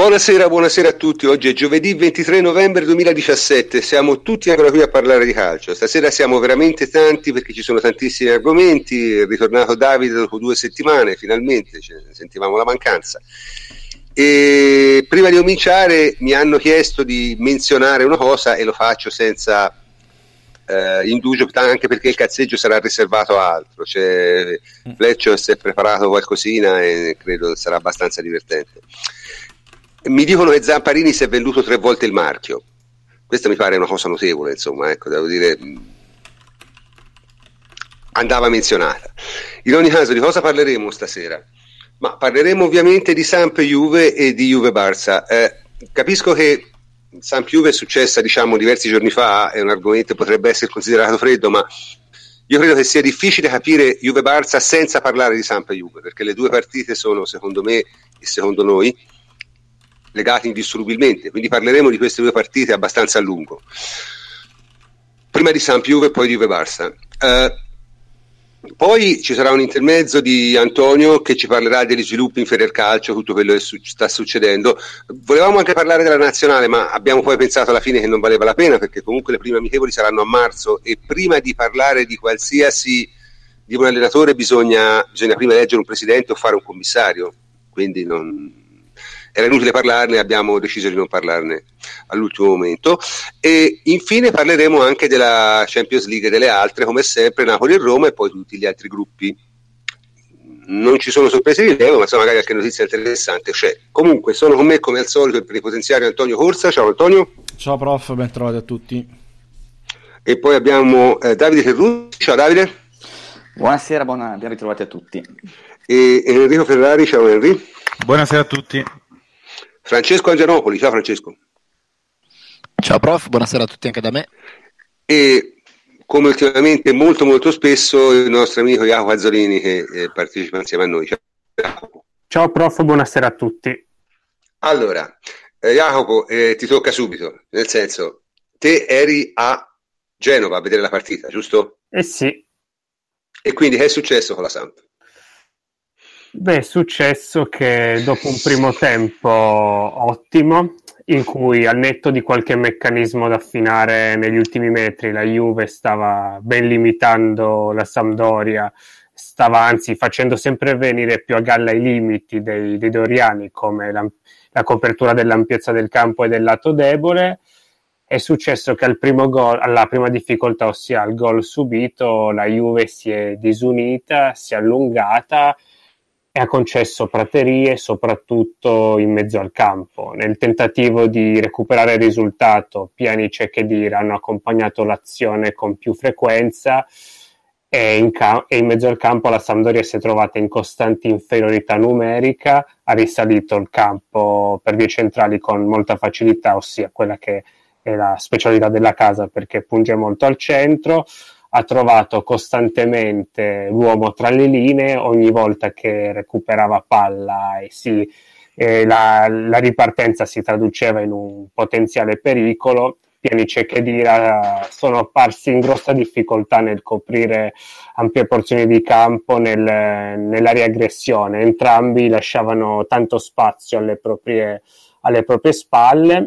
Buonasera, buonasera a tutti. Oggi è giovedì 23 novembre 2017. Siamo tutti ancora qui a parlare di calcio. Stasera siamo veramente tanti perché ci sono tantissimi argomenti. È ritornato Davide dopo 2 settimane, finalmente, sentivamo la mancanza. E prima di cominciare mi hanno chiesto di menzionare una cosa e lo faccio senza indugio, anche perché il cazzeggio sarà riservato a altro. Fleccio si è preparato qualcosina e credo sarà abbastanza divertente. Mi dicono che Zamparini si è venduto 3 volte il marchio. Questa mi pare una cosa notevole, insomma, ecco, devo dire, andava menzionata. In ogni caso, di cosa parleremo stasera? Ma parleremo ovviamente di Samp-Juve e di Juve-Barça. Capisco che Samp-Juve è successa, diciamo, diversi giorni fa, è un argomento che potrebbe essere considerato freddo, ma io credo che sia difficile capire Juve-Barça senza parlare di Samp-Juve, perché le due partite sono, secondo me e secondo noi, legati indissolubilmente, quindi parleremo di queste 2 partite abbastanza a lungo. Prima di Samp-Juve e poi di Juve-Barça. Poi ci sarà un intermezzo di Antonio che ci parlerà degli sviluppi in Federcalcio, tutto quello che sta succedendo. Volevamo anche parlare della nazionale, ma abbiamo poi pensato alla fine che non valeva la pena, perché comunque le prime amichevoli saranno a marzo e prima di parlare di qualsiasi di un allenatore bisogna prima eleggere un presidente o fare un commissario, quindi era inutile parlarne, abbiamo deciso di non parlarne all'ultimo momento. E infine parleremo anche della Champions League e delle altre, come sempre Napoli e Roma, e poi tutti gli altri gruppi. Non ci sono sorprese di rilievo, ma insomma magari qualche notizia interessante c'è. Comunque sono con me come al solito il plenipotenziario Antonio Corsa. Ciao Antonio. Ciao prof, ben trovati a tutti. E poi abbiamo Davide Ferrucci. Ciao Davide. Buonasera, ben ritrovati a tutti. E Enrico Ferrari. Ciao Enrico. Buonasera a tutti. Francesco Angianopoli. Ciao Francesco. Ciao prof, buonasera a tutti anche da me. E come ultimamente molto spesso il nostro amico Jacopo Azzolini che partecipa insieme a noi. Ciao prof, buonasera a tutti. Allora, Jacopo, ti tocca subito, nel senso, te eri a Genova a vedere la partita, giusto? Sì. E quindi che è successo con la Samp? Beh, è successo che dopo un primo tempo ottimo, in cui al netto di qualche meccanismo da affinare negli ultimi metri, la Juve stava ben limitando la Sampdoria, stava anzi facendo sempre venire più a galla i limiti dei doriani, come la copertura dell'ampiezza del campo e del lato debole. È successo che al primo gol, alla prima difficoltà, ossia al gol subito, la Juve si è disunita, si è allungata e ha concesso praterie soprattutto in mezzo al campo. Nel tentativo di recuperare il risultato, Pjanic e Khedira hanno accompagnato l'azione con più frequenza e in mezzo al campo la Sampdoria si è trovata in costante inferiorità numerica, ha risalito il campo per vie centrali con molta facilità, ossia quella che è la specialità della casa perché punge molto al centro, ha trovato costantemente l'uomo tra le linee ogni volta che recuperava palla e la ripartenza si traduceva in un potenziale pericolo. Pjanic e Khedira sono apparsi in grossa difficoltà nel coprire ampie porzioni di campo nella riaggressione. Entrambi lasciavano tanto spazio alle proprie spalle.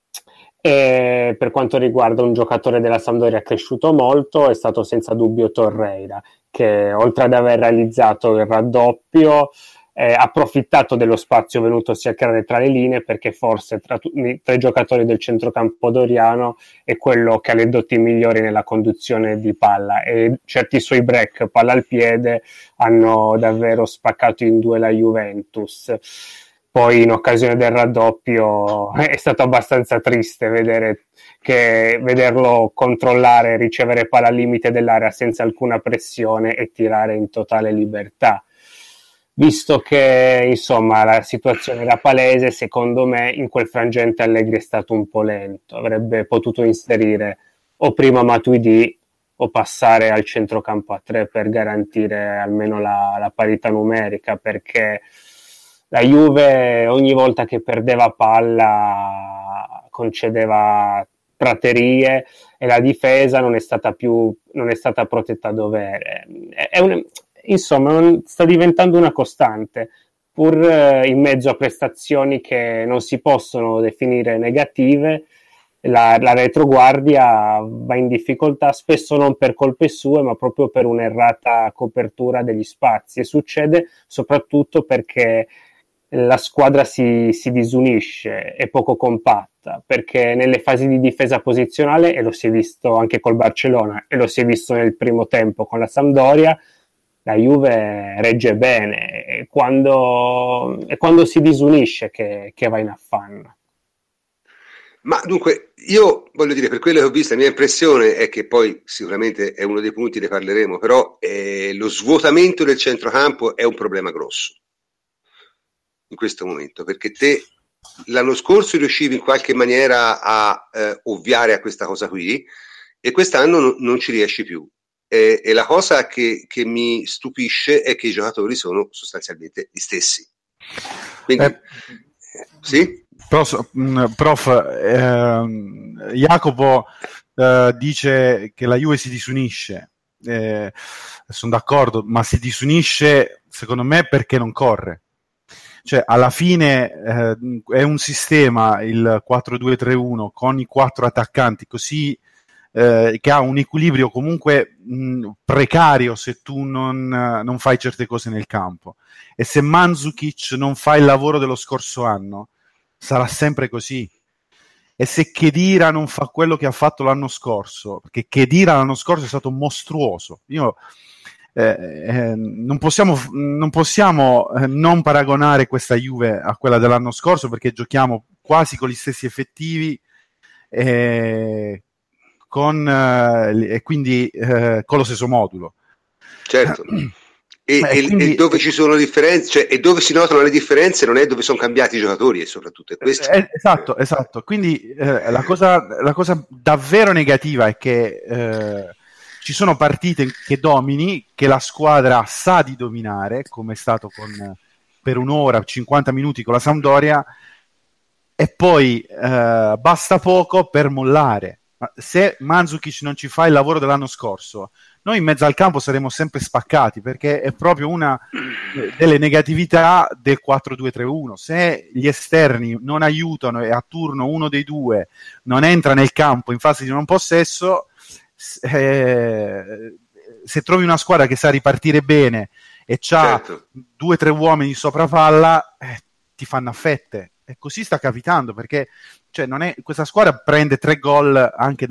E per quanto riguarda un giocatore della Sampdoria cresciuto molto è stato senza dubbio Torreira, che oltre ad aver realizzato il raddoppio ha approfittato dello spazio venutosi a creare tra le linee, perché forse tra i giocatori del centrocampo doriano è quello che ha le doti migliori nella conduzione di palla, e certi suoi break palla al piede hanno davvero spaccato in due la Juventus. Poi in occasione del raddoppio è stato abbastanza triste vederlo controllare, ricevere palla al limite dell'area senza alcuna pressione e tirare in totale libertà. Visto che insomma la situazione era palese, secondo me in quel frangente Allegri è stato un po' lento, avrebbe potuto inserire o prima Matuidi o passare al centrocampo a 3 per garantire almeno la parità numerica, perché la Juve ogni volta che perdeva palla concedeva praterie e la difesa non è stata protetta a dovere. Insomma, sta diventando una costante. pur in mezzo a prestazioni che non si possono definire negative, la retroguardia va in difficoltà, spesso non per colpe sue, ma proprio per un'errata copertura degli spazi, e succede soprattutto perché la squadra si disunisce, è poco compatta, perché nelle fasi di difesa posizionale, e lo si è visto anche col Barcellona e lo si è visto nel primo tempo con la Sampdoria, la Juve regge bene, è quando si disunisce che va in affanno. Ma dunque, io voglio dire, per quello che ho visto, la mia impressione è che poi sicuramente è uno dei punti, ne parleremo, però lo svuotamento del centrocampo è un problema grosso in questo momento, perché te l'anno scorso riuscivi in qualche maniera a ovviare a questa cosa qui, e quest'anno non ci riesci più. E la cosa che mi stupisce è che i giocatori sono sostanzialmente gli stessi. Quindi, sì? Prof, Jacopo dice che la Juve si disunisce, sono d'accordo, ma si disunisce secondo me perché non corre. Cioè, alla fine è un sistema, il 4-2-3-1, con i 4 attaccanti, così che ha un equilibrio comunque precario se tu non fai certe cose nel campo. E se Mandzukic non fa il lavoro dello scorso anno, sarà sempre così. E se Khedira non fa quello che ha fatto l'anno scorso, perché Khedira l'anno scorso è stato mostruoso, non possiamo non paragonare questa Juve a quella dell'anno scorso, perché giochiamo quasi con gli stessi effettivi e quindi con lo stesso modulo. Certo. E dove ci sono differenze, cioè, e dove si notano le differenze non è dove sono cambiati i giocatori, e soprattutto è questo. Esatto. Quindi la cosa davvero negativa è che ci sono partite che domini, che la squadra sa di dominare, come è stato per un'ora, 50 minuti con la Sampdoria, e poi basta poco per mollare. Ma se Mandzukic non ci fa il lavoro dell'anno scorso, noi in mezzo al campo saremo sempre spaccati, perché è proprio una delle negatività del 4-2-3-1. Se gli esterni non aiutano e a turno uno dei due non entra nel campo in fase di non possesso, se trovi una squadra che sa ripartire bene e c'ha 2-3 uomini sopra palla, ti fanno a fette. E così sta capitando, perché cioè, questa squadra prende 3 gol anche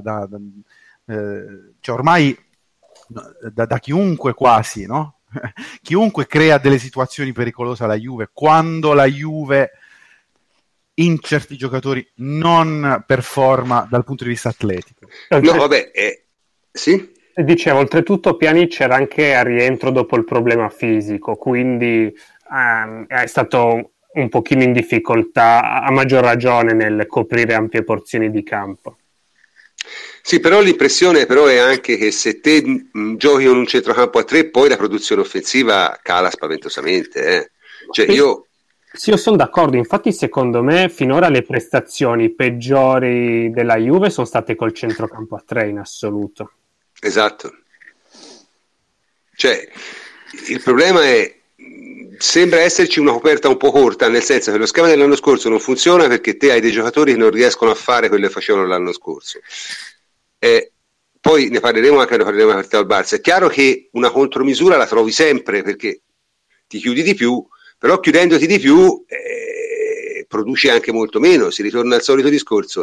cioè ormai da chiunque quasi, no? Chiunque crea delle situazioni pericolose alla Juve, quando la Juve in certi giocatori non performa dal punto di vista atletico. No, vabbè, sì? Dicevo, oltretutto Pjanic era anche a rientro dopo il problema fisico, quindi è stato un pochino in difficoltà, a maggior ragione nel coprire ampie porzioni di campo. Sì, però l'impressione però è anche che se te giochi con un centrocampo a 3, poi la produzione offensiva cala spaventosamente. Cioè Sì, io sono d'accordo, infatti secondo me finora le prestazioni peggiori della Juve sono state col centrocampo a 3 in assoluto. Esatto. Cioè, il problema è, sembra esserci una coperta un po' corta, nel senso che lo schema dell'anno scorso non funziona perché te hai dei giocatori che non riescono a fare quello che facevano l'anno scorso. Poi ne parleremo anche quando parleremo della partita al Barça. È chiaro che una contromisura la trovi sempre, perché ti chiudi di più, però chiudendoti di più produci anche molto meno, si ritorna al solito discorso.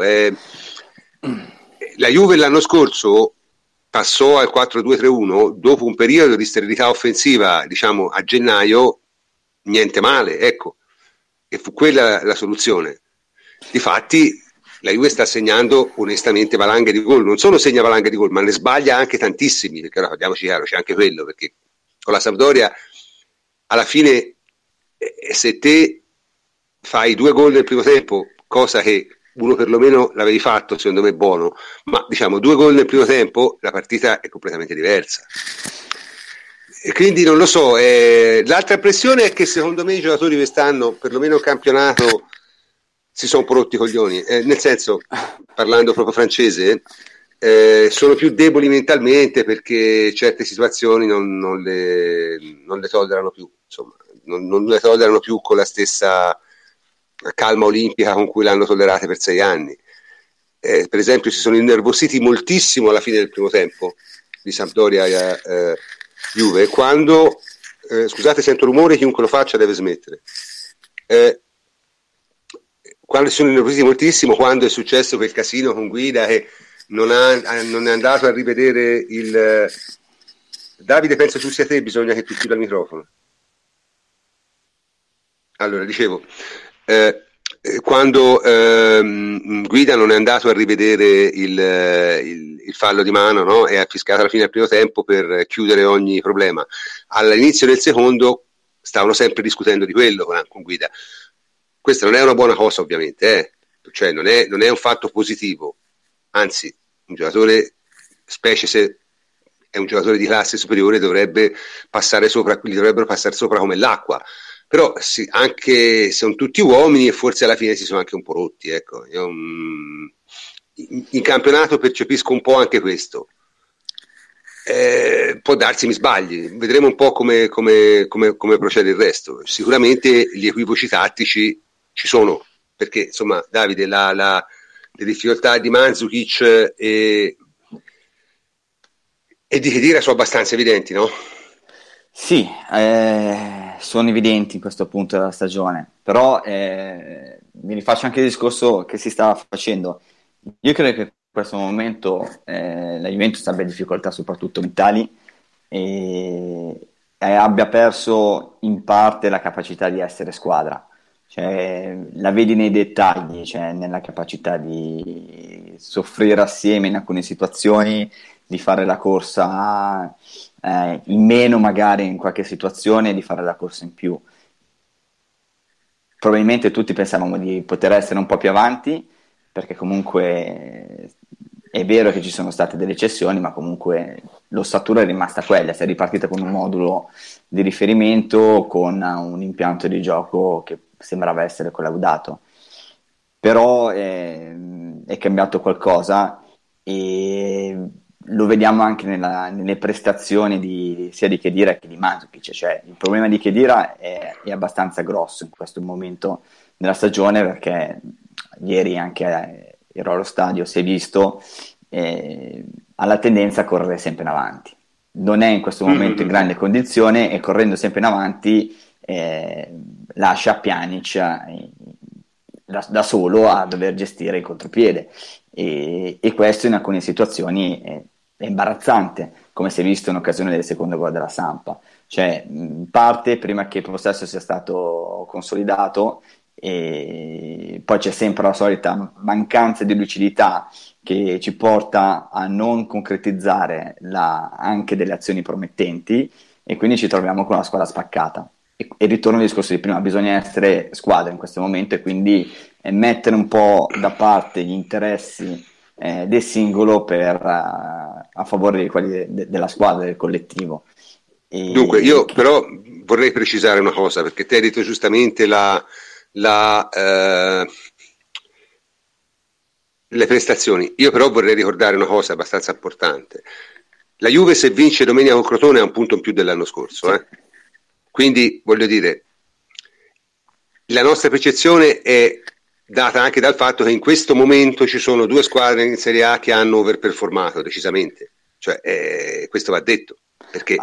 La Juve l'anno scorso passò al 4-2-3-1 dopo un periodo di sterilità offensiva, diciamo a gennaio, niente male, ecco, e fu quella la soluzione. Difatti la Juve sta segnando onestamente valanghe di gol, non solo segna valanghe di gol, ma ne sbaglia anche tantissimi, perché ora parliamoci chiaro, c'è anche quello, perché con la Sampdoria alla fine se te fai 2 gol nel primo tempo, cosa che uno perlomeno l'avevi fatto, secondo me buono, ma diciamo 2 gol nel primo tempo, la partita è completamente diversa. E quindi non lo so, l'altra impressione è che secondo me i giocatori quest'anno, perlomeno il campionato, si sono rotti i coglioni, nel senso, parlando proprio francese, sono più deboli mentalmente perché certe situazioni non le tollerano più, insomma, non le tollerano più con la stessa calma olimpica con cui l'hanno tollerate per 6 anni. Per esempio si sono innervositi moltissimo alla fine del primo tempo di Sampdoria Juve, quando scusate, sento rumore, chiunque lo faccia deve smettere. Quando si sono innervositi moltissimo, quando è successo quel casino con Guida che non è andato a rivedere il... Davide, penso tu sia te, bisogna che tu chiuda il microfono. Allora, dicevo, quando Guida non è andato a rivedere il fallo di mano, no? E ha fischiato alla fine del primo tempo per chiudere ogni problema. All'inizio del secondo stavano sempre discutendo di quello con Guida. Questa non è una buona cosa, ovviamente, cioè non è un fatto positivo, anzi un giocatore, specie se è un giocatore di classe superiore, dovrebbero passare sopra come l'acqua. Però sì, anche sono tutti uomini e forse alla fine si sono anche un po' rotti, ecco. Io, in campionato percepisco un po' anche questo. Può darsi mi sbagli, vedremo un po' come procede il resto. Sicuramente gli equivoci tattici ci sono, perché insomma Davide, le difficoltà di Mandzukic e di Khedira sono abbastanza evidenti, no? Sì, sono evidenti in questo punto della stagione, però mi rifaccio anche il discorso che si stava facendo. Io credo che in questo momento la Juventus abbia difficoltà soprattutto mentali e abbia perso in parte la capacità di essere squadra. Cioè, la vedi nei dettagli, cioè nella capacità di soffrire assieme in alcune situazioni, di fare la corsa in meno magari in qualche situazione, di fare la corsa in più. Probabilmente tutti pensavamo di poter essere un po' più avanti, perché comunque è vero che ci sono state delle cessioni, ma comunque l'ossatura è rimasta quella, si è ripartita con un modulo di riferimento, con un impianto di gioco che sembrava essere collaudato. Però è cambiato qualcosa e lo vediamo anche nelle prestazioni sia di Khedira che di Mandzukic. Cioè, il problema di Khedira è abbastanza grosso in questo momento della stagione, perché ieri anche ero allo stadio, si è visto, ha la tendenza a correre sempre in avanti. Non è in questo momento in grande condizione e correndo sempre in avanti lascia Pjanic da solo a dover gestire il contropiede e questo in alcune situazioni è imbarazzante, come si è visto in occasione del secondo gol della Sampa. Cioè, parte prima che il possesso sia stato consolidato e poi c'è sempre la solita mancanza di lucidità che ci porta a non concretizzare anche delle azioni promettenti e quindi ci troviamo con la squadra spaccata. E ritorno al discorso di prima, bisogna essere squadra in questo momento e quindi mettere un po' da parte gli interessi del singolo a favore di quelli della squadra, del collettivo. Dunque, io però vorrei precisare una cosa, perché te hai detto giustamente le prestazioni. Io però vorrei ricordare una cosa abbastanza importante. La Juve, se vince domenica con Crotone, ha un punto in più dell'anno scorso, Quindi, voglio dire, la nostra percezione è data anche dal fatto che in questo momento ci sono 2 squadre in Serie A che hanno overperformato decisamente. Cioè, questo va detto, perché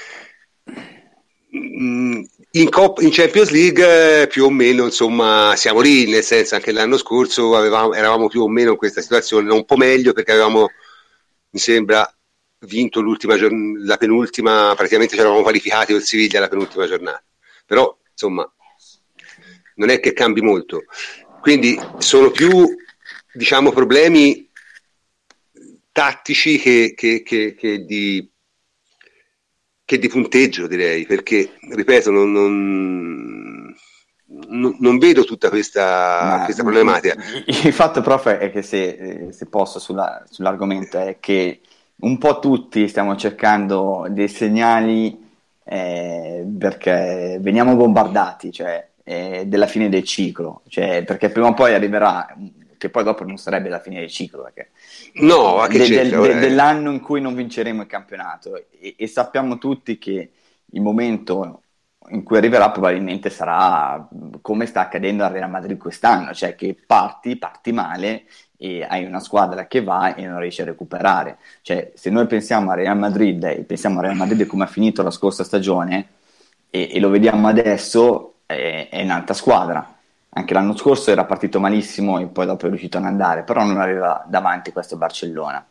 in Champions League più o meno, insomma, siamo lì, nel senso anche l'anno scorso eravamo più o meno in questa situazione, un po' meglio perché avevamo, mi sembra, vinto la penultima, praticamente ci eravamo qualificati col Siviglia la penultima giornata, però insomma non è che cambi molto, quindi sono più, diciamo, problemi tattici che di punteggio, direi, perché ripeto non vedo tutta questa problematica. Il fatto, prof, è che se posso sull'argomento è che un po' tutti stiamo cercando dei segnali perché veniamo bombardati, cioè della fine del ciclo, cioè, perché prima o poi arriverà, che poi dopo non sarebbe la fine del ciclo, perché dell'anno in cui non vinceremo il campionato e sappiamo tutti che il momento in cui arriverà probabilmente sarà come sta accadendo al Real Madrid quest'anno, cioè che parti male e hai una squadra che va e non riesci a recuperare. Cioè, se noi pensiamo a Real Madrid e pensiamo a Real Madrid come ha finito la scorsa stagione e lo vediamo adesso, è un'altra squadra. Anche l'anno scorso era partito malissimo e poi dopo è riuscito ad andare, però non aveva davanti questo Barcellona.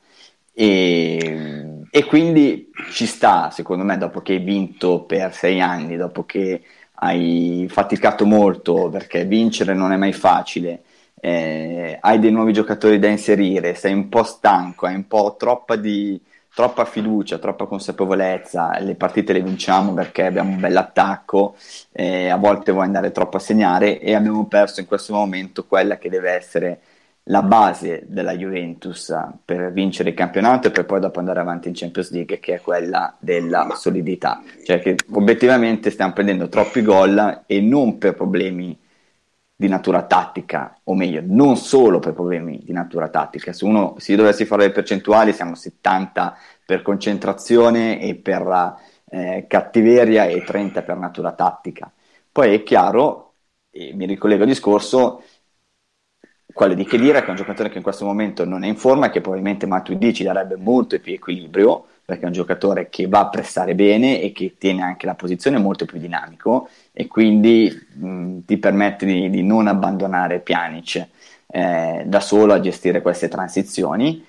E quindi ci sta, secondo me, dopo che hai vinto per 6 anni, dopo che hai faticato molto, perché vincere non è mai facile, hai dei nuovi giocatori da inserire, sei un po' stanco, hai un po' troppa fiducia, troppa consapevolezza, le partite le vinciamo perché abbiamo un bell'attacco, a volte vuoi andare troppo a segnare e abbiamo perso in questo momento quella che deve essere la base della Juventus per vincere il campionato e per poi dopo andare avanti in Champions League, che è quella della solidità, cioè che obiettivamente stiamo prendendo troppi gol e non per problemi di natura tattica, o meglio, non solo per problemi di natura tattica. Se uno si dovessi fare le percentuali, siamo 70 per concentrazione e per cattiveria e 30 per natura tattica. Poi è chiaro, e mi ricollego al discorso, quello di Khedira, che è un giocatore che in questo momento non è in forma e che probabilmente Matuidi ci darebbe molto più equilibrio, perché è un giocatore che va a pressare bene e che tiene anche la posizione molto più dinamico e quindi ti permette di non abbandonare Pjanic da solo a gestire queste transizioni.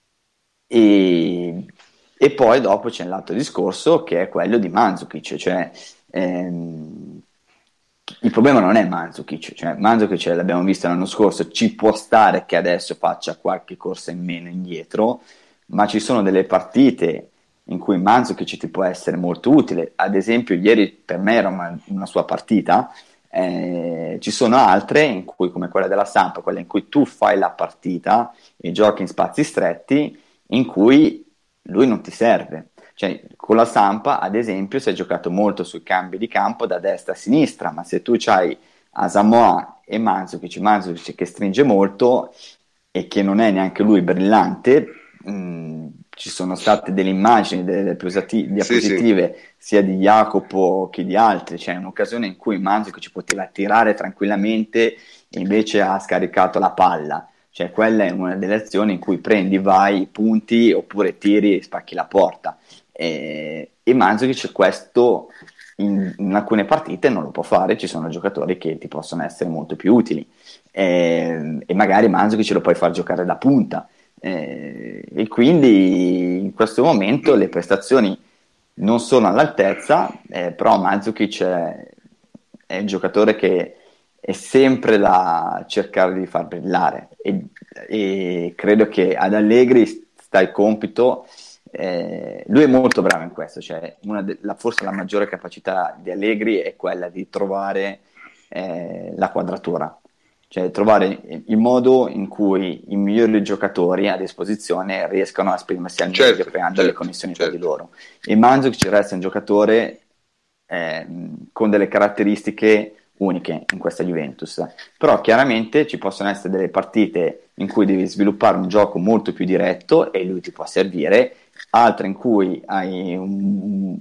E poi dopo c'è l'altro discorso che è quello di Mandzukic, cioè il problema non è Mandzukic, cioè Mandzukic l'abbiamo visto l'anno scorso, ci può stare che adesso faccia qualche corsa in meno indietro, ma ci sono delle partite in cui Mandzukic ti può essere molto utile. Ad esempio ieri per me era una sua partita, ci sono altre in cui, come quella della Samp, quella in cui tu fai la partita e giochi in spazi stretti, in cui lui non ti serve. Cioè, con la Sampa, ad esempio, si è giocato molto sui cambi di campo da destra a sinistra, ma se tu c'hai Asamoah e Mandzukic che stringe molto e che non è neanche lui brillante, ci sono state delle immagini, delle diapositive sia di Jacopo che di altri, cioè un'occasione in cui Mandzukic poteva tirare tranquillamente e invece ha scaricato la palla. Cioè quella è una delle azioni in cui prendi, vai, punti oppure tiri e spacchi la porta. E Mandzukic questo in alcune partite non lo può fare, ci sono giocatori che ti possono essere molto più utili e magari Mandzukic lo puoi far giocare da punta e quindi in questo momento le prestazioni non sono all'altezza, però Mandzukic è un giocatore che è sempre da cercare di far brillare e credo che ad Allegri sta il compito. Lui è molto bravo in questo, cioè forse la maggiore capacità di Allegri è quella di trovare la quadratura, cioè trovare il modo in cui i migliori giocatori a disposizione riescano a esprimersi al meglio creando le connessioni tra di loro. E Mandzukic resta un giocatore con delle caratteristiche uniche in questa Juventus, però chiaramente ci possono essere delle partite in cui devi sviluppare un gioco molto più diretto e lui ti può servire, altre in cui hai un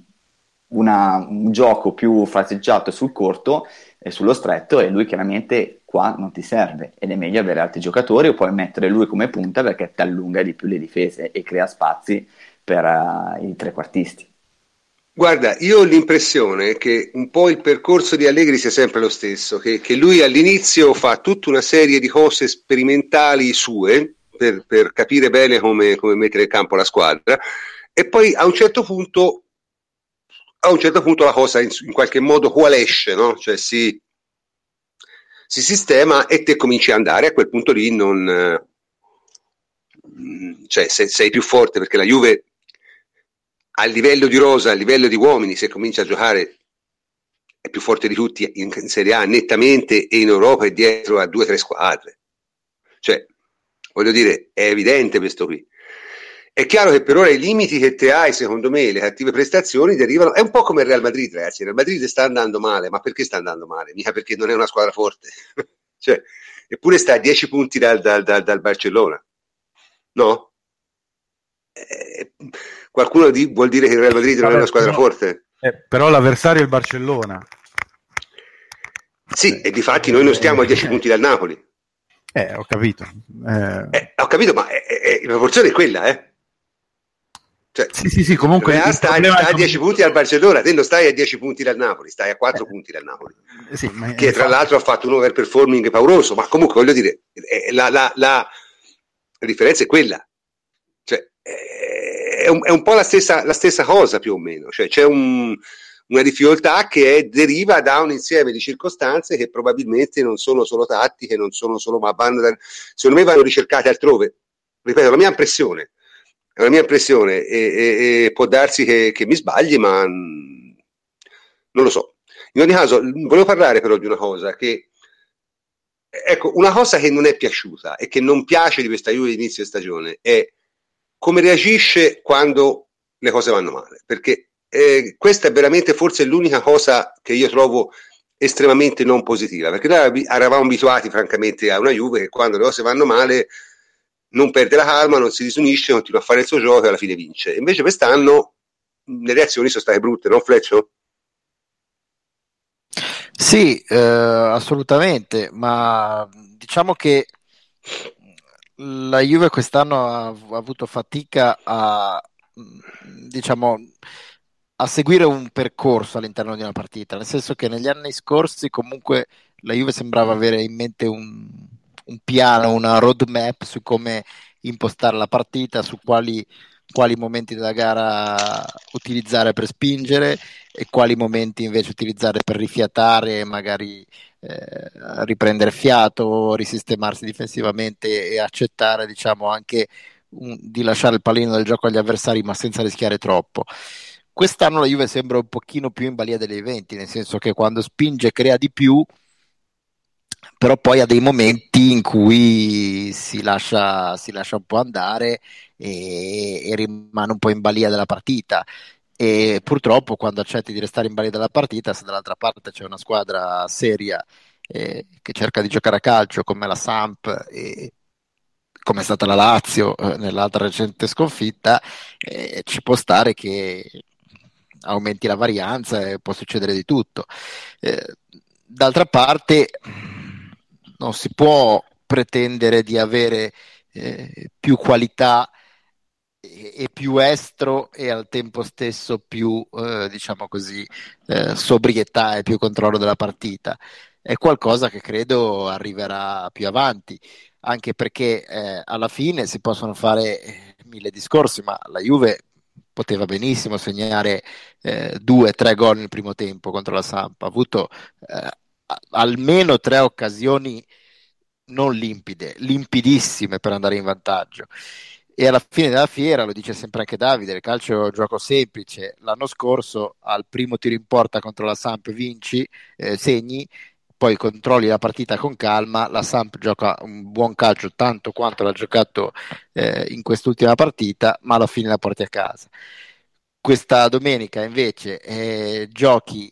gioco più fraseggiato sul corto e sullo stretto e lui chiaramente qua non ti serve ed è meglio avere altri giocatori o puoi mettere lui come punta perché ti allunga di più le difese e crea spazi per i trequartisti. Guarda, io ho l'impressione che un po' il percorso di Allegri sia sempre lo stesso, che lui all'inizio fa tutta una serie di cose sperimentali sue per capire bene come mettere in campo la squadra e poi a un certo punto la cosa in qualche modo coalesce, no? Cioè si sistema e te cominci a andare, a quel punto lì non cioè sei più forte perché la Juve a livello di rosa, a livello di uomini, se comincia a giocare è più forte di tutti in Serie A nettamente e in Europa è dietro a 2 o 3 squadre. Cioè, voglio dire, è evidente questo qui. È chiaro che per ora i limiti che te hai, secondo me, le cattive prestazioni derivano, è un po' come il Real Madrid, ragazzi. Il Real Madrid sta andando male, ma perché sta andando male? Mica perché non è una squadra forte. Cioè, eppure sta a 10 punti dal Barcellona. No? Qualcuno vuol dire che il Real Madrid non è una squadra forte? Però l'avversario è il Barcellona. Sì, e difatti noi non stiamo a 10 punti dal Napoli. Ho capito. Ho capito, ma la proporzione è quella, Cioè, Sì, comunque Real sta a 10 punti al Barcellona, te non stai a 10 punti dal Napoli, stai a 4 punti dal Napoli, sì, che tra l'altro ha fatto un overperforming pauroso, ma comunque voglio dire, la differenza è quella, cioè, è un po' la stessa cosa più o meno, cioè c'è una difficoltà che deriva da un insieme di circostanze che probabilmente non sono solo tattiche, non sono solo, ma secondo me vanno ricercate altrove. Ripeto, la mia impressione e può darsi che mi sbagli, ma non lo so. In ogni caso, volevo parlare però di una cosa ecco, una cosa che non è piaciuta e che non piace di questa Juve di inizio stagione è come reagisce quando le cose vanno male, perché questa è veramente forse l'unica cosa che io trovo estremamente non positiva, perché noi eravamo abituati francamente a una Juve che quando le cose vanno male non perde la calma, non si disunisce, continua a fare il suo gioco e alla fine vince. Invece quest'anno le reazioni sono state brutte, non Fleccio? Sì, assolutamente, ma diciamo che la Juve quest'anno ha avuto fatica diciamo, a seguire un percorso all'interno di una partita, nel senso che negli anni scorsi comunque la Juve sembrava avere in mente un piano, una roadmap su come impostare la partita, su quali momenti della gara utilizzare per spingere e quali momenti invece utilizzare per rifiatare e magari riprendere fiato, risistemarsi difensivamente e accettare, diciamo, anche di lasciare il pallino del gioco agli avversari, ma senza rischiare troppo. Quest'anno la Juve sembra un pochino più in balia degli eventi, nel senso che quando spinge crea di più, però poi ha dei momenti in cui si lascia un po' andare e rimane un po' in balia della partita. E purtroppo quando accetti di restare in balia della partita, se dall'altra parte c'è una squadra seria che cerca di giocare a calcio come la Samp e come è stata la Lazio nell'altra recente sconfitta, ci può stare che aumenti la varianza e può succedere di tutto. D'altra parte non si può pretendere di avere più qualità e più estro e al tempo stesso più, diciamo così, sobrietà e più controllo della partita. È qualcosa che credo arriverà più avanti, anche perché alla fine si possono fare mille discorsi, ma la Juve poteva benissimo segnare 2 o 3 gol nel primo tempo contro la Samp. Ha avuto almeno 3 occasioni non limpide, limpidissime per andare in vantaggio. E alla fine della fiera, lo dice sempre anche Davide, il calcio è un gioco semplice. L'anno scorso al primo tiro in porta contro la Samp vinci, segni, poi controlli la partita con calma, la Samp gioca un buon calcio tanto quanto l'ha giocato in quest'ultima partita, ma alla fine la porti a casa. Questa domenica invece giochi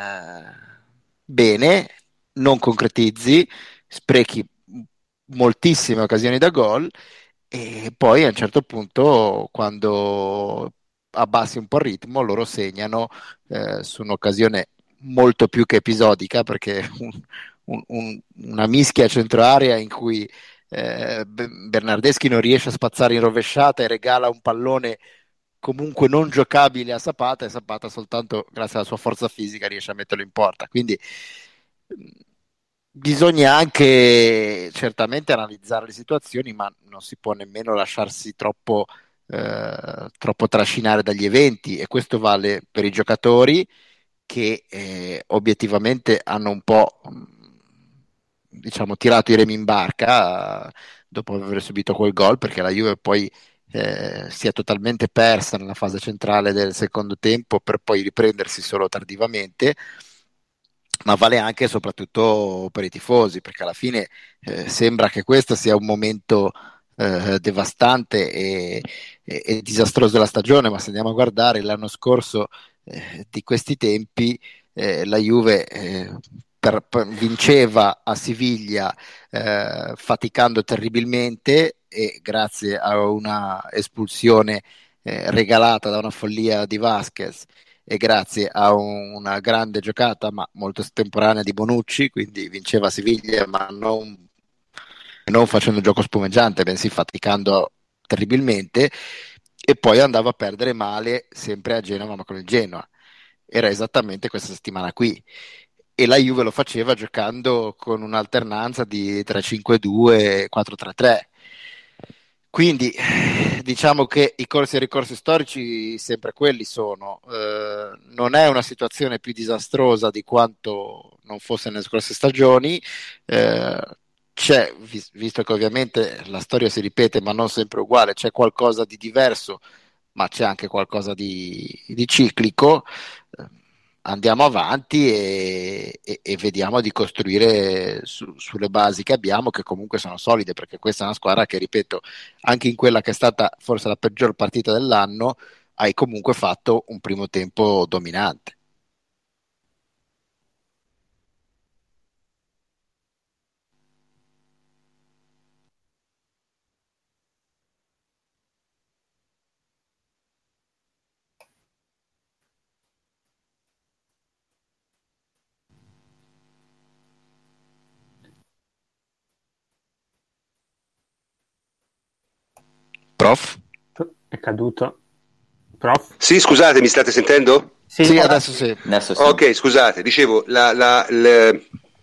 bene, non concretizzi, sprechi moltissime occasioni da gol e poi a un certo punto quando abbassi un po' il ritmo loro segnano su un'occasione molto più che episodica perché una mischia a centro area in cui Bernardeschi non riesce a spazzare in rovesciata e regala un pallone comunque non giocabile a Zapata e Zapata soltanto grazie alla sua forza fisica riesce a metterlo in porta. Quindi bisogna anche certamente analizzare le situazioni, ma non si può nemmeno lasciarsi troppo trascinare dagli eventi e questo vale per i giocatori che obiettivamente hanno un po' diciamo tirato i remi in barca dopo aver subito quel gol perché la Juve poi si è totalmente persa nella fase centrale del secondo tempo per poi riprendersi solo tardivamente, ma vale anche e soprattutto per i tifosi, perché alla fine sembra che questo sia un momento devastante e disastroso della stagione, ma se andiamo a guardare l'anno scorso di questi tempi, la Juve vinceva a Siviglia faticando terribilmente e grazie a una espulsione regalata da una follia di Vasquez e grazie a una grande giocata ma molto estemporanea di Bonucci, quindi vinceva Siviglia ma non facendo gioco spumeggiante, bensì faticando terribilmente, e poi andava a perdere male sempre a Genova ma con il Genoa. Era esattamente questa settimana qui, e la Juve lo faceva giocando con un'alternanza di 3-5-2 e 4-3-3. Quindi diciamo che i corsi e ricorsi storici sempre quelli sono. Non è una situazione più disastrosa di quanto non fosse nelle scorse stagioni. C'è, visto che ovviamente la storia si ripete ma non sempre uguale, c'è qualcosa di diverso, ma c'è anche qualcosa di ciclico. Andiamo avanti e vediamo di costruire sulle basi che abbiamo, che comunque sono solide, perché questa è una squadra che, ripeto, anche in quella che è stata forse la peggior partita dell'anno, hai comunque fatto un primo tempo dominante. Prof? È caduto. Prof? Sì, scusate, mi state sentendo? Sì, adesso sì. Adesso sì. Ok, scusate, dicevo, le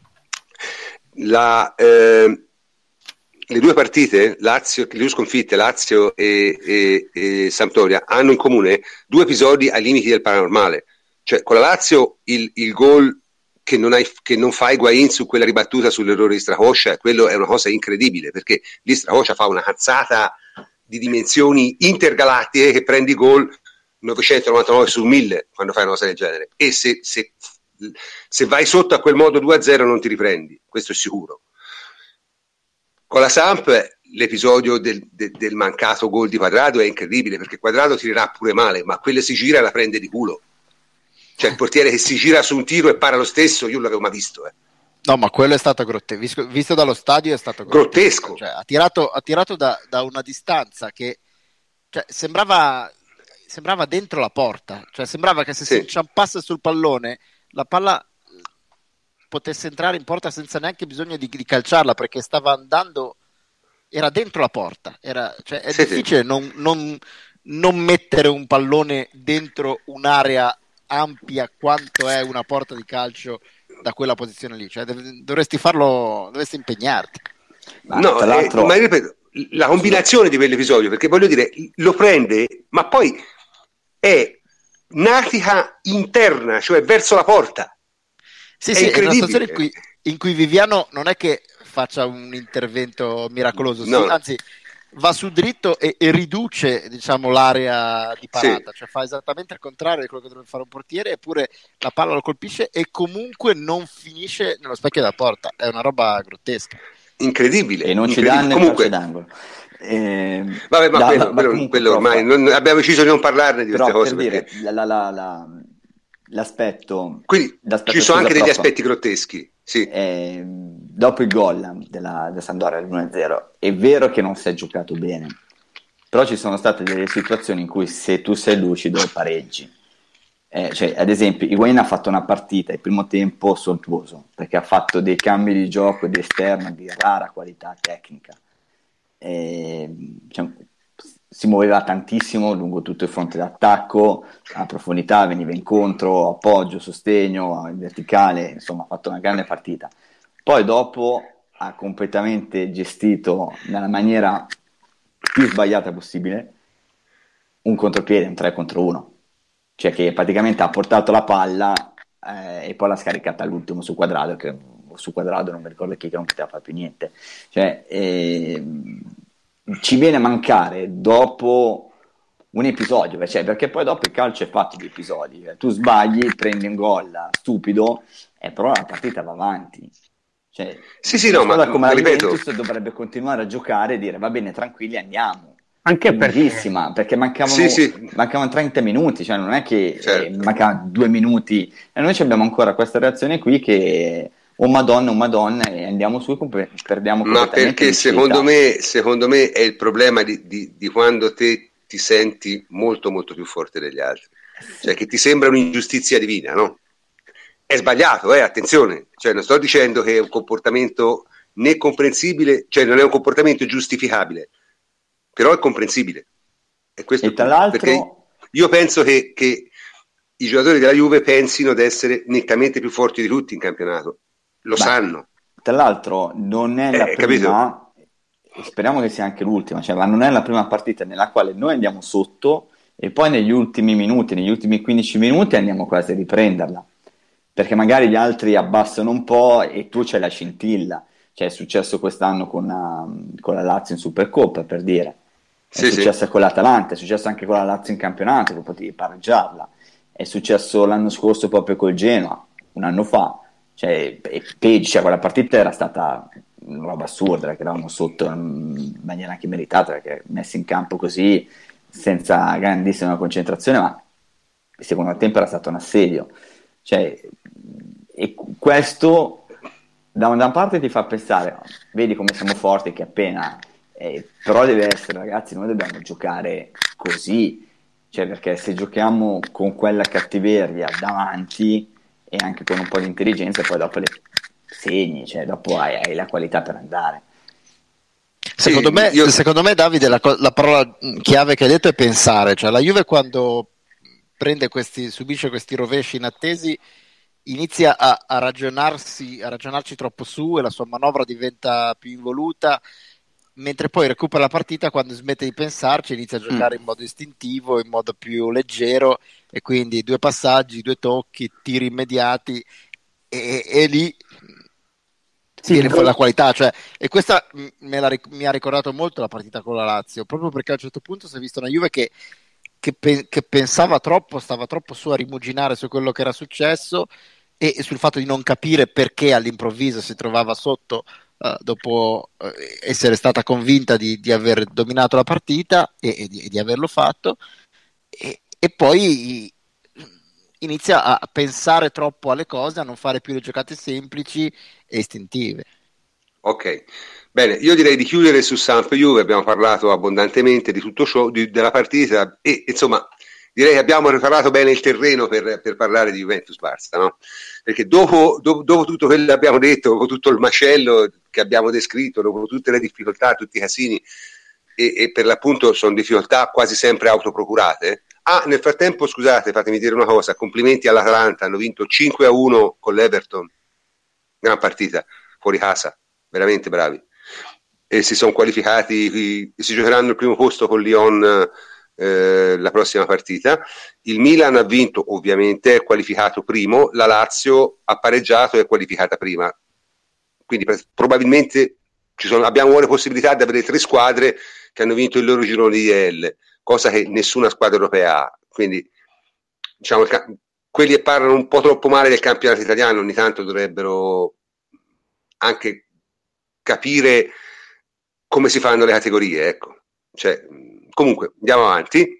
due partite, le due sconfitte, Lazio e Sampdoria, hanno in comune due episodi ai limiti del paranormale. Cioè, con la Lazio il gol che non fa Higuaín su quella ribattuta sull'errore di Strahosha, quello è una cosa incredibile, perché lì Strahosha fa una cazzata di dimensioni intergalattiche che prendi gol 999 su 1000 quando fai una cosa del genere, e se vai sotto a quel modo 2-0 non ti riprendi, questo è sicuro. Con la Samp l'episodio del mancato gol di Quadrado è incredibile, perché Quadrado tirerà pure male, ma quella si gira e la prende di culo. Cioè il portiere che si gira su un tiro e para lo stesso, io non l'avevo mai visto. No, ma quello è stato grottesco. Visto dallo stadio è stato grottesco. Cioè, ha tirato da una distanza che, cioè, sembrava dentro la porta. Cioè, sembrava che se si inciampasse sul pallone, la palla potesse entrare in porta senza neanche bisogno di calciarla, perché stava andando, era dentro la porta. Cioè, è difficile non mettere un pallone dentro un'area ampia quanto è una porta di calcio da quella posizione lì, cioè dovresti impegnarti. No, tra l'altro, ma ripeto, la combinazione di quell'episodio, perché voglio dire, lo prende, ma poi è natica interna, cioè verso la porta. Sì, è una situazione in cui Viviano non è che faccia un intervento miracoloso, no. Anzi va su dritto e riduce, diciamo, l'area di parata, cioè fa esattamente il contrario di quello che dovrebbe fare un portiere, eppure la palla lo colpisce e comunque non finisce nello specchio della porta. È una roba grottesca, incredibile, e non ci danno comunque d'angolo. Vabbè, ma quello ormai abbiamo deciso di non parlarne di queste cose, per perché l'aspetto, quindi ci sono anche degli aspetti grotteschi. Sì. Dopo il gol della Sampdoria all'1-0 è vero che non si è giocato bene, però ci sono state delle situazioni in cui se tu sei lucido pareggi. Cioè, ad esempio, Higuaín ha fatto una partita il primo tempo sontuoso, perché ha fatto dei cambi di gioco di esterno di rara qualità tecnica. Si muoveva tantissimo lungo tutto il fronte d'attacco, a profondità veniva incontro, appoggio, sostegno, in verticale, insomma ha fatto una grande partita. Poi dopo ha completamente gestito nella maniera più sbagliata possibile un contropiede, un 3 contro 1, cioè che praticamente ha portato la palla e poi l'ha scaricata all'ultimo su Quadrado, che su Quadrado non mi ricordo chi, che non poteva fare più niente. Cioè, ci viene a mancare dopo un episodio, cioè, perché poi dopo il calcio è fatto di episodi, tu sbagli, prendi un gol stupido, però la partita va avanti. Cioè, ma come la Juventus dovrebbe continuare a giocare e dire va bene, tranquilli, andiamo. Anche perché mancavano 30 minuti, cioè non è che mancavano 2 minuti, e noi abbiamo ancora questa reazione qui che oh madonna, e andiamo su e perdiamo completamente. Ma perché secondo me è il problema di quando te ti senti molto molto più forte degli altri. cioè che ti sembra un'ingiustizia divina, no? È sbagliato, attenzione, cioè non sto dicendo che è un comportamento né comprensibile, cioè non è un comportamento giustificabile, però è comprensibile. E questo e tra l'altro perché io penso che i giocatori della Juve pensino di essere nettamente più forti di tutti in campionato, lo sanno. Tra l'altro non è la prima, e speriamo che sia anche l'ultima, cioè, ma non è la prima partita nella quale noi andiamo sotto e poi negli ultimi minuti, negli ultimi 15 minuti andiamo quasi a riprenderla, perché magari gli altri abbassano un po' e tu c'hai la scintilla. Cioè è successo quest'anno con la Lazio in Supercoppa, per dire. È successo con l'Atalanta, è successo anche con la Lazio in campionato, che potevi pareggiarla. È successo l'anno scorso proprio col Genoa, un anno fa. Cioè, quella partita era stata una roba assurda, perché eravamo sotto in maniera anche meritata, perché messi in campo così, senza grandissima concentrazione, ma il secondo tempo era stato un assedio. Cioè, e questo da una parte ti fa pensare, vedi come siamo forti, che appena, però deve essere, ragazzi, noi dobbiamo giocare così, cioè, perché se giochiamo con quella cattiveria davanti e anche con un po' di intelligenza, poi dopo le segni, cioè dopo hai la qualità per andare. Secondo me Davide, la parola chiave che hai detto è pensare, cioè la Juve quando subisce questi rovesci inattesi inizia a ragionarci troppo su e la sua manovra diventa più involuta, mentre poi recupera la partita quando smette di pensarci, inizia a giocare in modo istintivo, in modo più leggero, e quindi 2 passaggi, 2 tocchi, tiri immediati e lì viene fuori la qualità, cioè, e questa mi ha ricordato molto la partita con la Lazio, proprio perché a un certo punto si è visto una Juve che pensava troppo, stava troppo su a rimuginare su quello che era successo e sul fatto di non capire perché all'improvviso si trovava sotto dopo essere stata convinta di aver dominato la partita e di averlo fatto, e poi inizia a pensare troppo alle cose, a non fare più le giocate semplici e istintive. Ok, bene, io direi di chiudere su Samp Juve, abbiamo parlato abbondantemente di tutto ciò, della partita, e insomma direi che abbiamo preparato bene il terreno per parlare di Juventus-Barça, no? Perché dopo tutto quello che abbiamo detto, dopo tutto il macello che abbiamo descritto, dopo tutte le difficoltà, tutti i casini, e per l'appunto sono difficoltà quasi sempre autoprocurate. Nel frattempo, scusate, fatemi dire una cosa, complimenti all'Atalanta, hanno vinto 5-1 con l'Everton, gran partita, fuori casa, veramente bravi, e si sono qualificati, si giocheranno il primo posto con Lyon la prossima partita. Il Milan ha vinto, ovviamente è qualificato primo, la Lazio ha pareggiato e è qualificata prima, quindi probabilmente abbiamo buone possibilità di avere 3 squadre che hanno vinto il loro girone di IL, cosa che nessuna squadra europea ha. Quindi diciamo quelli che parlano un po' troppo male del campionato italiano ogni tanto dovrebbero anche capire come si fanno le categorie, ecco. Cioè, comunque andiamo avanti.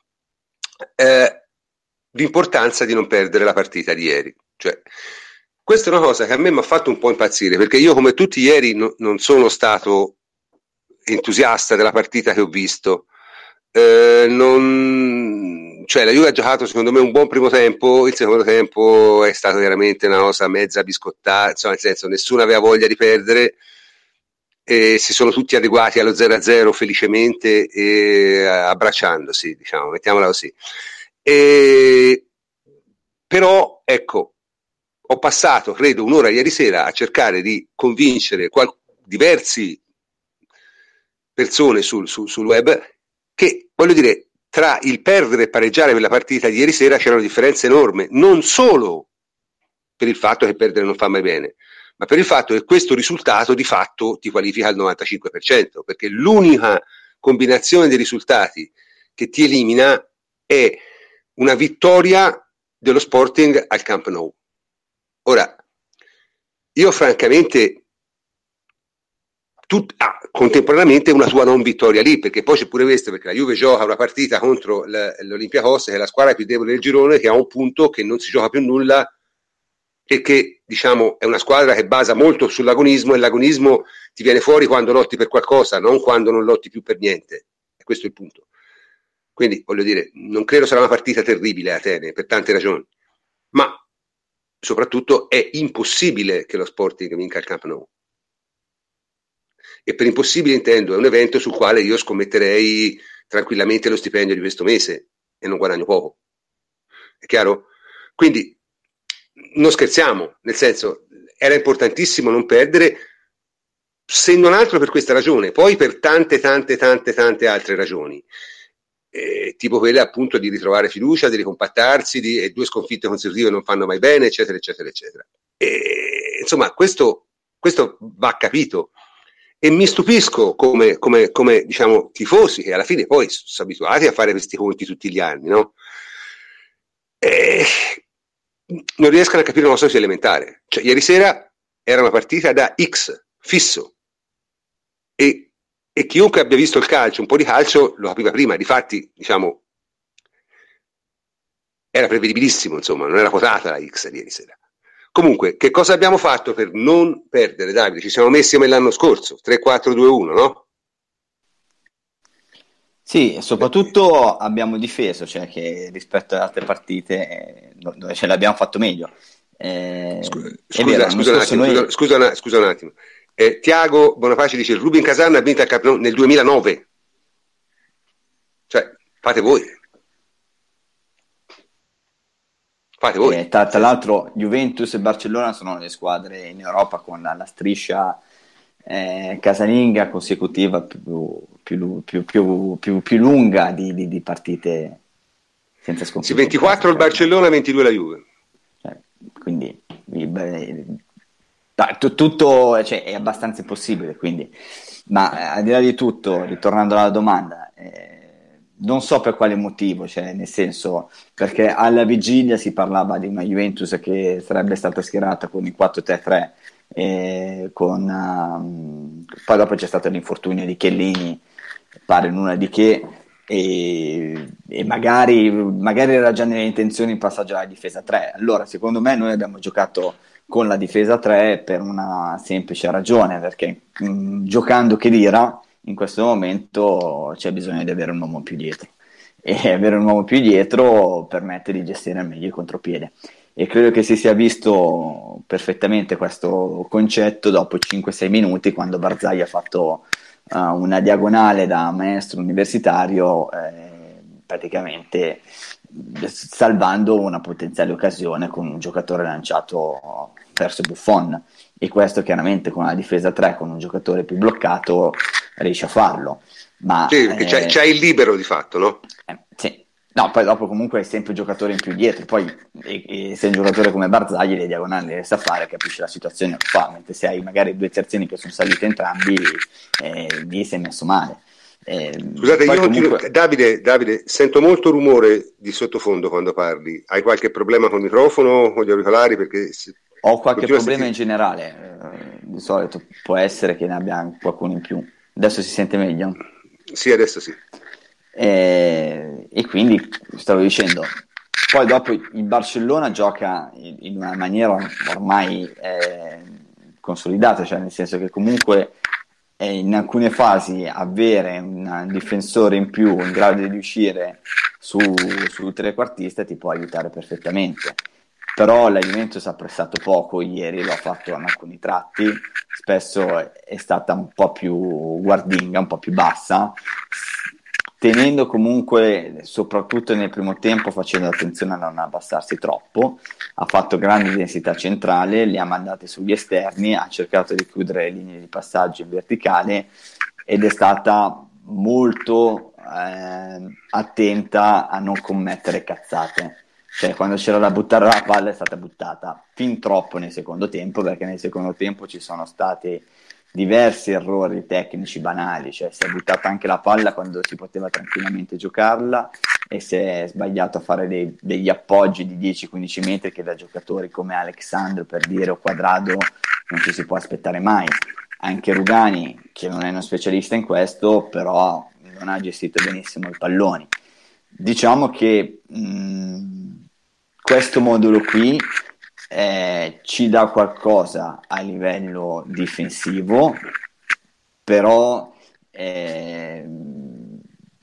L'importanza di non perdere la partita di ieri, cioè, questa è una cosa che a me mi ha fatto un po' impazzire, perché io come tutti ieri non sono stato entusiasta della partita che ho visto. Cioè la Juve ha giocato secondo me un buon primo tempo, il secondo tempo è stato veramente una cosa mezza biscottata, insomma, nel senso, nessuno aveva voglia di perdere e si sono tutti adeguati allo 0-0 felicemente e abbracciandosi, diciamo, mettiamola così. Però ecco, ho passato credo un'ora ieri sera a cercare di convincere diversi persone sul web che, voglio dire, tra il perdere e pareggiare per la partita di ieri sera c'erano differenze enormi, non solo per il fatto che perdere non fa mai bene, ma per il fatto che questo risultato di fatto ti qualifica al 95%, perché l'unica combinazione dei risultati che ti elimina è una vittoria dello Sporting al Camp Nou. Ora, io francamente contemporaneamente una tua non vittoria lì, perché poi c'è pure questo, perché la Juve gioca una partita contro l'Olympiakos, che è la squadra più debole del girone, che ha un punto che non si gioca più nulla e che diciamo è una squadra che basa molto sull'agonismo, e l'agonismo ti viene fuori quando lotti per qualcosa, non quando non lotti più per niente, e questo è il punto. Quindi, voglio dire, non credo sarà una partita terribile a Atene, per tante ragioni. Ma, soprattutto, è impossibile che lo Sporting vinca il Camp Nou. E per impossibile intendo, è un evento sul quale io scommetterei tranquillamente lo stipendio di questo mese e non guadagno poco. È chiaro? Quindi non scherziamo, nel senso, era importantissimo non perdere, se non altro per questa ragione, poi per tante altre ragioni, tipo quelle appunto di ritrovare fiducia, di ricompattarsi, e 2 sconfitte consecutive non fanno mai bene, eccetera. Insomma, questo va capito. E mi stupisco come diciamo tifosi, che alla fine poi sono abituati a fare questi conti tutti gli anni, no? Non riescono a capire una cosa così elementare. Cioè, ieri sera era una partita da X fisso, e chiunque abbia visto il calcio, un po' di calcio, lo capiva prima. Difatti, diciamo, era prevedibilissimo, insomma, non era quotata la X di ieri sera. Comunque, che cosa abbiamo fatto per non perdere, Davide? Ci siamo messi come l'anno scorso, 3-4-2-1, no? Sì, soprattutto abbiamo difeso, cioè che rispetto alle altre partite dove ce l'abbiamo fatto meglio. Scusa un attimo. Tiago Bonapace dice: Rubin Kazan ha vinto il Camp Nou nel 2009. Cioè, fate voi. Tra l'altro Juventus e Barcellona sono le squadre in Europa con la striscia casalinga consecutiva più lunga di partite senza sconfitte. Sì, 24 il Barcellona, 22 la Juve. Quindi tutto, cioè, è abbastanza impossibile, quindi. Ma al di là di tutto, ritornando alla domanda, non so per quale motivo, cioè, nel senso, perché alla vigilia si parlava di una Juventus che sarebbe stata schierata con il 4-3-3, poi dopo c'è stato l'infortunio di Chiellini, pare nulla di che, e magari era già nelle intenzioni il passaggio alla difesa 3. Allora, secondo me, noi abbiamo giocato con la difesa 3 per una semplice ragione, perché giocando Khedira in questo momento c'è bisogno di avere un uomo più dietro, e avere un uomo più dietro permette di gestire meglio il contropiede, e credo che si sia visto perfettamente questo concetto dopo 5-6 minuti, quando Barzagli ha fatto una diagonale da maestro universitario, praticamente salvando una potenziale occasione con un giocatore lanciato verso Buffon, e questo chiaramente con la difesa 3, con un giocatore più bloccato, riesce a farlo. Ma sì, perché c'è il libero di fatto, no? Sì. No, poi dopo comunque è sempre un giocatore in più dietro, poi se un giocatore come Barzagli le diagonali le sa fare, capisce la situazione e lo fa, mentre se hai magari 2 terzini che sono saliti entrambi, lì sei messo male. Scusate, io comunque... Davide, sento molto rumore di sottofondo quando parli. Hai qualche problema col microfono, con gli auricolari? Perché ho qualche problema in generale, di solito può essere che ne abbia qualcuno in più. Adesso si sente meglio? Sì, adesso sì. E quindi stavo dicendo, poi dopo il Barcellona gioca in una maniera ormai consolidata, cioè nel senso che comunque in alcune fasi avere un difensore in più in grado di uscire sul trequartista ti può aiutare perfettamente. Però la Juventus ha pressato poco ieri, lo ha fatto in alcuni tratti, spesso è stata un po' più guardinga, un po' più bassa, tenendo comunque, soprattutto nel primo tempo, facendo attenzione a non abbassarsi troppo. Ha fatto grande densità centrale, li ha mandati sugli esterni, ha cercato di chiudere le linee di passaggio in verticale, ed è stata molto attenta a non commettere cazzate. Cioè, quando c'era da buttare la palla è stata buttata fin troppo nel secondo tempo, perché nel secondo tempo ci sono stati diversi errori tecnici banali, cioè si è buttata anche la palla quando si poteva tranquillamente giocarla, e si è sbagliato a fare degli appoggi di 10-15 metri che da giocatori come Alexandro, per dire, o Quadrado non ci si può aspettare mai. Anche Rugani, che non è uno specialista in questo, però non ha gestito benissimo i palloni. Diciamo che questo modulo qui ci dà qualcosa a livello difensivo, però è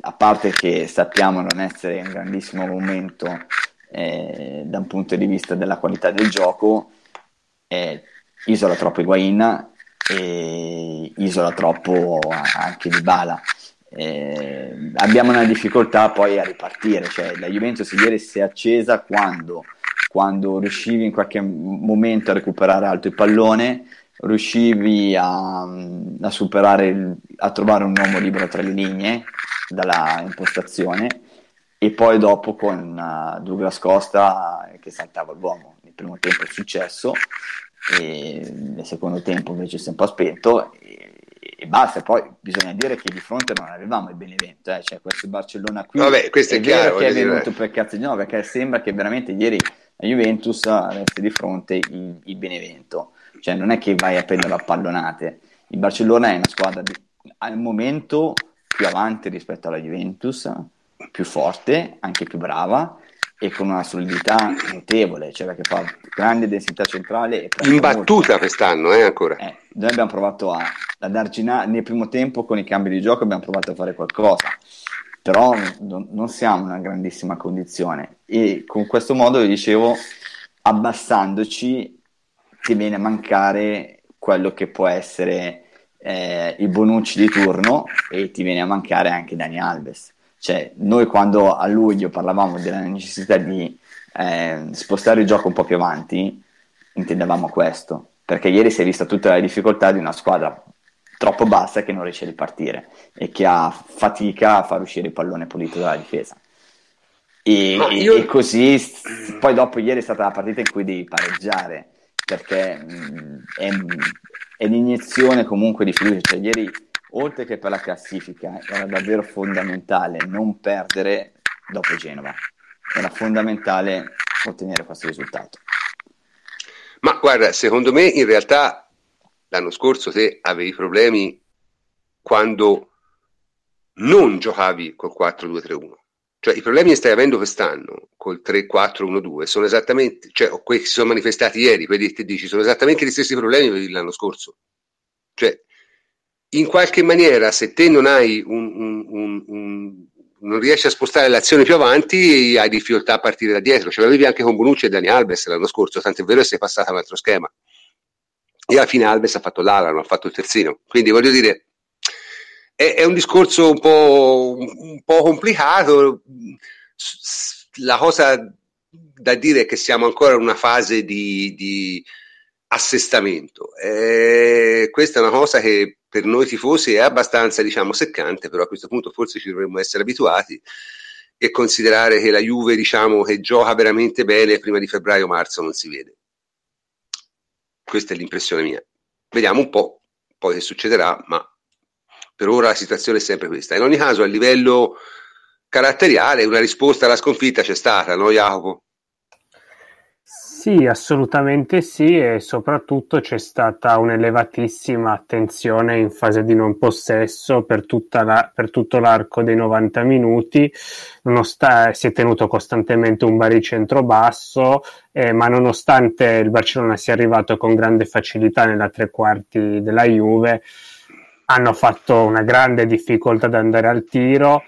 a parte che sappiamo non essere un grandissimo momento da un punto di vista della qualità del gioco, isola troppo Higuain e isola troppo anche Dybala. Abbiamo una difficoltà poi a ripartire, cioè la Juventus ieri si è accesa quando riuscivi in qualche momento a recuperare alto il pallone, riuscivi a superare, a trovare un uomo libero tra le linee dalla impostazione, e poi dopo con Douglas Costa che saltava l'uomo. Nel primo tempo è successo, e nel secondo tempo invece si è un po' spento e basta. Poi bisogna dire che di fronte non avevamo il Benevento, cioè questo Barcellona qui. Vabbè, questo è chiaro, vero che è venuto per cazzo di no, perché sembra che veramente ieri la Juventus avesse di fronte il Benevento, cioè non è che vai a prendere a pallonate. Il Barcellona è una squadra al momento più avanti rispetto alla Juventus, più forte, anche più brava e con una solidità notevole, cioè che fa grande densità centrale. Imbattuta quest'anno, ancora. Noi abbiamo provato ad arginare nel primo tempo con i cambi di gioco, abbiamo provato a fare qualcosa, però non siamo in una grandissima condizione, e con questo modo, io dicevo, abbassandoci ti viene a mancare quello che può essere il Bonucci di turno, e ti viene a mancare anche Dani Alves. Cioè, noi quando a luglio parlavamo della necessità di spostare il gioco un po' più avanti, intendevamo questo, perché ieri si è vista tutta la difficoltà di una squadra troppo bassa che non riesce a ripartire e che ha fatica a far uscire il pallone pulito dalla difesa. E così poi dopo ieri è stata la partita in cui devi pareggiare, perché è l'iniezione comunque di fiducia. Cioè, ieri, oltre che per la classifica, era davvero fondamentale non perdere dopo Genova, era fondamentale ottenere questo risultato. Ma guarda, secondo me in realtà l'anno scorso te avevi problemi quando non giocavi col 4-2-3-1, cioè i problemi che stai avendo quest'anno col 3-4-1-2 sono esattamente, cioè quelli che si sono manifestati ieri, quelli che ti dici, sono esattamente gli stessi problemi che avevi l'anno scorso. Cioè, in qualche maniera, se te non hai non riesci a spostare l'azione più avanti, hai difficoltà a partire da dietro. Ce l'avevi anche con Bonucci e Dani Alves l'anno scorso, tant'è vero che sei passata a un altro schema. E alla fine Alves ha fatto l'ala, non ha fatto il terzino. Quindi voglio dire, è un discorso un po' complicato. La cosa da dire è che siamo ancora in una fase di assestamento. Questa è una cosa che per noi tifosi è abbastanza, diciamo, seccante, però a questo punto forse ci dovremmo essere abituati e considerare che la Juve, diciamo, che gioca veramente bene prima di febbraio-marzo non si vede. Questa è l'impressione mia. Vediamo un po' poi che succederà, ma per ora la situazione è sempre questa. In ogni caso, a livello caratteriale, una risposta alla sconfitta c'è stata, no Jacopo? Sì, assolutamente sì, e soprattutto c'è stata un'elevatissima attenzione in fase di non possesso per tutto l'arco dei 90 minuti. Si è tenuto costantemente un baricentro basso, ma nonostante il Barcellona sia arrivato con grande facilità nella tre quarti della Juve, hanno fatto una grande difficoltà ad andare al tiro.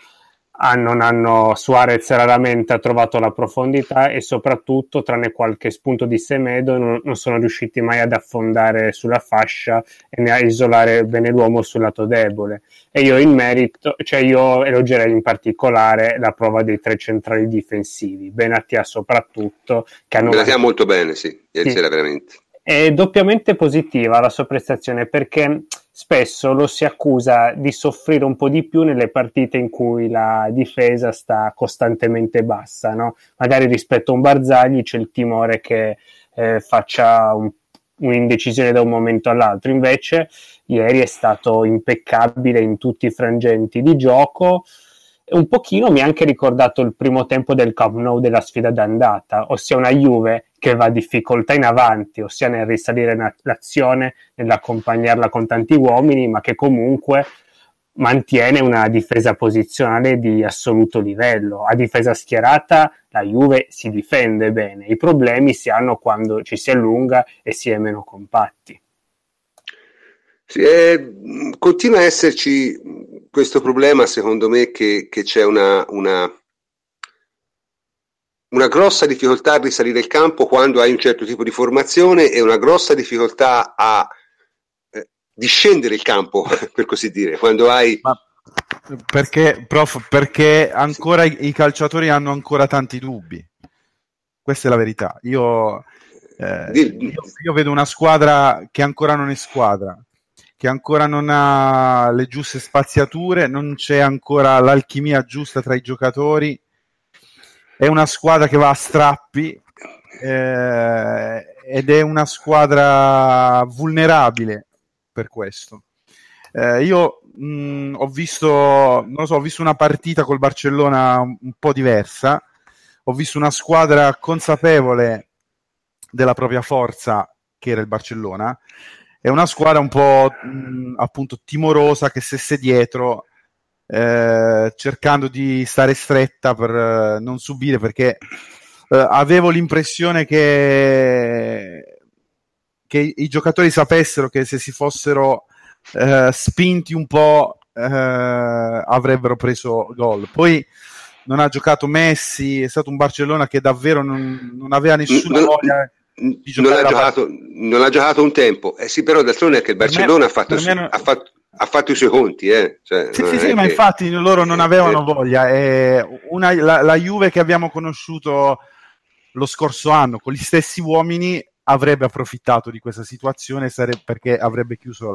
Suarez raramente ha trovato la profondità, e soprattutto, tranne qualche spunto di Semedo, non sono riusciti mai ad affondare sulla fascia e a isolare bene l'uomo sul lato debole. E io io elogierei in particolare la prova dei tre centrali difensivi, Benatia soprattutto, che hanno Benatia molto bene, sì, ieri sera veramente. È doppiamente positiva la sua prestazione, perché spesso lo si accusa di soffrire un po' di più nelle partite in cui la difesa sta costantemente bassa, no? Magari rispetto a un Barzagli c'è il timore che faccia un'indecisione da un momento all'altro. Invece ieri è stato impeccabile in tutti i frangenti di gioco. Un pochino mi ha anche ricordato il primo tempo del Camp Nou della sfida d'andata, ossia una Juve che va a difficoltà in avanti, ossia nel risalire l'azione, nell'accompagnarla con tanti uomini, ma che comunque mantiene una difesa posizionale di assoluto livello. A difesa schierata la Juve si difende bene, i problemi si hanno quando ci si allunga e si è meno compatti. Sì, continua a esserci questo problema, secondo me, che c'è una grossa difficoltà a risalire il campo quando hai un certo tipo di formazione e una grossa difficoltà a discendere il campo, per così dire, quando hai... Perché ancora i calciatori hanno ancora tanti dubbi. Questa è la verità. Io vedo una squadra che ancora non è squadra, che ancora non ha le giuste spaziature, non c'è ancora l'alchimia giusta tra i giocatori. È una squadra che va a strappi ed è una squadra vulnerabile per questo. Io ho visto una partita col Barcellona un po' diversa. Ho visto una squadra consapevole della propria forza, che era il Barcellona, e una squadra un po' appunto timorosa, che stesse dietro, cercando di stare stretta per non subire, perché avevo l'impressione che i giocatori sapessero che se si fossero spinti un po' avrebbero preso gol. Poi non ha giocato Messi, è stato un Barcellona che davvero non aveva nessuna voglia di giocare. Non ha giocato un tempo. Sì, però d'altronde è che il Barcellona ha fatto i suoi conti. Cioè, sì, ma infatti loro non avevano voglia. La Juve che abbiamo conosciuto lo scorso anno con gli stessi uomini avrebbe approfittato di questa situazione, perché avrebbe chiuso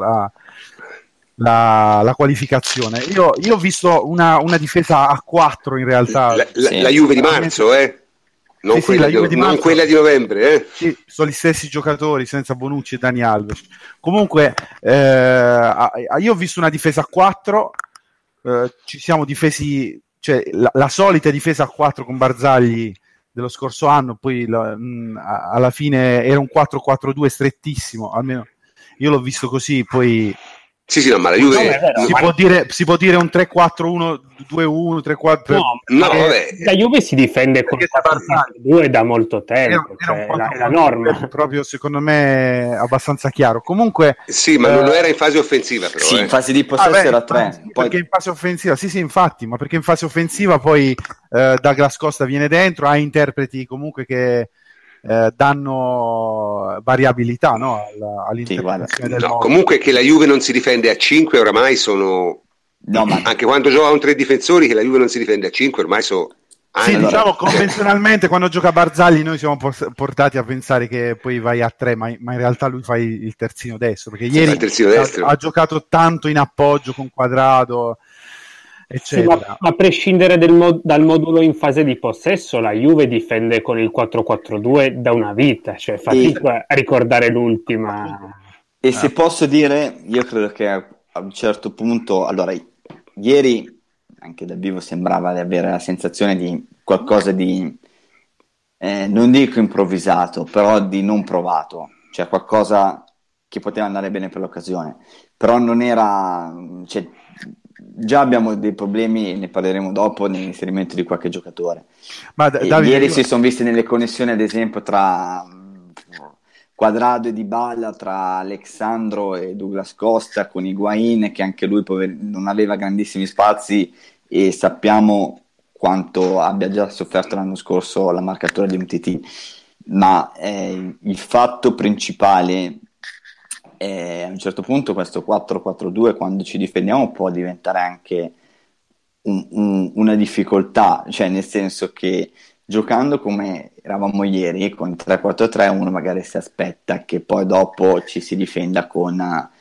la qualificazione. Io ho visto una difesa a 4 in realtà. La Juve di marzo, non quella di novembre. Sì, sono gli stessi giocatori senza Bonucci e Dani Alves. Comunque io ho visto una difesa a 4, ci siamo difesi, cioè la solita difesa a 4 con Barzagli dello scorso anno, poi alla fine era un 4-4-2 strettissimo, almeno io l'ho visto così. Poi sì, no, ma la Juve si può dire un 3-4-1-2-1, 3-4. La Juve si difende con 4-4-2 da molto tempo, è la norma. Proprio secondo me abbastanza chiaro. Comunque sì, ma non era in fase offensiva, però. Sì, in fase di possesso era 3. Perché in fase offensiva, sì, infatti, ma perché in fase offensiva poi Douglas Costa viene dentro, ha interpreti comunque che danno variabilità, no? All'interpretazione del modo. Comunque che la Juve non si difende a 5 oramai sono anche quando gioca con 3 difensori, che la Juve non si difende a 5 ormai sono sì, diciamo convenzionalmente quando gioca Barzagli noi siamo portati a pensare che poi vai a 3, ma in realtà lui fa il terzino destro, perché ieri ha giocato tanto in appoggio con Quadrado, eccetera. Sì, ma a prescindere dal modulo in fase di possesso, la Juve difende con il 4-4-2 da una vita, cioè fatica a ricordare l'ultima. E se posso dire, io credo che a un certo punto, allora, ieri anche dal vivo sembrava di avere la sensazione di qualcosa di, non dico improvvisato, però di non provato, cioè qualcosa che poteva andare bene per l'occasione, però non era, cioè, già abbiamo dei problemi, ne parleremo dopo, nell'inserimento di qualche giocatore. Ieri si sono visti nelle connessioni, ad esempio, tra Quadrado e Dybala, tra Alexandro e Douglas Costa, con Higuain, che anche lui non aveva grandissimi spazi, e sappiamo quanto abbia già sofferto l'anno scorso la marcatura di UTT. Ma il fatto principale a un certo punto questo 4-4-2 quando ci difendiamo può diventare anche una difficoltà, cioè nel senso che giocando come eravamo ieri con 3-4-3 uno magari si aspetta che poi dopo ci si difenda con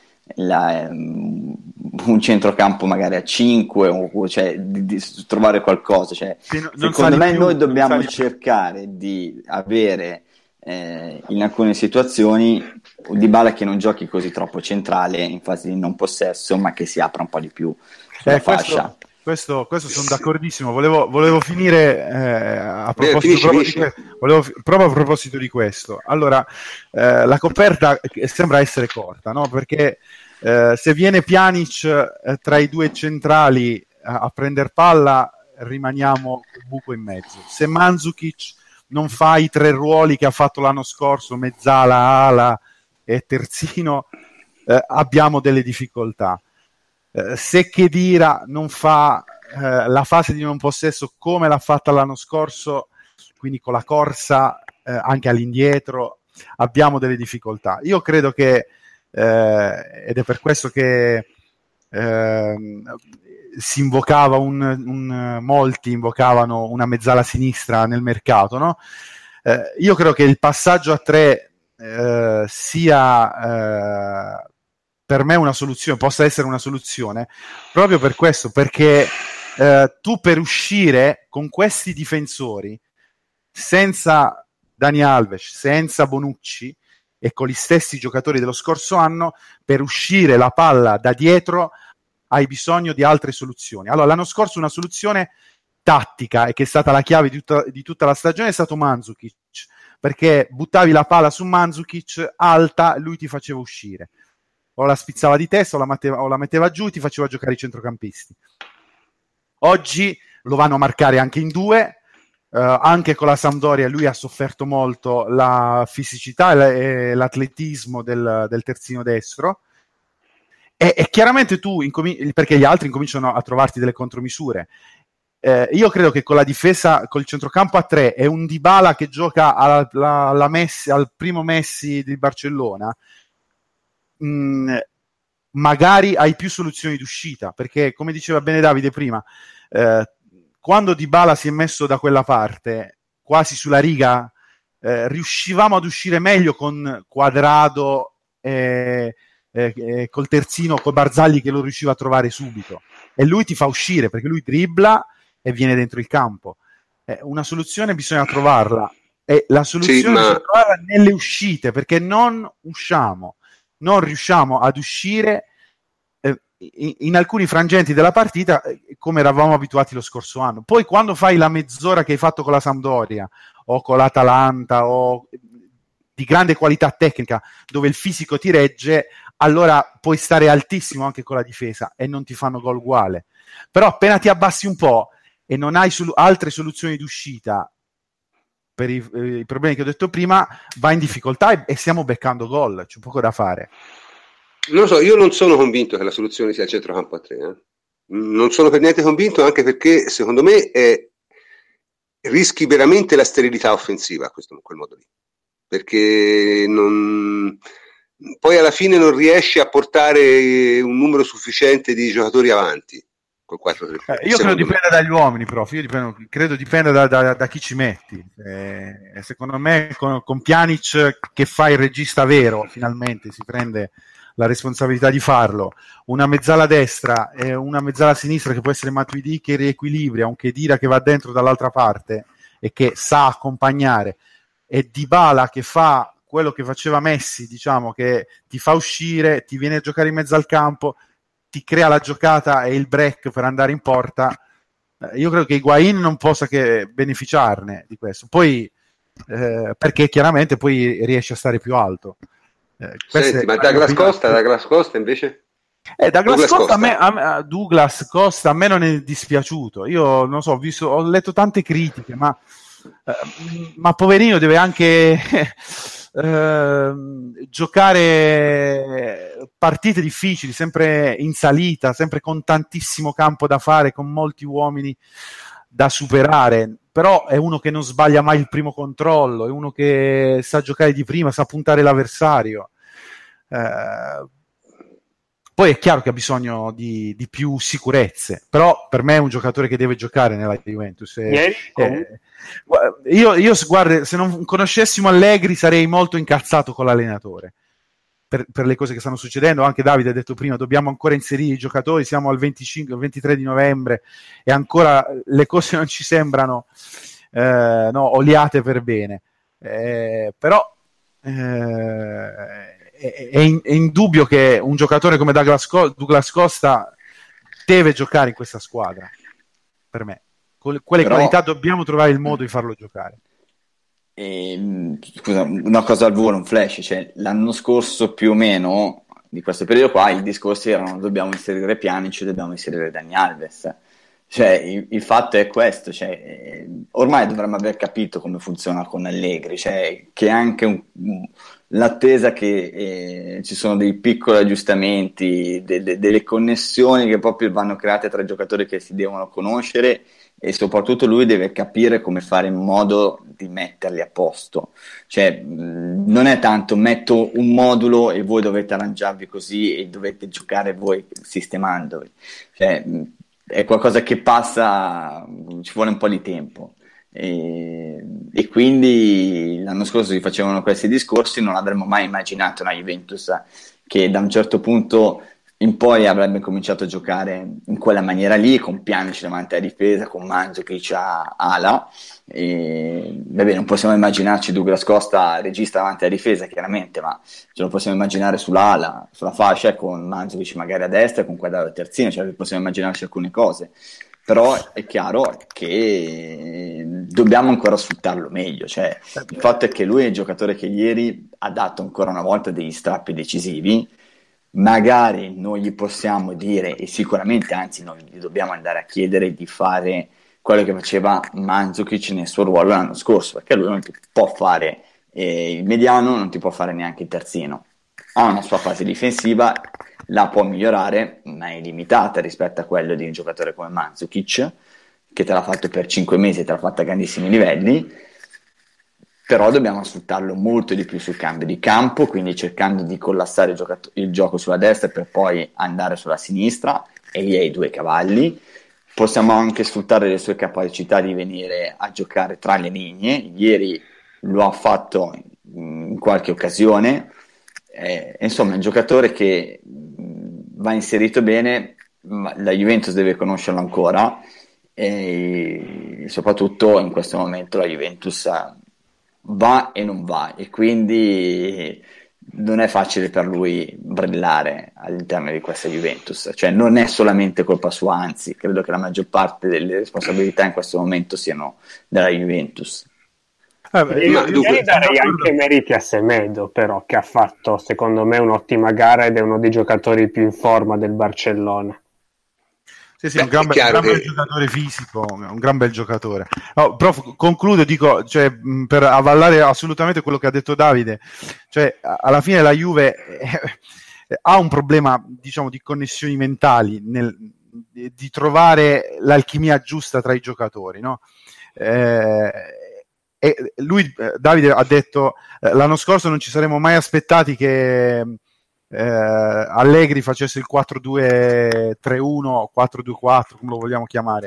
un centrocampo magari a 5 cioè di trovare qualcosa, cioè, secondo me noi dobbiamo cercare di avere in alcune situazioni Dybala che non giochi così troppo centrale in fase di non possesso, ma che si apra un po' di più sulla fascia. Questo sono d'accordissimo. Volevo finire a proposito di questo. Allora, la coperta sembra essere corta, no? Perché se viene Pjanic tra i due centrali a prendere palla, rimaniamo col buco in mezzo. Se Mandzukic non fa i 3 ruoli che ha fatto l'anno scorso, mezzala, ala e terzino, abbiamo delle difficoltà. se Khedira non fa la fase di non possesso come l'ha fatta l'anno scorso, quindi con la corsa anche all'indietro, abbiamo delle difficoltà. Io credo che ed è per questo che si invocava molti invocavano una mezzala sinistra nel mercato, no? Io credo che il passaggio a 3 sia per me una soluzione, possa essere una soluzione, proprio per questo, perché tu per uscire con questi difensori, senza Dani Alves, senza Bonucci e con gli stessi giocatori dello scorso anno, per uscire la palla da dietro hai bisogno di altre soluzioni. Allora, l'anno scorso una soluzione tattica, e che è stata la chiave di tutta la stagione, è stato Mandzukic, perché buttavi la palla su Mandzukic alta, lui ti faceva uscire, o la spizzava di testa o la metteva giù, ti faceva giocare i centrocampisti. Oggi lo vanno a marcare anche in 2, anche con la Sampdoria lui ha sofferto molto la fisicità e l'atletismo del terzino destro, e chiaramente tu perché gli altri incominciano a trovarti delle contromisure. Io credo che con la difesa, col centrocampo a 3 e un Dybala che gioca alla Messi, al primo Messi di Barcellona, magari hai più soluzioni d'uscita, perché come diceva bene Davide prima, quando Dybala si è messo da quella parte, quasi sulla riga, riuscivamo ad uscire meglio con Quadrado col terzino, con Barzagli che lo riusciva a trovare subito, e lui ti fa uscire perché lui dribbla e viene dentro il campo. Una soluzione bisogna trovarla, e la soluzione bisogna trovarla nelle uscite, perché non riusciamo ad uscire in alcuni frangenti della partita come eravamo abituati lo scorso anno. Poi quando fai la mezz'ora che hai fatto con la Sampdoria o con l'Atalanta o di grande qualità tecnica dove il fisico ti regge, allora puoi stare altissimo anche con la difesa e non ti fanno gol uguale. Però appena ti abbassi un po' e non hai altre soluzioni d'uscita per i problemi che ho detto prima, vai in difficoltà e stiamo beccando gol, c'è poco da fare. Non lo so, io non sono convinto che la soluzione sia il centrocampo a 3. Non sono per niente convinto, anche perché secondo me rischi veramente la sterilità offensiva in quel modo lì, perché poi alla fine non riesci a portare un numero sufficiente di giocatori avanti col 4-3. Io credo dipenda dagli uomini, prof. Credo dipenda da chi ci metti. Secondo me con Pjanic, che fa il regista vero, finalmente si prende la responsabilità di farlo, una mezzala destra e una mezzala sinistra che può essere Matuidi che riequilibria, un Khedira che va dentro dall'altra parte e che sa accompagnare, e Dybala che fa quello che faceva Messi, diciamo, che ti fa uscire, ti viene a giocare in mezzo al campo, ti crea la giocata e il break per andare in porta. Io credo che Higuain non possa che beneficiarne di questo, poi perché chiaramente poi riesce a stare più alto. Senti, ma Douglas Costa invece? Douglas Costa a me non è dispiaciuto. Io non so, ho letto tante critiche, ma poverino deve anche giocare partite difficili, sempre in salita, sempre con tantissimo campo da fare, con molti uomini da superare, però è uno che non sbaglia mai il primo controllo, è uno che sa giocare di prima, sa puntare l'avversario. Poi è chiaro che ha bisogno di più sicurezze, però per me è un giocatore che deve giocare nella Juventus. Io guarda, se non conoscessimo Allegri sarei molto incazzato con l'allenatore per le cose che stanno succedendo. Anche Davide ha detto prima, dobbiamo ancora inserire i giocatori, siamo al 23 di novembre e ancora le cose non ci sembrano oliate per bene, però è indubbio che un giocatore come Douglas Costa deve giocare in questa squadra. Per me, con quelle qualità dobbiamo trovare il modo di farlo giocare. Scusa, una cosa al volo, un flash, cioè, l'anno scorso più o meno di questo periodo qua i discorsi erano: dobbiamo inserire Pjanic, dobbiamo inserire Dani Alves. Cioè, il fatto è questo, cioè, ormai dovremmo aver capito come funziona con Allegri, cioè, che anche l'attesa che ci sono dei piccoli aggiustamenti, delle connessioni che proprio vanno create tra i giocatori che si devono conoscere, e soprattutto lui deve capire come fare in modo di metterli a posto. Cioè, non è tanto metto un modulo e voi dovete arrangiarvi così e dovete giocare voi sistemandovi. Cioè, è qualcosa che passa, ci vuole un po' di tempo. E quindi l'anno scorso si facevano questi discorsi, non avremmo mai immaginato una Juventus che da un certo punto in poi avrebbe cominciato a giocare in quella maniera lì, con Pjanic davanti alla difesa, con Mandzukic a ala. Vabbè, non possiamo immaginarci Douglas Costa regista davanti alla difesa, chiaramente, ma ce lo possiamo immaginare sull'ala, sulla fascia, con Mandzukic magari a destra, con Quadrado terzino, cioè possiamo immaginarci alcune cose. Però è chiaro che dobbiamo ancora sfruttarlo meglio. Cioè, il fatto è che lui è il giocatore che ieri ha dato ancora una volta degli strappi decisivi. Magari non gli possiamo dire, e sicuramente anzi non gli dobbiamo andare a chiedere di fare quello che faceva Mandzukic nel suo ruolo l'anno scorso, perché lui non ti può fare il mediano, non ti può fare neanche il terzino. Ha una sua fase difensiva, la può migliorare, ma è limitata rispetto a quello di un giocatore come Mandzukic, che te l'ha fatto per 5 mesi e te l'ha fatto a grandissimi livelli. Però dobbiamo sfruttarlo molto di più sul cambio di campo, quindi cercando di collassare il gioco sulla destra per poi andare sulla sinistra, e lì hai due cavalli. Possiamo anche sfruttare le sue capacità di venire a giocare tra le linee. Ieri lo ha fatto in qualche occasione. Insomma, è un giocatore che va inserito bene, ma la Juventus deve conoscerlo ancora, e soprattutto in questo momento la Juventus va e non va, e quindi non è facile per lui brillare all'interno di questa Juventus. Cioè, non è solamente colpa sua, anzi credo che la maggior parte delle responsabilità in questo momento siano della Juventus. Io darei anche meriti a Semedo, però, che ha fatto secondo me un'ottima gara ed è uno dei giocatori più in forma del Barcellona. Sì, un gran bel giocatore fisico, un gran bel giocatore. No, però concludo, dico, cioè, per avvallare assolutamente quello che ha detto Davide, cioè, alla fine la Juve ha un problema, diciamo, di connessioni mentali, di trovare l'alchimia giusta tra i giocatori, no? E lui, Davide, ha detto l'anno scorso non ci saremmo mai aspettati che Allegri facesse il 4-2-3-1, 4-2-4, come lo vogliamo chiamare,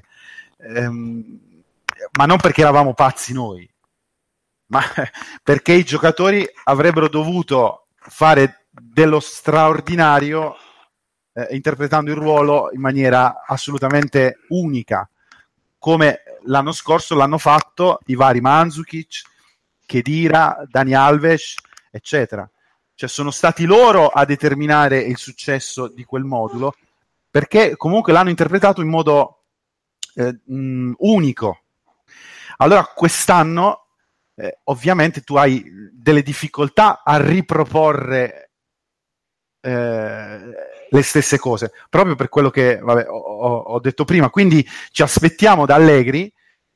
ma non perché eravamo pazzi noi, ma perché i giocatori avrebbero dovuto fare dello straordinario, interpretando il ruolo in maniera assolutamente unica, come l'anno scorso l'hanno fatto i vari Mandzukic, Khedira, Dani Alves, eccetera. Cioè, sono stati loro a determinare il successo di quel modulo, perché comunque l'hanno interpretato in modo unico. Allora quest'anno ovviamente tu hai delle difficoltà a riproporre le stesse cose, proprio per quello che ho detto prima. Quindi ci aspettiamo da Allegri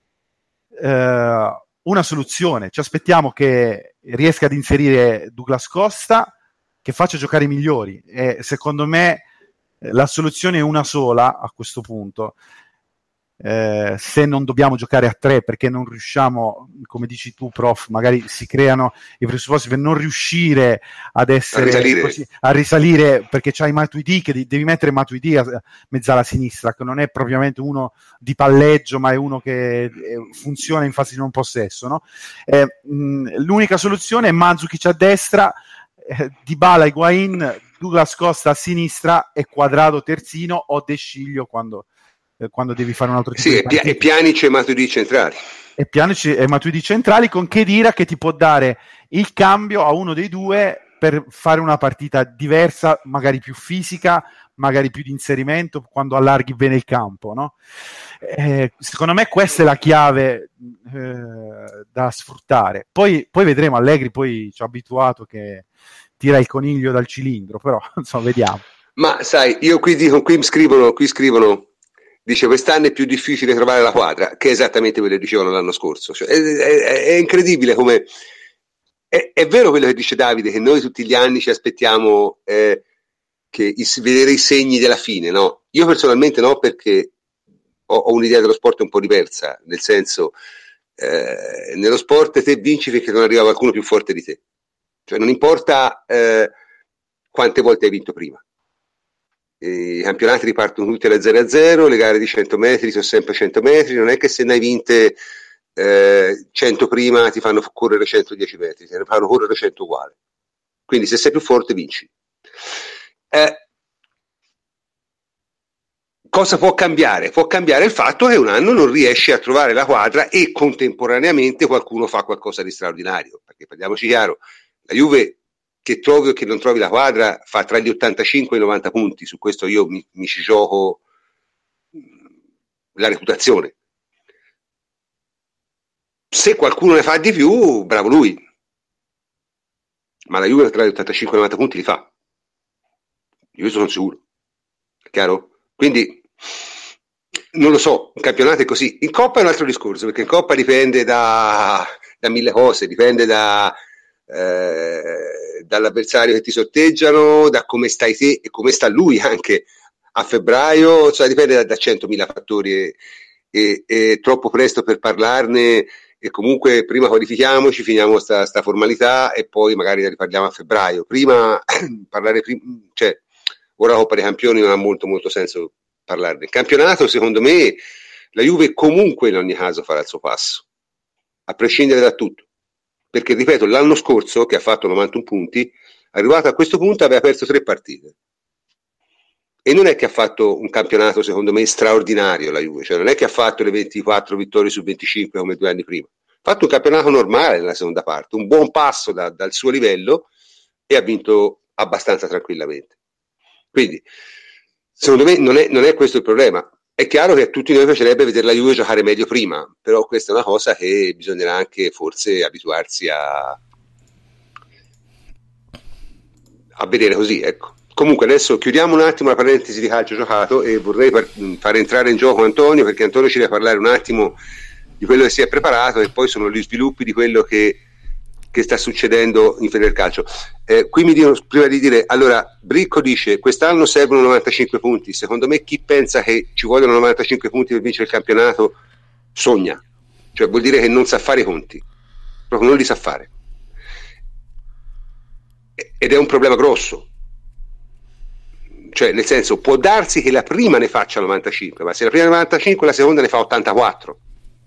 una soluzione, ci aspettiamo che riesca ad inserire Douglas Costa, che faccia giocare i migliori, e secondo me la soluzione è una sola a questo punto. Se non dobbiamo giocare a 3 perché non riusciamo, come dici tu prof, magari si creano i presupposti per non riuscire ad essere a risalire, perché c'hai Matuidi, che devi mettere Matuidi a mezzala sinistra, che non è propriamente uno di palleggio, ma è uno che funziona in fase di non possesso, no? L'unica soluzione è Mandzukic a destra, Dybala, Higuain, Douglas Costa a sinistra e Quadrado terzino, o De Sciglio quando devi fare un altro tipo di partita. E Pjanic e Matuidi centrali. E Pjanic e Matuidi centrali, con Khedira che ti può dare il cambio a uno dei due per fare una partita diversa, magari più fisica, magari più di inserimento, quando allarghi bene il campo, no? Secondo me questa è la chiave da sfruttare. Poi vedremo. Allegri poi ci ha abituato che tira il coniglio dal cilindro, però insomma, vediamo. Ma sai, io qui scrivono dice quest'anno è più difficile trovare la quadra, che è esattamente quello che dicevano l'anno scorso. Cioè, è incredibile come è vero quello che dice Davide, che noi tutti gli anni ci aspettiamo vedere i segni della fine, no? Io personalmente no, perché ho un'idea dello sport un po' diversa, nel senso nello sport te vinci finché non arriva qualcuno più forte di te, cioè non importa quante volte hai vinto prima. I campionati ripartono tutti alla 0-0, le gare di 100 metri sono sempre 100 metri, non è che se ne hai vinte 100 prima ti fanno correre 110 metri, ti fanno correre 100 uguali, quindi se sei più forte vinci. Cosa può cambiare? Può cambiare il fatto che un anno non riesci a trovare la quadra e contemporaneamente qualcuno fa qualcosa di straordinario, perché parliamoci chiaro, la Juve che trovi o che non trovi la quadra fa tra gli 85 e i 90 punti, su questo io mi ci gioco la reputazione. Se qualcuno ne fa di più, bravo lui, ma la Juve tra gli 85 e i 90 punti li fa, io sono sicuro, è chiaro? Quindi non lo so, un campionato è così. In Coppa è un altro discorso, perché in Coppa dipende da mille cose, dipende dall'avversario che ti sorteggiano, da come stai te e come sta lui anche a febbraio, cioè dipende da 100.000 fattori e troppo presto per parlarne, e comunque prima qualifichiamoci, finiamo sta formalità e poi magari ne riparliamo a febbraio. Prima parlare cioè ora la Coppa dei Campioni non ha molto senso parlarne. Il campionato, secondo me, la Juve comunque in ogni caso farà il suo passo, a prescindere da tutto. Perché, ripeto, l'anno scorso, che ha fatto 91 punti, arrivato a questo punto aveva perso 3 partite. E non è che ha fatto un campionato, secondo me, straordinario la Juve, cioè non è che ha fatto le 24 vittorie su 25 come 2 anni prima. Ha fatto un campionato normale nella seconda parte, un buon passo dal suo livello e ha vinto abbastanza tranquillamente. Quindi, secondo me, non è questo il problema. È chiaro che a tutti noi piacerebbe vedere la Juve giocare meglio prima, però questa è una cosa che bisognerà anche forse abituarsi a vedere così, ecco. Comunque adesso chiudiamo un attimo la parentesi di calcio giocato e vorrei far entrare in gioco Antonio, perché Antonio ci deve parlare un attimo di quello che si è preparato e poi sono gli sviluppi di quello che sta succedendo in Federcalcio. Qui mi dicono, prima di dire, allora Bricco dice quest'anno servono 95 punti, secondo me chi pensa che ci vogliono 95 punti per vincere il campionato sogna, cioè vuol dire che non sa fare i conti, proprio non li sa fare, ed è un problema grosso, cioè nel senso può darsi che la prima ne faccia 95, ma se la prima ne 95 la seconda ne fa 84,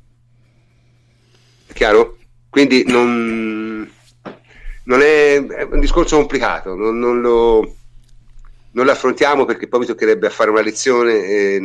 è chiaro? Quindi non è un discorso complicato, non lo affrontiamo perché poi mi toccherebbe a fare una lezione e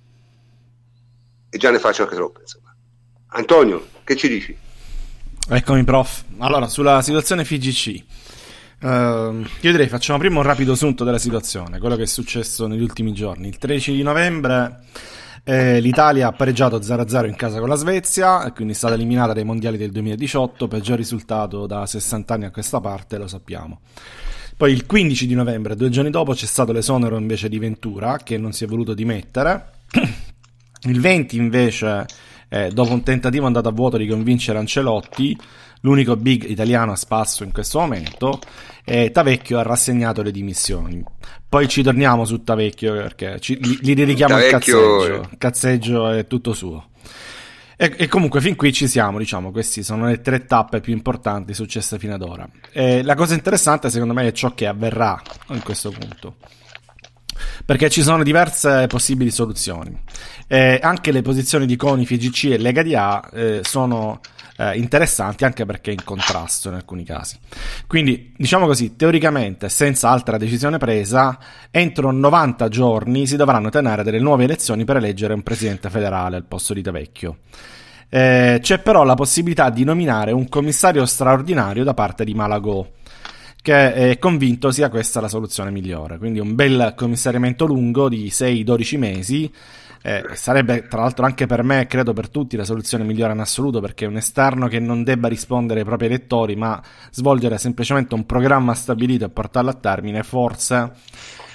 già ne faccio anche troppe, insomma. Antonio, che ci dici? Eccomi prof. Allora, sulla situazione FIGC io direi facciamo prima un rapido sunto della situazione, quello che è successo negli ultimi giorni. Il 13 di novembre l'Italia ha pareggiato 0-0 in casa con la Svezia e quindi è stata eliminata dai mondiali del 2018, peggior risultato da 60 anni a questa parte, lo sappiamo. Poi il 15 di novembre, 2 giorni dopo, c'è stato l'esonero invece di Ventura, che non si è voluto dimettere. Il 20 invece, dopo un tentativo andato a vuoto di convincere Ancelotti, l'unico big italiano a spasso in questo momento, Tavecchio ha rassegnato le dimissioni. Poi ci torniamo su Tavecchio perché gli dedichiamo Tavecchio, il cazzeggio è tutto suo. E comunque fin qui ci siamo, diciamo, queste sono le 3 tappe più importanti successe fino ad ora. La cosa interessante secondo me è ciò che avverrà in questo punto, perché ci sono diverse possibili soluzioni. Anche le posizioni di CONI, FIGC e Lega DA sono interessanti, anche perché in contrasto in alcuni casi. Quindi, diciamo così, teoricamente, senza altra decisione presa, entro 90 giorni si dovranno tenere delle nuove elezioni per eleggere un presidente federale al posto di Tavecchio. C'è però la possibilità di nominare un commissario straordinario da parte di Malagò, che è convinto sia questa la soluzione migliore. Quindi un bel commissariamento lungo di 6-12 mesi. Sarebbe tra l'altro anche per me, credo per tutti, la soluzione migliore in assoluto, perché un esterno che non debba rispondere ai propri elettori ma svolgere semplicemente un programma stabilito e portarlo a termine forse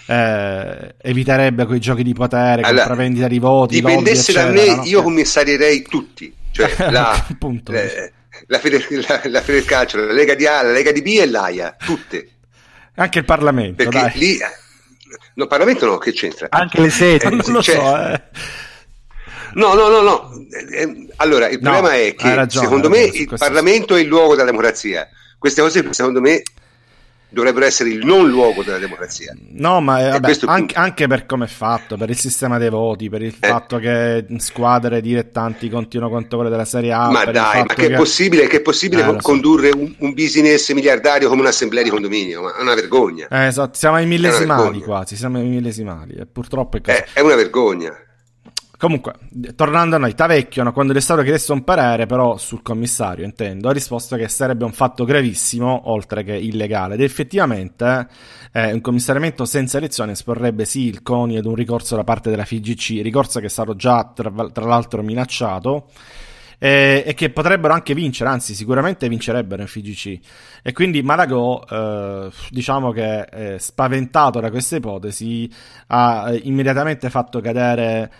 eviterebbe quei giochi di potere, compravendita di voti, dipendesse lobby, da eccetera, me, io commissarierei tutti, cioè la Federcalcio, la Lega di A, la Lega di B e l'AIA, tutte. Anche il Parlamento, perché dai. Lì no, Parlamento no, che c'entra? Anche le sedi, non lo so. No. Allora, il problema è che secondo me il Parlamento è il luogo della democrazia. Queste cose, secondo me, dovrebbero essere il non luogo della democrazia. No, ma anche per come è fatto, per il sistema dei voti, per il fatto che squadre dilettanti continuano contro quelle della Serie A. Ma dai, ma che è possibile condurre un business miliardario come un'assemblea di condominio? Ma è una vergogna. Esatto, siamo ai millesimali quasi, e purtroppo è così. È una vergogna. Comunque, tornando a noi, Tavecchio, quando gli è stato chiesto un parere, però sul commissario, intendo, ha risposto che sarebbe un fatto gravissimo, oltre che illegale, ed effettivamente un commissariamento senza elezioni esporrebbe sì il CONI ad un ricorso da parte della FIGC, ricorso che è stato già tra l'altro minacciato, e che potrebbero anche vincere, anzi sicuramente vincerebbero in FIGC. E quindi Malagò, diciamo che spaventato da questa ipotesi, ha immediatamente fatto cadere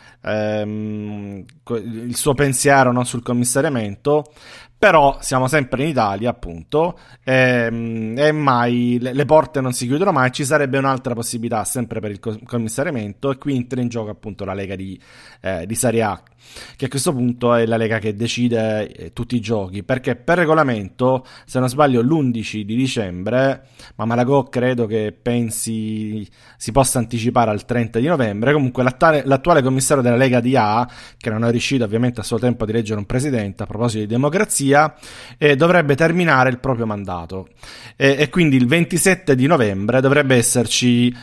il suo pensiero sul commissariamento. Però siamo sempre in Italia, appunto, e mai le porte non si chiudono mai. Ci sarebbe un'altra possibilità sempre per il commissariamento, e qui entra in gioco appunto la Lega di Serie A, che a questo punto è la Lega che decide tutti i giochi, perché per regolamento, se non sbaglio, l'11 di dicembre, ma Malagò credo che pensi si possa anticipare al 30 di novembre, comunque l'attuale commissario della Lega di A, che non è riuscito ovviamente a suo tempo di eleggere un presidente, a proposito di democrazia, dovrebbe terminare il proprio mandato, e quindi il 27 di novembre dovrebbero esserci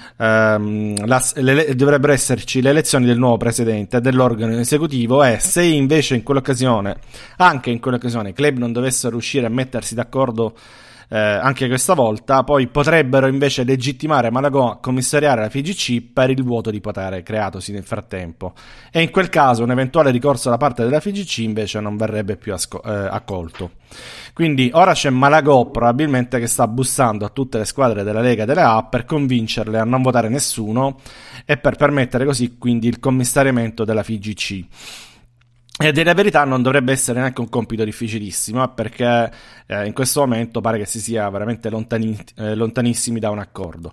le elezioni del nuovo presidente e dell'organo esecutivo, e se invece anche in quell'occasione i club non dovessero riuscire a mettersi d'accordo anche questa volta, poi potrebbero invece legittimare Malagò a commissariare la FIGC per il vuoto di potere creatosi nel frattempo, e in quel caso un eventuale ricorso da parte della FIGC invece non verrebbe più accolto. Quindi ora c'è Malagò probabilmente che sta bussando a tutte le squadre della Lega e della A per convincerle a non votare nessuno e per permettere così quindi il commissariamento della FIGC. E della verità non dovrebbe essere neanche un compito difficilissimo, perché in questo momento pare che si sia veramente lontanissimi da un accordo.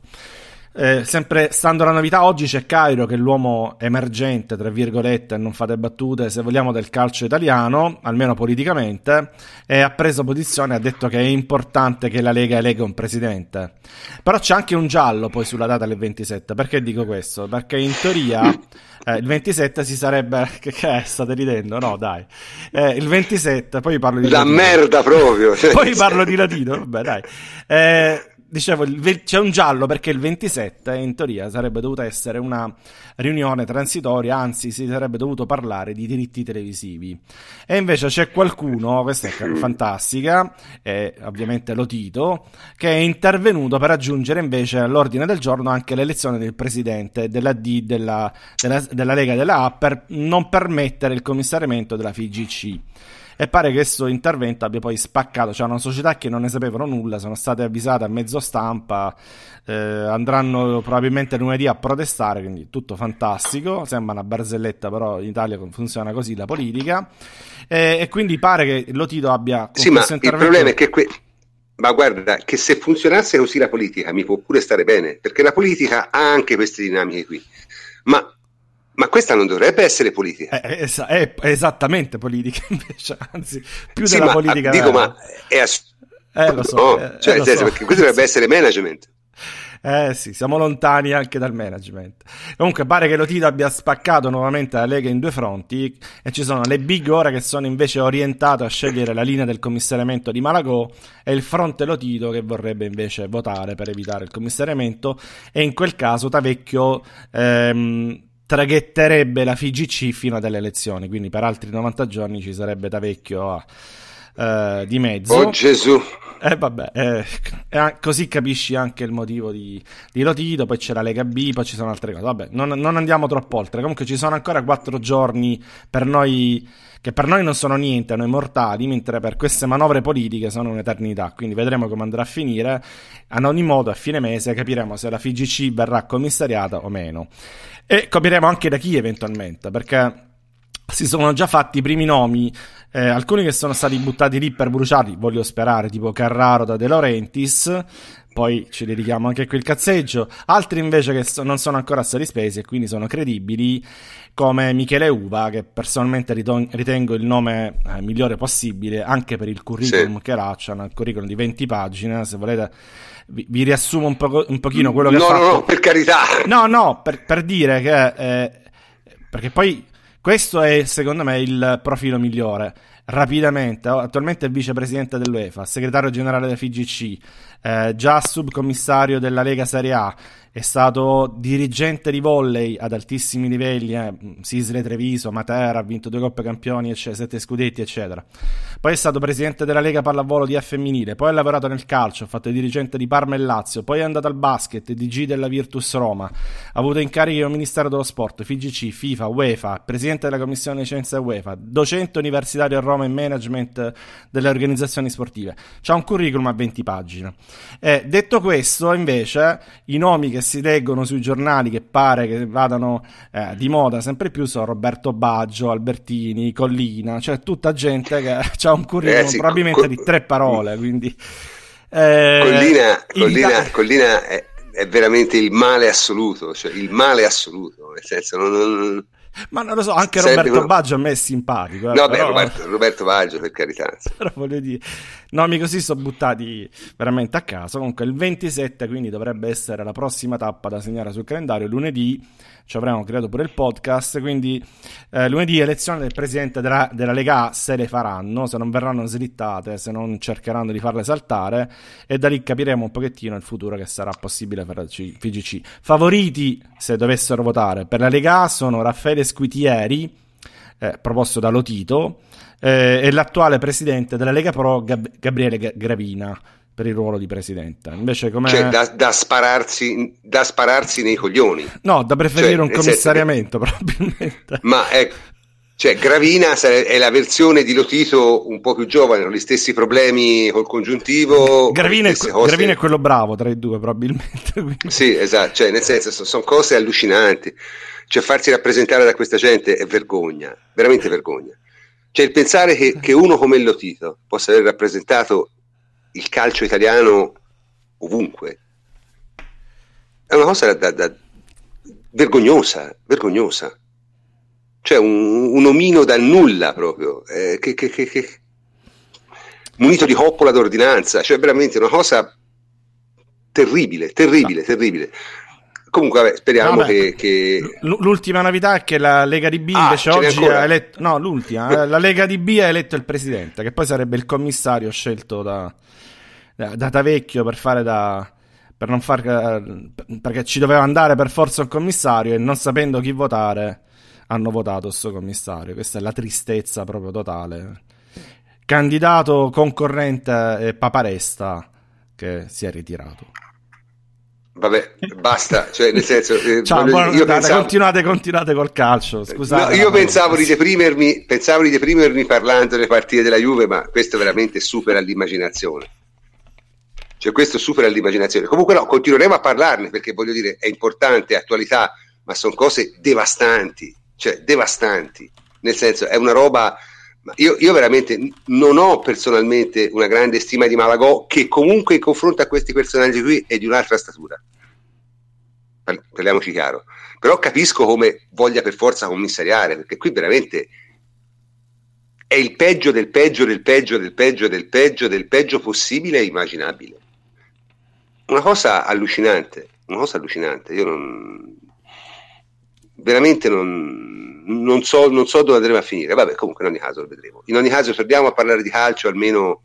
Sempre stando alla novità, oggi c'è Cairo, che è l'uomo emergente, tra virgolette, non fate battute, se vogliamo, del calcio italiano, almeno politicamente, e ha preso posizione, ha detto che è importante che la Lega elegga un presidente. Però c'è anche un giallo poi sulla data del 27, perché dico questo? Perché in teoria il 27 si sarebbe... Che è? State ridendo? No, dai. Il 27, poi parlo di latino. Merda proprio! Poi parlo di latino, vabbè dai. Dicevo, c'è un giallo perché il 27 in teoria sarebbe dovuta essere una riunione transitoria, anzi si sarebbe dovuto parlare di diritti televisivi, e invece c'è qualcuno, questa è fantastica, ovviamente Lotito, che è intervenuto per aggiungere invece all'ordine del giorno anche l'elezione del presidente della D, della Lega e della A, per non permettere il commissariamento della FIGC. E pare che questo intervento abbia poi spaccato, cioè una società che non ne sapevano nulla, sono state avvisate a mezzo stampa, andranno probabilmente lunedì a protestare, quindi tutto fantastico, sembra una barzelletta, però in Italia funziona così la politica, e quindi pare che Lotito abbia... Sì, ma il problema è che... Ma guarda, che se funzionasse così la politica mi può pure stare bene, perché la politica ha anche queste dinamiche qui, ma questa non dovrebbe essere politica. È esattamente politica, invece, anzi, più della politica. Dico, ma è lo so, no? Cioè, nel senso, perché questo dovrebbe essere management. Sì, siamo lontani anche dal management. Comunque pare che Lotito abbia spaccato nuovamente la Lega in due fronti, e ci sono le big ora che sono invece orientate a scegliere la linea del commissariamento di Malagò, e il fronte Lotito che vorrebbe invece votare per evitare il commissariamento, e in quel caso Tavecchio traghetterebbe la FIGC fino alle elezioni, quindi per altri 90 giorni ci sarebbe Tavecchio di mezzo. Oh Gesù! Vabbè, così capisci anche il motivo di Lotito. Poi c'è la Lega B, poi ci sono altre cose. Vabbè, non andiamo troppo oltre. Comunque ci sono ancora 4 giorni per noi, che per noi non sono niente, a noi mortali, mentre per queste manovre politiche sono un'eternità. Quindi vedremo come andrà a finire. Ad ogni modo, a fine mese capiremo se la FIGC verrà commissariata o meno. E capiremo anche da chi eventualmente, perché si sono già fatti i primi nomi, alcuni che sono stati buttati lì per bruciarli, voglio sperare, tipo Carraro da De Laurentiis, poi ci dedichiamo anche qui il cazzeggio, altri invece che non sono ancora stati spesi e quindi sono credibili, come Michele Uva, che personalmente ritengo il nome migliore possibile, anche per il curriculum che c'ha, un curriculum di 20 pagine, se volete vi riassumo un pochino quello che ha fatto. No, per carità! No, per dire che... perché poi... questo è secondo me il profilo migliore. Rapidamente, attualmente è vicepresidente dell'UEFA, segretario generale della FIGC, già subcommissario della Lega Serie A, è stato dirigente di volley ad altissimi livelli, Sisle Treviso, Matera, ha vinto 2 Coppe Campioni, 7 scudetti, eccetera. Poi è stato presidente della Lega Pallavolo di femminile, poi ha lavorato nel calcio, ha fatto il dirigente di Parma e Lazio, poi è andato al basket, DG della Virtus Roma, ha avuto incarichi al Ministero dello Sport, FIGC, FIFA, UEFA, presidente della Commissione Licenza UEFA, docente universitario a Roma in management delle organizzazioni sportive. C'ha un curriculum a 20 pagine. Detto questo, invece, i nomi che si leggono sui giornali che pare che vadano di moda sempre più sono Roberto Baggio, Albertini, Collina, cioè tutta gente che ha un curriculum probabilmente di 3 parole, quindi Collina è veramente il male assoluto, cioè il male assoluto, nel senso ma non lo so, anche Roberto Baggio a me è simpatico. No, però... Roberto Baggio, per carità. Però voglio dire, nomi così sono buttati veramente a caso. Comunque il 27, quindi dovrebbe essere la prossima tappa da segnare sul calendario. Lunedì ci avremo creato pure il podcast, quindi lunedì elezione del presidente della Lega A, se le faranno, se non verranno slittate, se non cercheranno di farle saltare, e da lì capiremo un pochettino il futuro che sarà possibile per la FIGC. Favoriti, se dovessero votare per la Lega A, sono Raffaele Squitieri, proposto da Lotito, e l'attuale presidente della Lega Pro, Gabriele Gravina, per il ruolo di presidente. Invece cioè da spararsi nei coglioni. No, da preferire un commissariamento, probabilmente. Ma cioè Gravina è la versione di Lotito un po' più giovane, con gli stessi problemi col congiuntivo. Gravina è quello bravo tra i due, probabilmente. Quindi. Sì, esatto, cioè nel senso sono cose allucinanti. Cioè farsi rappresentare da questa gente è vergogna, veramente vergogna. Cioè il pensare che uno come Lotito possa aver rappresentato il calcio italiano ovunque è una cosa da vergognosa, cioè un omino dal nulla proprio, che munito di coppola d'ordinanza, cioè veramente una cosa terribile. Comunque vabbè, speriamo che... L'ultima novità è che la Lega di B invece oggi ha eletto... No, l'ultima. La Lega di B ha eletto il presidente, che poi sarebbe il commissario scelto da Tavecchio per non far... perché ci doveva andare per forza un commissario e non sapendo chi votare hanno votato sto commissario. Questa è la tristezza proprio totale. Candidato concorrente Paparesta che si è ritirato. Vabbè, basta, cioè nel senso continuate col calcio, scusate. No, io pensavo di deprimermi parlando delle partite della Juve, ma questo veramente supera l'immaginazione. Cioè questo supera l'immaginazione. Comunque no, continueremo a parlarne perché voglio dire, è importante, è attualità, ma sono cose devastanti, cioè devastanti. Nel senso, è una roba. Io veramente non ho personalmente una grande stima di Malagò, che comunque in confronto a questi personaggi qui è di un'altra statura, parliamoci chiaro, però capisco come voglia per forza commissariare, perché qui veramente è il peggio del peggio possibile e immaginabile, una cosa allucinante. Io veramente non so dove andremo a finire. Vabbè, comunque in ogni caso lo vedremo. In ogni caso torniamo a parlare di calcio, almeno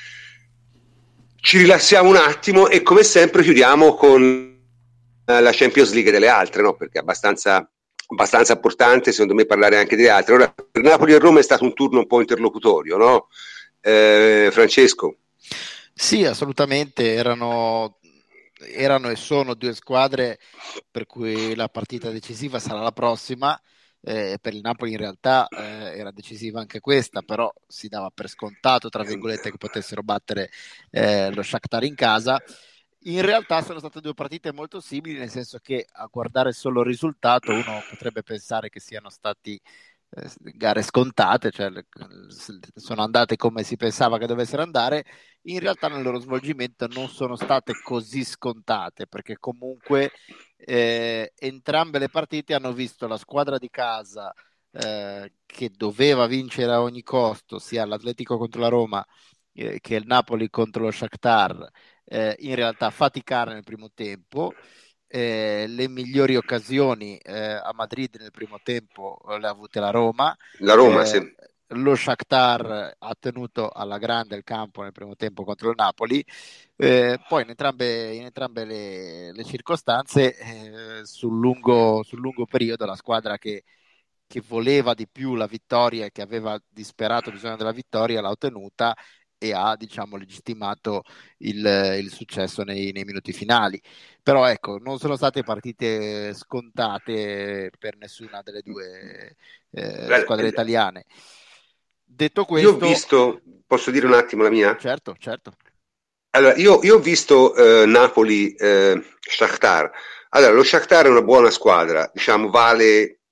ci rilassiamo un attimo e come sempre chiudiamo con la Champions League delle altre, no? Perché è abbastanza importante secondo me parlare anche delle altre. Ora, per Napoli e Roma è stato un turno un po' interlocutorio, no? Francesco. Sì, assolutamente, erano e sono due squadre per cui la partita decisiva sarà la prossima. Per il Napoli in realtà era decisiva anche questa, però si dava per scontato, tra virgolette, che potessero battere lo Shakhtar in casa. In realtà sono state due partite molto simili, nel senso che a guardare solo il risultato uno potrebbe pensare che siano stati gare scontate, cioè sono andate come si pensava che dovessero andare. In realtà nel loro svolgimento non sono state così scontate, perché comunque entrambe le partite hanno visto la squadra di casa che doveva vincere a ogni costo, sia l'Atletico contro la Roma che il Napoli contro lo Shakhtar, in realtà faticare nel primo tempo. Le migliori occasioni a Madrid nel primo tempo le ha avute la Roma. La Roma, sì. Lo Shakhtar ha tenuto alla grande il campo nel primo tempo contro il Napoli. Poi in entrambe le circostanze sul lungo periodo la squadra che voleva di più la vittoria e che aveva disperato bisogno della vittoria l'ha ottenuta e ha, diciamo, legittimato il successo nei minuti finali. Però ecco, non sono state partite scontate per nessuna delle due squadre italiane. Detto questo, io ho visto, posso dire un attimo la mia? Certo. Allora, io ho visto Napoli Shakhtar. Allora, lo Shakhtar è una buona squadra, diciamo, vale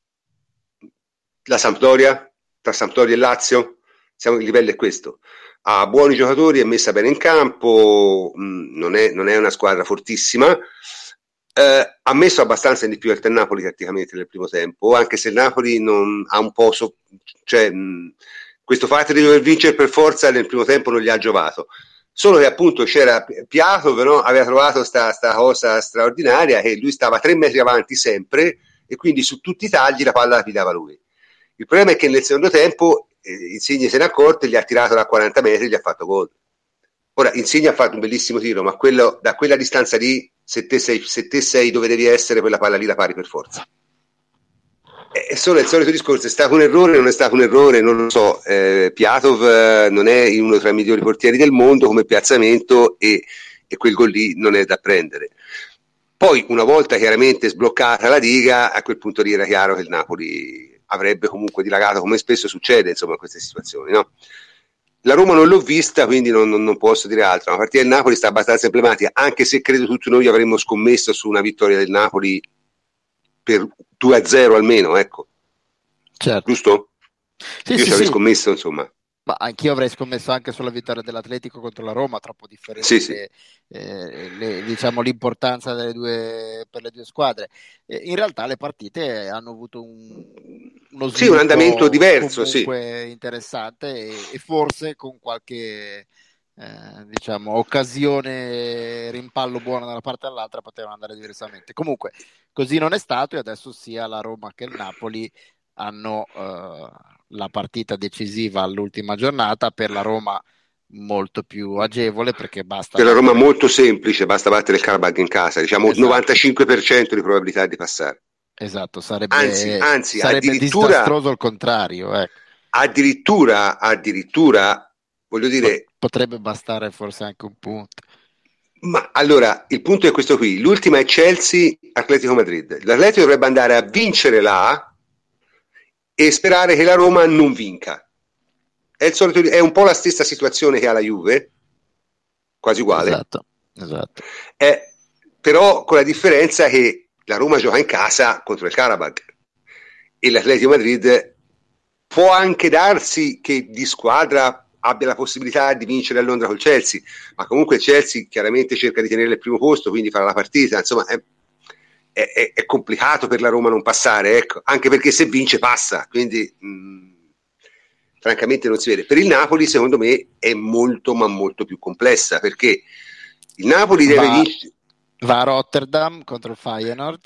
la Sampdoria, tra Sampdoria e Lazio, il livello è questo. Ha buoni giocatori, è messa bene in campo, non è una squadra fortissima. Ha messo abbastanza di più del Napoli tatticamente nel primo tempo, anche se il Napoli non ha un po' questo fatto di dover vincere per forza nel primo tempo non gli ha giovato. Solo che appunto c'era Piatov, però aveva trovato sta cosa straordinaria, che lui stava 3 metri avanti sempre e quindi su tutti i tagli la palla la pigliava lui. Il problema è che nel secondo tempo Insigne se ne è accorto e gli ha tirato da 40 metri e gli ha fatto gol. Ora Insigne ha fatto un bellissimo tiro, ma da quella distanza lì, se te sei dove devi essere, quella palla lì la pari per forza. È solo il solito discorso, è stato un errore, non è stato un errore, non lo so. Piatov non è uno tra i migliori portieri del mondo come piazzamento e quel gol lì non è da prendere. Poi una volta chiaramente sbloccata la diga, a quel punto lì era chiaro che il Napoli avrebbe comunque dilagato, come spesso succede insomma in queste situazioni, no? La Roma non l'ho vista, quindi non posso dire altro. La partita del Napoli sta abbastanza emblematica, anche se credo tutti noi avremmo scommesso su una vittoria del Napoli per 2-0 almeno, ecco. Certo. Giusto? Sì, io ci avrei scommesso, insomma. Ma anch'io avrei scommesso anche sulla vittoria dell'Atletico contro la Roma, troppo differente sì. diciamo, l'importanza per le due squadre. In realtà le partite hanno avuto uno sviluppo un andamento diverso, comunque interessante e forse con qualche diciamo, occasione, rimpallo buono da una parte all'altra potevano andare diversamente. Comunque così non è stato e adesso sia la Roma che il Napoli hanno la partita decisiva all'ultima giornata, per la Roma molto più agevole perché basta per la Roma molto semplice, basta battere il Karabakh in casa, diciamo. Esatto. 95% di probabilità di passare. Esatto, sarebbe addirittura disastroso il contrario, ecco. addirittura voglio dire, potrebbe bastare forse anche un punto. Ma allora, il punto è questo qui, l'ultima è Chelsea-Atletico Madrid. L'Atletico dovrebbe andare a vincere là e sperare che la Roma non vinca. È un po' la stessa situazione che ha la Juve, quasi uguale. Esatto. Però con la differenza che la Roma gioca in casa contro il Karabakh e l'Atletico Madrid può anche darsi che di squadra abbia la possibilità di vincere a Londra col Chelsea, ma comunque il Chelsea chiaramente cerca di tenere il primo posto, quindi farà la partita, insomma è complicato per la Roma non passare, ecco, anche perché se vince passa, quindi francamente non si vede. Per il Napoli secondo me è molto ma molto più complessa, perché il Napoli deve vincere, va a Rotterdam contro il Feyenoord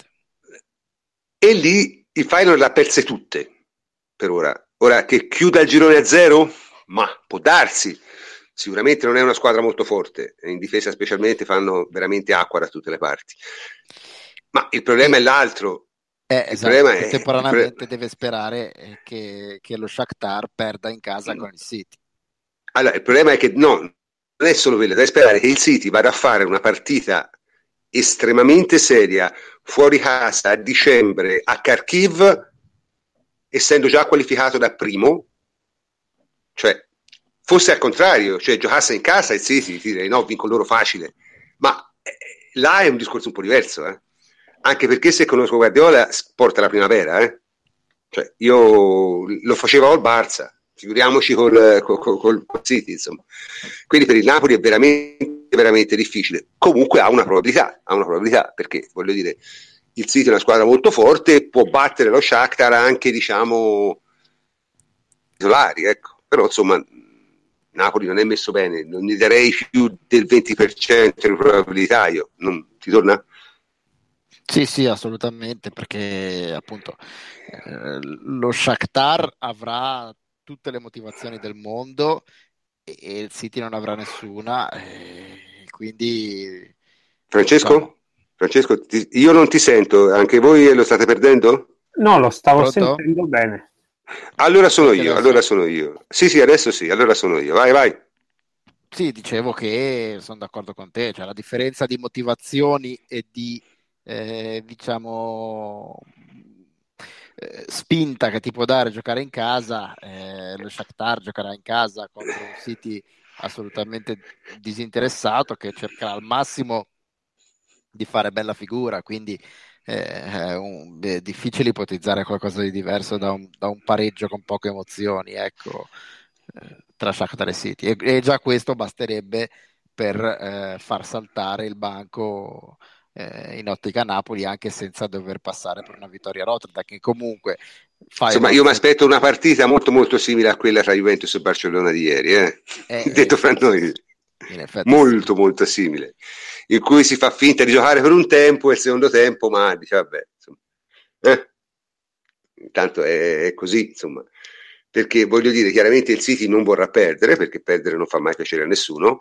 e lì il Feyenoord l'ha perse tutte per ora che chiuda il girone a 0, ma può darsi. Sicuramente non è una squadra molto forte, in difesa specialmente fanno veramente acqua da tutte le parti, ma il problema è l'altro. Esatto, temporaneamente deve sperare che lo Shakhtar perda in casa con il City. Allora, il problema è che no, non è solo quello, devi sperare che il City vada a fare una partita estremamente seria fuori casa a dicembre a Kharkiv, essendo già qualificato da primo, cioè fosse al contrario, cioè giocasse in casa il City, ti direi no, vinco loro facile, ma là è un discorso un po' diverso, anche perché se conosco Guardiola porta la primavera, cioè io lo facevo al Barça, figuriamoci col City, insomma. Quindi per il Napoli è veramente difficile. Comunque ha una probabilità, perché voglio dire, il City è una squadra molto forte, può battere lo Shakhtar anche, diciamo, isolari, ecco. Però insomma Napoli non è messo bene, non gli darei più del 20% di probabilità io. Non ti torna? Sì, assolutamente, perché appunto lo Shakhtar avrà tutte le motivazioni del mondo e il City non avrà nessuna, quindi Francesco? diciamo... Francesco, io non ti sento, anche voi lo state perdendo? No, lo stavo Pronto? sentendo bene. Allora sono Anche io, adesso? Sì, adesso sì, allora sono io. Vai. Sì, dicevo che sono d'accordo con te, cioè la differenza di motivazioni e di, diciamo, spinta che ti può dare giocare in casa, lo Shakhtar giocherà in casa contro un City assolutamente disinteressato che cercherà al massimo di fare bella figura, quindi è difficile ipotizzare qualcosa di diverso da un pareggio con poche emozioni, ecco, tra Shakhtar e City. E già questo basterebbe per far saltare il banco in ottica Napoli, anche senza dover passare per una vittoria a Rotterdam, che comunque Insomma, io mi aspetto una partita molto molto simile a quella tra Juventus e Barcellona di ieri, detto fra noi, in effetti molto sì. molto simile, in cui si fa finta di giocare per un tempo e il secondo tempo, ma dice vabbè, insomma, intanto è così, insomma, perché voglio dire, chiaramente il City non vorrà perdere, perché perdere non fa mai piacere a nessuno,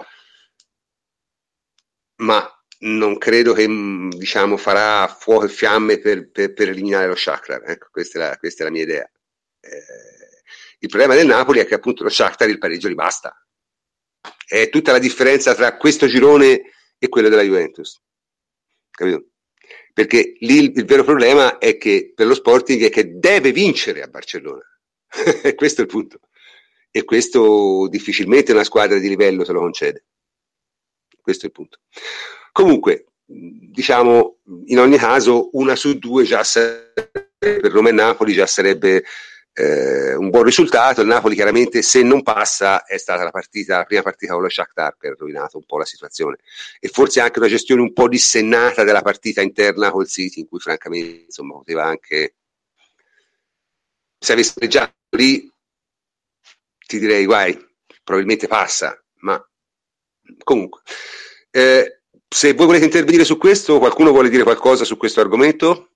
ma non credo che, diciamo, farà fuoco e fiamme per eliminare lo Shakhtar, ecco, questa è la mia idea. Il problema del Napoli è che appunto lo Shakhtar il pareggio gli basta, è tutta la differenza tra questo girone e quello della Juventus, capito? Perché lì il vero problema è che per lo Sporting è che deve vincere a Barcellona e questo è il punto, e questo difficilmente una squadra di livello se lo concede, questo è il punto. Comunque, diciamo, in ogni caso una su due già sarebbe, per Roma e Napoli già sarebbe un buon risultato. Il Napoli chiaramente, se non passa, è stata la prima partita con lo Shakhtar che ha rovinato un po' la situazione, e forse anche una gestione un po' dissennata della partita interna col City, in cui francamente insomma poteva anche, se avesse pareggiato lì ti direi guai, probabilmente passa, ma comunque se voi volete intervenire su questo, qualcuno vuole dire qualcosa su questo argomento?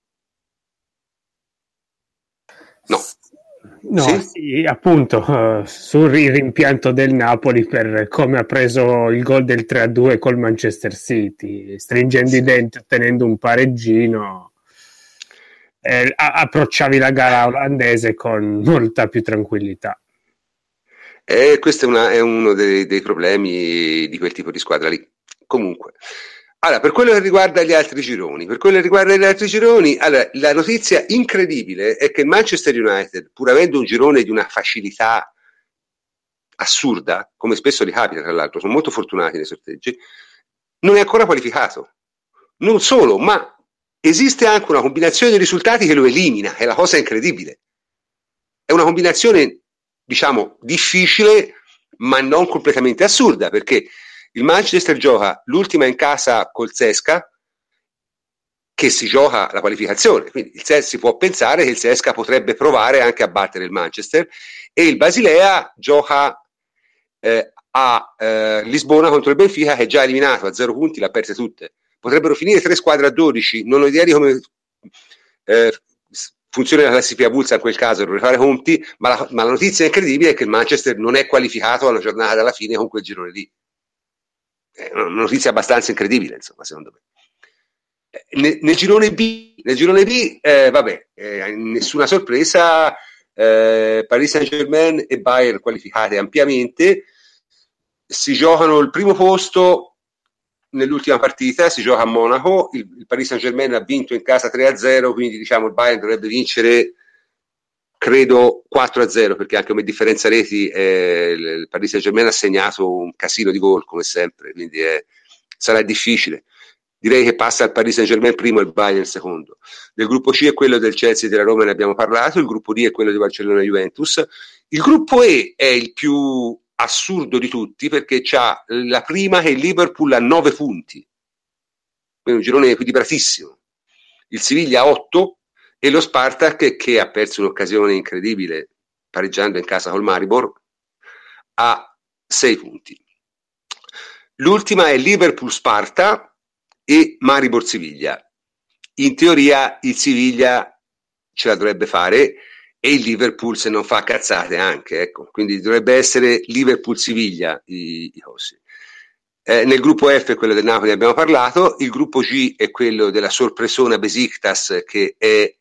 No, sì, appunto, sul rimpianto del Napoli per come ha preso il gol del 3-2 col Manchester City, stringendo i denti, ottenendo un pareggino, approcciavi la gara olandese con molta più tranquillità. Questo è uno dei problemi di quel tipo di squadra lì. Comunque, allora, per quello che riguarda gli altri gironi, allora, la notizia incredibile è che il Manchester United, pur avendo un girone di una facilità assurda, come spesso gli capita tra l'altro, sono molto fortunati nei sorteggi, non è ancora qualificato. Non solo, ma esiste anche una combinazione di risultati che lo elimina, è la cosa incredibile. È una combinazione, diciamo, difficile, ma non completamente assurda, perché il Manchester gioca l'ultima in casa col CSKA, che si gioca la qualificazione, quindi si può pensare che il CSKA potrebbe provare anche a battere il Manchester, e il Basilea gioca a Lisbona contro il Benfica, che è già eliminato a 0 punti, l'ha perse tutte. Potrebbero finire 3 squadre a 12, non ho idea di come funziona la classifica Bulls in quel caso, dovrei fare conti, ma la notizia incredibile è che il Manchester non è qualificato alla giornata dalla fine con quel girone lì. È una notizia abbastanza incredibile, insomma, secondo me. Nel girone B, vabbè, nessuna sorpresa, Paris Saint-Germain e Bayern qualificate ampiamente, si giocano il primo posto nell'ultima partita, si gioca a Monaco, il Paris Saint-Germain ha vinto in casa 3-0, quindi diciamo il Bayern dovrebbe vincere credo 4-0, perché anche come differenza reti il Paris Saint-Germain ha segnato un casino di gol come sempre, quindi sarà difficile. Direi che passa il Paris Saint-Germain primo e il Bayern secondo. Del gruppo C è quello del Chelsea e della Roma, ne abbiamo parlato. Il gruppo D è quello di Barcellona e Juventus. Il gruppo E è il più assurdo di tutti, perché c'ha la prima che è il Liverpool a 9 punti, quindi un girone equilibratissimo. Il Siviglia a 8 e lo Spartak, che ha perso un'occasione incredibile pareggiando in casa col Maribor, a 6 punti. L'ultima è Liverpool-Sparta e Maribor-Siviglia. In teoria il Siviglia ce la dovrebbe fare e il Liverpool, se non fa cazzate, anche, ecco. Quindi dovrebbe essere Liverpool-Siviglia i cosi. Nel gruppo F è quello del Napoli, abbiamo parlato. Il gruppo G è quello della sorpresona Besiktas, che è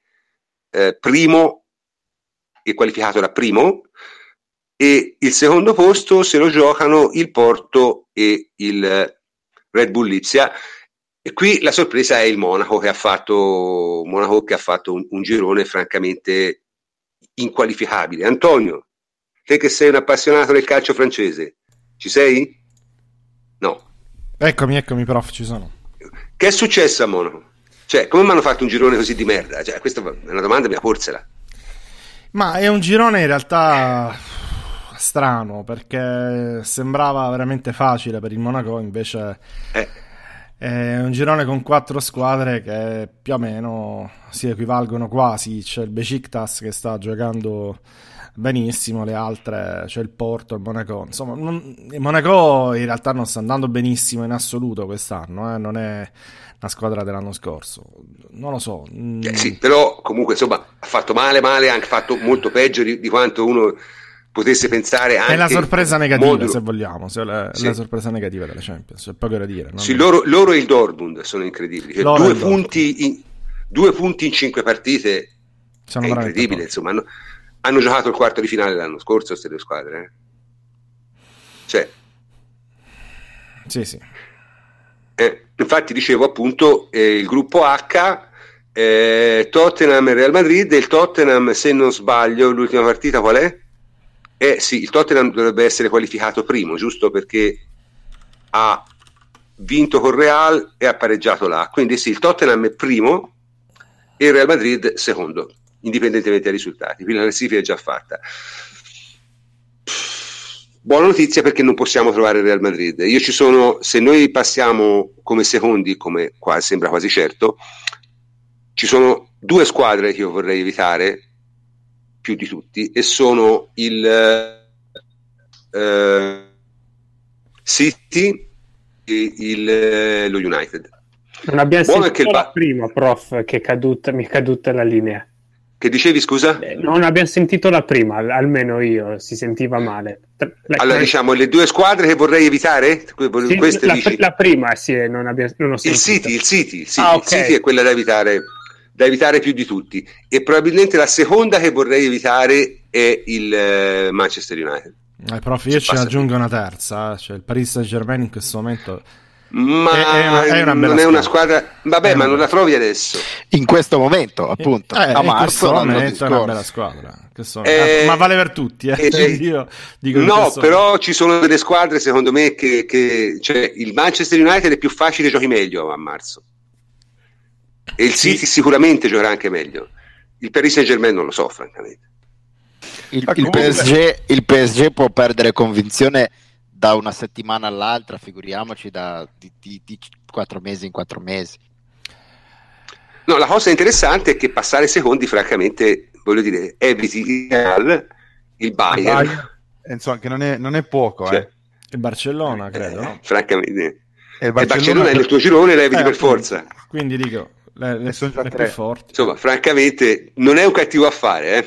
primo e qualificato da primo, e il secondo posto se lo giocano il Porto e il Red Bull Lipsia. E qui la sorpresa è il Monaco, che ha fatto un girone francamente inqualificabile. Antonio, te che sei un appassionato del calcio francese, ci sei? No. Eccomi prof, ci sono. Che è successo a Monaco? Cioè, come mi hanno fatto un girone così di merda? Cioè, questa è una domanda, mia porsela. Ma è un girone in realtà strano, perché sembrava veramente facile per il Monaco, invece è un girone con 4 squadre che più o meno si equivalgono quasi. C'è il Besiktas che sta giocando benissimo, le altre c'è il Porto, il Monaco. Insomma, il Monaco in realtà non sta andando benissimo in assoluto quest'anno, non è una squadra dell'anno scorso, non lo so. Sì, però comunque insomma ha fatto male, ha anche fatto molto peggio di quanto uno potesse pensare. Anche è la sorpresa negativa, se vogliamo, la sorpresa negativa della Champions, c'è poco da dire. Sì, loro e il Dortmund sono incredibili, cioè, 2 punti in 5 partite sono è incredibile, insomma. Hanno giocato il quarto di finale l'anno scorso queste 2 squadre, cioè sì. Infatti dicevo appunto il gruppo H, Tottenham e Real Madrid. Il Tottenham, se non sbaglio, l'ultima partita qual è? Sì, il Tottenham dovrebbe essere qualificato primo, giusto, perché ha vinto con Real e ha pareggiato là, quindi sì, il Tottenham è primo e il Real Madrid secondo, indipendentemente dai risultati, quindi la classifica è già fatta. Buona notizia, perché non possiamo trovare il Real Madrid. Io ci sono, se noi passiamo come secondi, come qua sembra quasi certo, ci sono 2 squadre che io vorrei evitare più di tutti, e sono il City e lo United. Non abbiamo sentito la prima, prof, che mi è caduta la linea. Che dicevi, scusa? Non abbiamo sentito la prima, almeno io, si sentiva male. Allora diciamo le 2 squadre che vorrei evitare, sì, queste la prima sì, non ho sentito. Il City è quella da evitare più di tutti, e probabilmente la seconda che vorrei evitare è il Manchester United. Prof, io ci aggiungo una terza, cioè il Paris Saint-Germain in questo momento. Ma è una non è una squadra, vabbè, ma non la trovi adesso in questo momento, appunto a marzo è una bella squadra, ma vale per tutti, io dico no, però ci sono delle squadre secondo me che cioè, il Manchester United è più facile, giochi meglio a marzo, e il City sicuramente giocherà anche meglio. Il Paris Saint-Germain non lo so, francamente. Il PSG può perdere convinzione da una settimana all'altra, figuriamoci di 4 mesi in 4 mesi. No, la cosa interessante è che passare secondi, francamente, voglio dire, eviti il Bayern. Insomma, che non è poco, cioè, il Barcellona, credo, no? Francamente. Il Barcellona è nel tuo girone, la eviti per forza. Quindi dico, le sono già più forti. Insomma, francamente, non è un cattivo affare,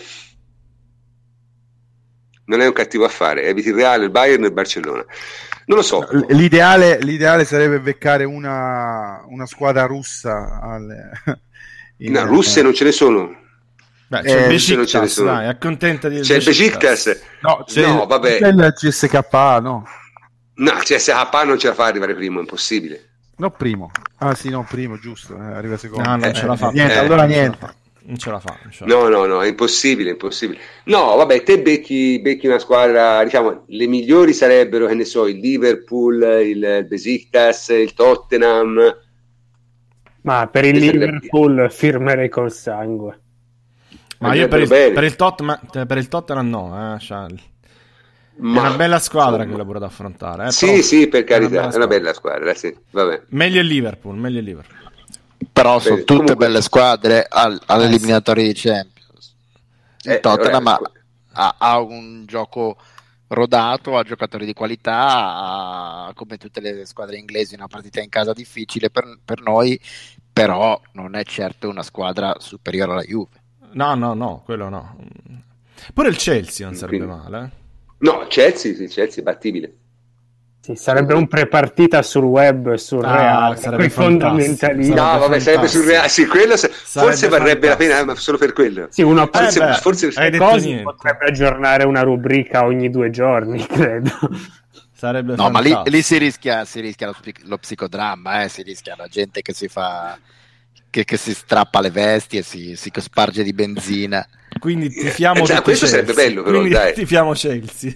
Non è un cattivo affare, eviti il Real, il Bayern e il Barcellona. Non lo so. L'ideale sarebbe beccare una squadra russa. Russe non ce ne sono. Beh, c'è il Besiktas, dai, accontentati del Besiktas. No, vabbè. C'è il CSKA, no? No, CSKA non ce la fa arrivare primo, è impossibile. No, primo. Ah sì, no, primo, giusto. Arriva secondo. No, non ce la fa. Niente, allora niente. Non ce la fa. Non ce la fa. No, è impossibile. No, vabbè, te becchi una squadra, diciamo, le migliori sarebbero, che ne so, il Liverpool, il Besiktas, il Tottenham. Ma per il Liverpool firmerei col sangue. Ma io per il Tottenham no, Charlie. È una bella squadra quella pure da affrontare. Sì, per carità, è una bella squadra, sì, vabbè. Meglio il Liverpool. Però sono tutte comunque belle squadre all'eliminatoria di Champions. Il Tottenham ha un gioco rodato, ha giocatori di qualità, come tutte le squadre inglesi, una partita in casa difficile per noi, però non è certo una squadra superiore alla Juve. No, quello no. Pure il Chelsea non sarebbe male. No, Chelsea è battibile. Sì, sarebbe un prepartita sul web, sul Real, quei fondamentalisti. No, vabbè, sarebbe sul Real. Sì, quello forse varrebbe la pena, ma solo per quello. Sì, forse potrebbe aggiornare una rubrica ogni 2 giorni, credo. Sarebbe no, ma lì si rischia lo psicodramma, si rischia la gente che si fa che si strappa le vesti e si sparge di benzina. Quindi tifiamo questo Chelsea. Sarebbe bello, però dai. Tifiamo Chelsea.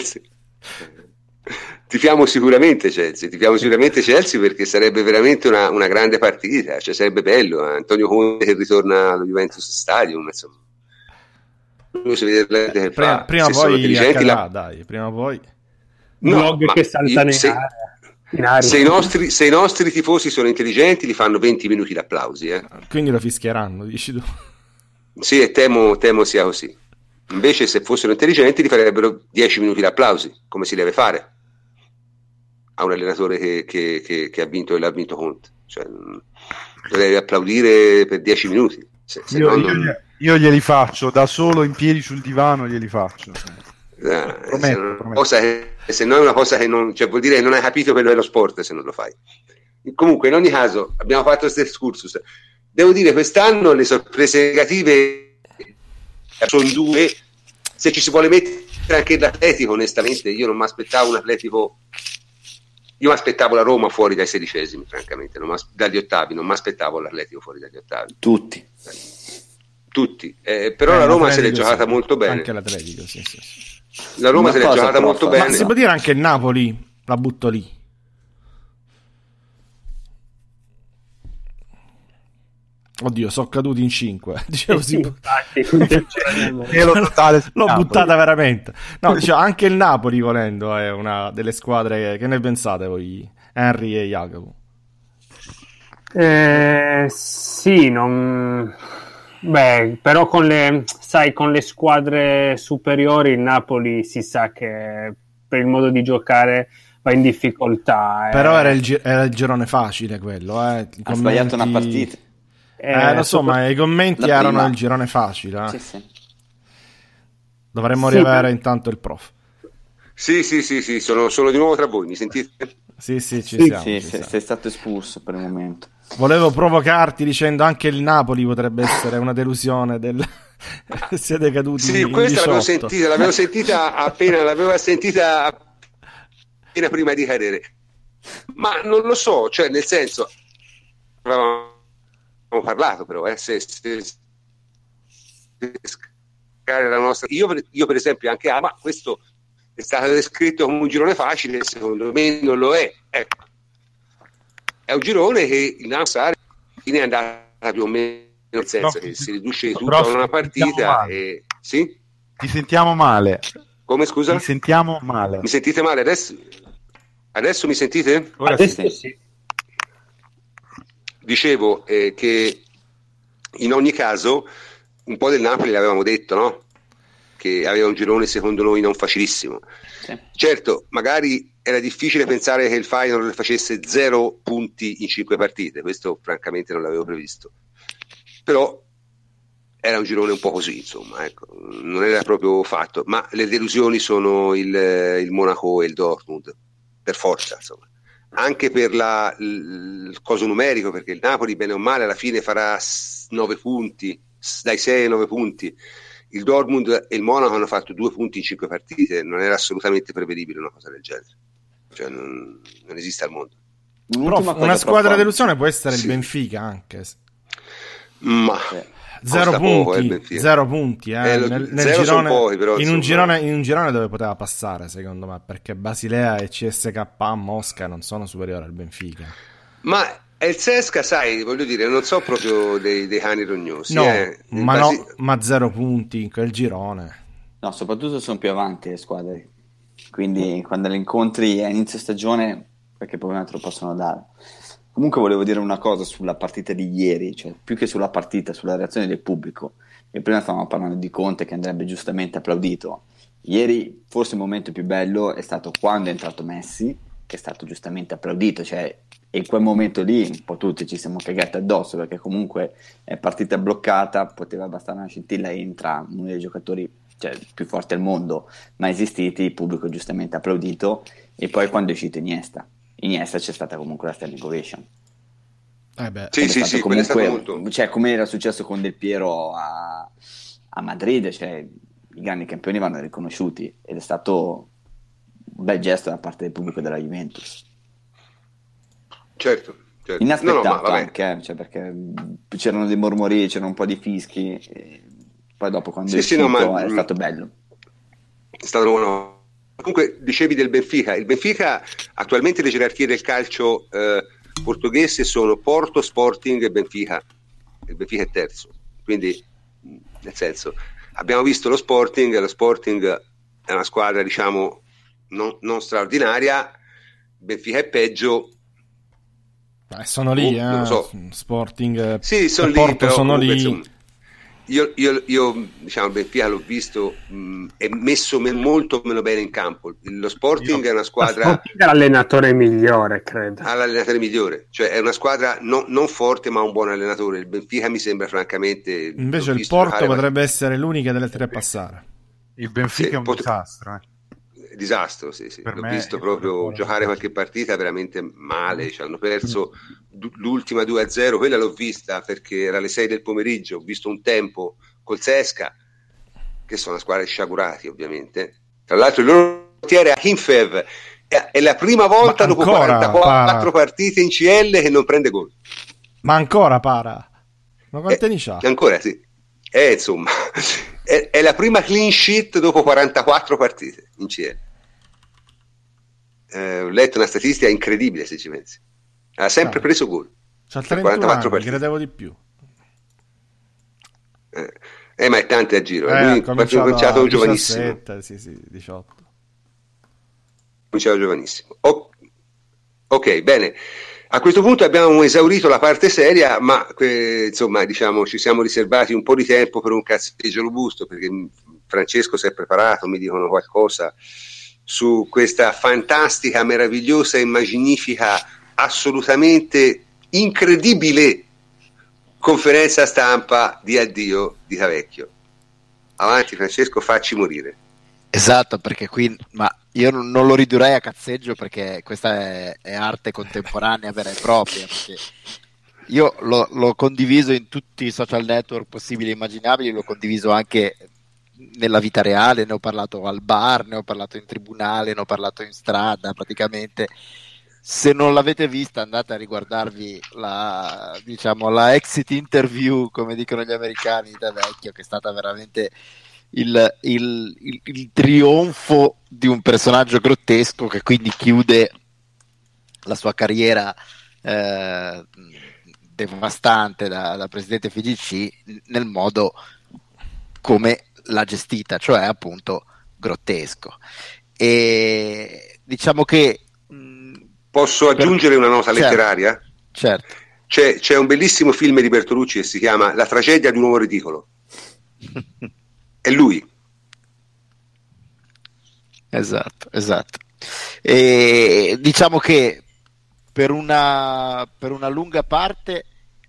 Tifiamo sicuramente Chelsea perché sarebbe veramente una grande partita, cioè sarebbe bello. Antonio Conte che ritorna allo Juventus Stadium, insomma. Prima poi accadrà, dai, prima poi. Blog che saltano in aria. Se i nostri tifosi sono intelligenti, li fanno 20 minuti di applausi. Quindi lo fischieranno, dici tu? Sì, e temo sia così. Invece, se fossero intelligenti, li farebbero 10 minuti di applausi, come si deve fare a un allenatore che ha vinto e l'ha vinto Conte. Cioè, dovrei applaudire per 10 minuti. Io glieli faccio da solo in piedi sul divano, glieli faccio. Prometto. Se no è una cosa che non, cioè, vuol dire che non hai capito quello dello sport se non lo fai. Comunque, in ogni caso, abbiamo fatto questo excursus. Devo dire, quest'anno le sorprese negative sono 2. Se ci si vuole mettere anche l'Atletico, onestamente, io non mi aspettavo un Atletico. Io mi aspettavo la Roma fuori dai 16esimi, francamente, dagli ottavi, non mi aspettavo l'Atletico fuori dagli ottavi. Tutti. Però la Roma se l'è giocata molto bene. Anche l'Atletico, sì. La Roma se l'è giocata molto bene. Ma si può dire anche il Napoli, la butto lì. Oddio, sono caduti in 5. Dicevo, l'ho buttata veramente. No, dicevo, anche il Napoli, volendo, è una delle squadre che ne pensate voi, Henry e Jacopo? Sì, però con le squadre superiori il Napoli si sa che per il modo di giocare va in difficoltà. Però era il girone facile quello. Ha sbagliato una partita. Lo so, ma i commenti erano il girone facile. Sì. Dovremmo riavere intanto il prof. Sì, sono di nuovo tra voi, mi sentite? Sì, ci siamo. Sì, sei stato espulso per il momento. Volevo provocarti dicendo anche il Napoli potrebbe essere una delusione siete caduti. Sì, questa l'avevo sentita appena prima di cadere. Ma non lo so, cioè nel senso avevamo parlato però se la nostra io per esempio anche ma questo è stato descritto come un girone facile, secondo me non lo è, ecco. È un girone che il Napoli è andata più o meno, nel senso che si riduce tutto a una partita e sì? Ti sentiamo male. Come, scusa? Ti sentiamo male. Mi sentite male adesso mi sentite? Adesso sì. Dicevo che in ogni caso un po' del Napoli l'avevamo detto, no? Che aveva un girone secondo noi non facilissimo. Sì. Certo, magari era difficile pensare che il Feyenoord facesse 0 punti in 5 partite, questo francamente non l'avevo previsto, però era un girone un po' così, insomma, ecco. Non era proprio fatto, ma le delusioni sono il Monaco e il Dortmund, per forza, insomma. Anche per il coso numerico, perché il Napoli bene o male alla fine farà 9 punti, dai 6 ai 9 punti. Il Dortmund e il Monaco hanno fatto 2 punti in 5 partite, non era assolutamente prevedibile una cosa del genere. cioè non esiste al mondo. Una squadra delusione può essere il Benfica anche. Ma 0 punti, 0 punti nel girone, pochi, però, in un girone dove poteva passare, secondo me, perché Basilea e CSKA Mosca non sono superiori al Benfica. Ma il CSKA, sai, voglio dire, non so proprio dei cani rognosi. No, ma 0 punti in quel girone. No, soprattutto sono più avanti le squadre, quindi quando le incontri a inizio stagione, qualche problema te lo possono dare. Comunque volevo dire una cosa sulla partita di ieri, cioè più che sulla partita, sulla reazione del pubblico. E prima stavamo parlando di Conte che andrebbe giustamente applaudito. Ieri forse il momento più bello è stato quando è entrato Messi, che è stato giustamente applaudito, cioè in quel momento lì un po' tutti ci siamo cagati addosso, perché comunque è partita bloccata, poteva bastare una scintilla e entra uno dei giocatori più forti al mondo mai esistiti, il pubblico giustamente applaudito. E poi quando è uscito Iniesta c'è stata comunque la standing ovation. Sì, comunque, molto... cioè, come era successo con Del Piero a Madrid, cioè i grandi campioni vanno riconosciuti, ed è stato un bel gesto da parte del pubblico della Juventus. Certo. Inaspettato anche, perché c'erano dei mormori, c'erano un po' di fischi, e poi dopo quando è uscito è stato bello. È stato buono. Comunque dicevi del Benfica. Il Benfica attualmente le gerarchie del calcio portoghese sono Porto, Sporting e Benfica. Il Benfica è terzo, quindi nel senso abbiamo visto lo Sporting è una squadra diciamo non straordinaria, il Benfica è peggio. Sono lì, non lo so. Sporting sono Porto lì, però sono comunque, lì. Insomma, io diciamo il Benfica l'ho visto è messo molto meno bene in campo. Lo Sporting è una squadra è l'allenatore migliore, credo. L'allenatore migliore, cioè è una squadra non forte ma un buon allenatore. Il Benfica mi sembra francamente, invece il Porto potrebbe essere l'unica delle tre a passare. Il Benfica è un disastro, disastro, sì. L'ho visto proprio giocare qualche partita veramente male, hanno perso l'ultima 2-0, quella l'ho vista perché era alle 6 del pomeriggio, ho visto un tempo col CSKA, che sono una squadra sciagurati ovviamente. Tra l'altro il loro portiere Akinfev è la prima volta dopo 44 partite in CL che non prende gol. Ma ancora ma quanti anni c'ha? Ancora sì, insomma è la prima clean sheet dopo 44 partite in CL. Ho letto una statistica incredibile, se ci pensi. Ha sempre preso gol. C'ha 44 partite. Credevo di più. Ma è tante a giro. Lui ha cominciato giovanissimo. 18. Cominciava giovanissimo. Ok, bene. A questo punto abbiamo esaurito la parte seria, ma insomma, diciamo, ci siamo riservati un po' di tempo per un cazzeggio robusto, perché Francesco si è preparato, mi dicono qualcosa su questa fantastica, meravigliosa e magnifica, assolutamente incredibile conferenza stampa di addio di Cavecchio. Avanti Francesco, facci morire. Esatto, perché qui, ma io non lo ridurrei a cazzeggio, perché questa è arte contemporanea vera e propria, perché io l'ho condiviso in tutti i social network possibili e immaginabili, l'ho condiviso anche nella vita reale, ne ho parlato al bar, ne ho parlato in tribunale, ne ho parlato in strada, praticamente. Se non l'avete vista, andate a riguardarvi la exit interview, come dicono gli americani, da Vecchio, che è stata veramente il trionfo di un personaggio grottesco che quindi chiude la sua carriera devastante da presidente FIGC nel modo come l'ha gestita, cioè appunto grottesco. E diciamo che posso aggiungere una nota letteraria? Certo. C'è un bellissimo film di Bertolucci che si chiama La tragedia di un uomo ridicolo. È lui. Esatto. E diciamo che per una lunga parte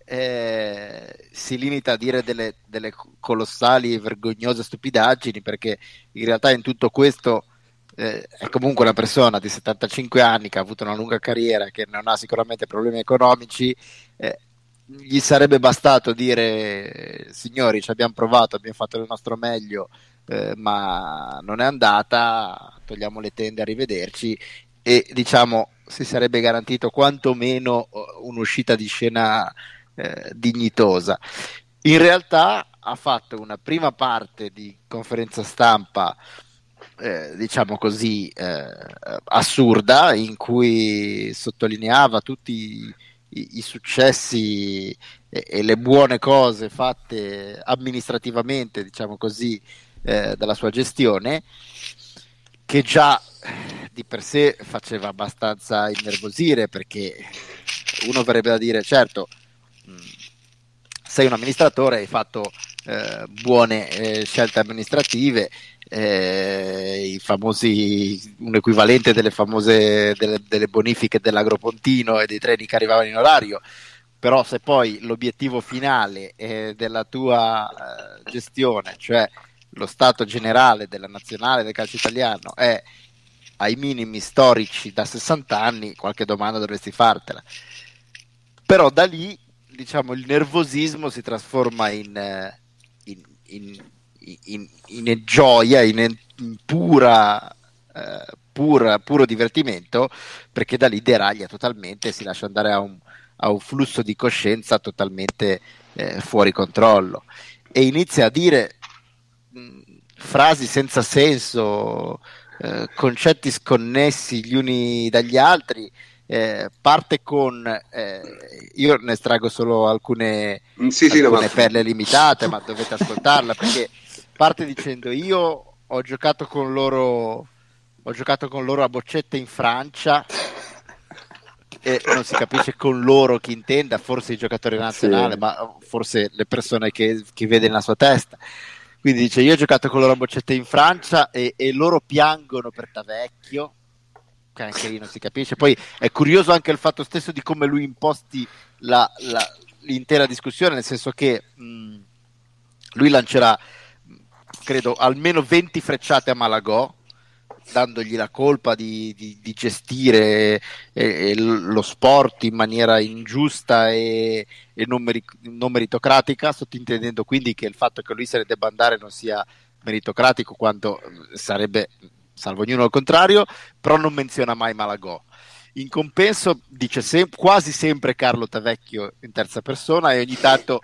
si limita a dire delle colossali e vergognose stupidaggini, perché in realtà in tutto questo è comunque una persona di 75 anni che ha avuto una lunga carriera, che non ha sicuramente problemi economici. Gli sarebbe bastato dire: signori, ci abbiamo provato, abbiamo fatto il nostro meglio, ma non è andata, togliamo le tende, arrivederci, e diciamo si sarebbe garantito quantomeno un'uscita di scena dignitosa. In realtà ha fatto una prima parte di conferenza stampa diciamo così assurda, in cui sottolineava tutti i successi e le buone cose fatte amministrativamente, diciamo così, dalla sua gestione, che già di per sé faceva abbastanza innervosire, perché uno verrebbe da dire: certo, sei un amministratore, hai fatto buone scelte amministrative, un equivalente delle famose delle bonifiche dell'Agropontino e dei treni che arrivavano in orario. Però se poi l'obiettivo finale della tua gestione, cioè lo stato generale della nazionale del calcio italiano, è ai minimi storici da 60 anni, qualche domanda dovresti fartela. Però da lì, diciamo, il nervosismo si trasforma in gioia, in puro divertimento, perché da lì deraglia totalmente e si lascia andare a un flusso di coscienza totalmente fuori controllo, e inizia a dire frasi senza senso, concetti sconnessi gli uni dagli altri. Parte con io ne estraggo solo alcune perle limitate, ma dovete ascoltarla, perché parte dicendo: io ho giocato con loro a boccette in Francia, e non si capisce con loro chi intenda, forse i giocatori nazionali, sì, ma forse le persone che vede nella sua testa. Quindi dice: io ho giocato con loro a boccette in Francia e loro piangono per Tavecchio, che anche lì non si capisce. Poi è curioso anche il fatto stesso di come lui imposti l'intera discussione, nel senso che lui lancerà, credo, almeno 20 frecciate a Malagò, dandogli la colpa di gestire lo sport in maniera ingiusta e non meritocratica, sottintendendo quindi che il fatto che lui se ne debba andare non sia meritocratico, quanto sarebbe, salvo ognuno al contrario, però non menziona mai Malagò. In compenso dice quasi sempre Carlo Tavecchio in terza persona, e ogni tanto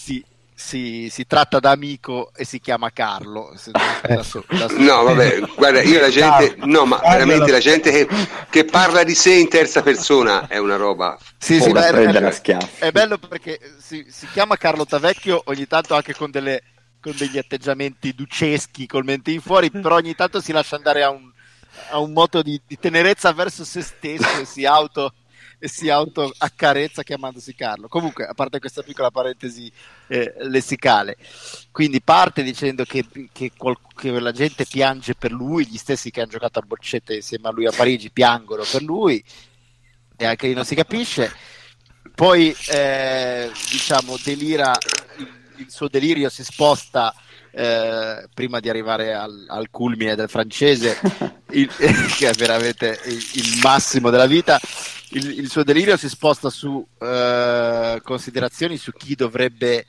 si tratta da amico e si chiama Carlo. No, vabbè, guarda, io la gente, no, ma veramente la gente che parla di sé in terza persona è una roba. Sì, è bello perché si chiama Carlo Tavecchio ogni tanto anche con degli atteggiamenti duceschi, col mente in fuori, però ogni tanto si lascia andare a un moto di tenerezza verso se stesso e si auto accarezza chiamandosi Carlo. Comunque, a parte questa piccola parentesi lessicale, quindi parte dicendo che la gente piange per lui, gli stessi che hanno giocato a boccette insieme a lui a Parigi piangono per lui, e anche lì non si capisce. Poi diciamo delira, il suo delirio si sposta prima di arrivare al culmine del francese, che è veramente il massimo della vita. Il suo delirio si sposta su considerazioni su chi dovrebbe,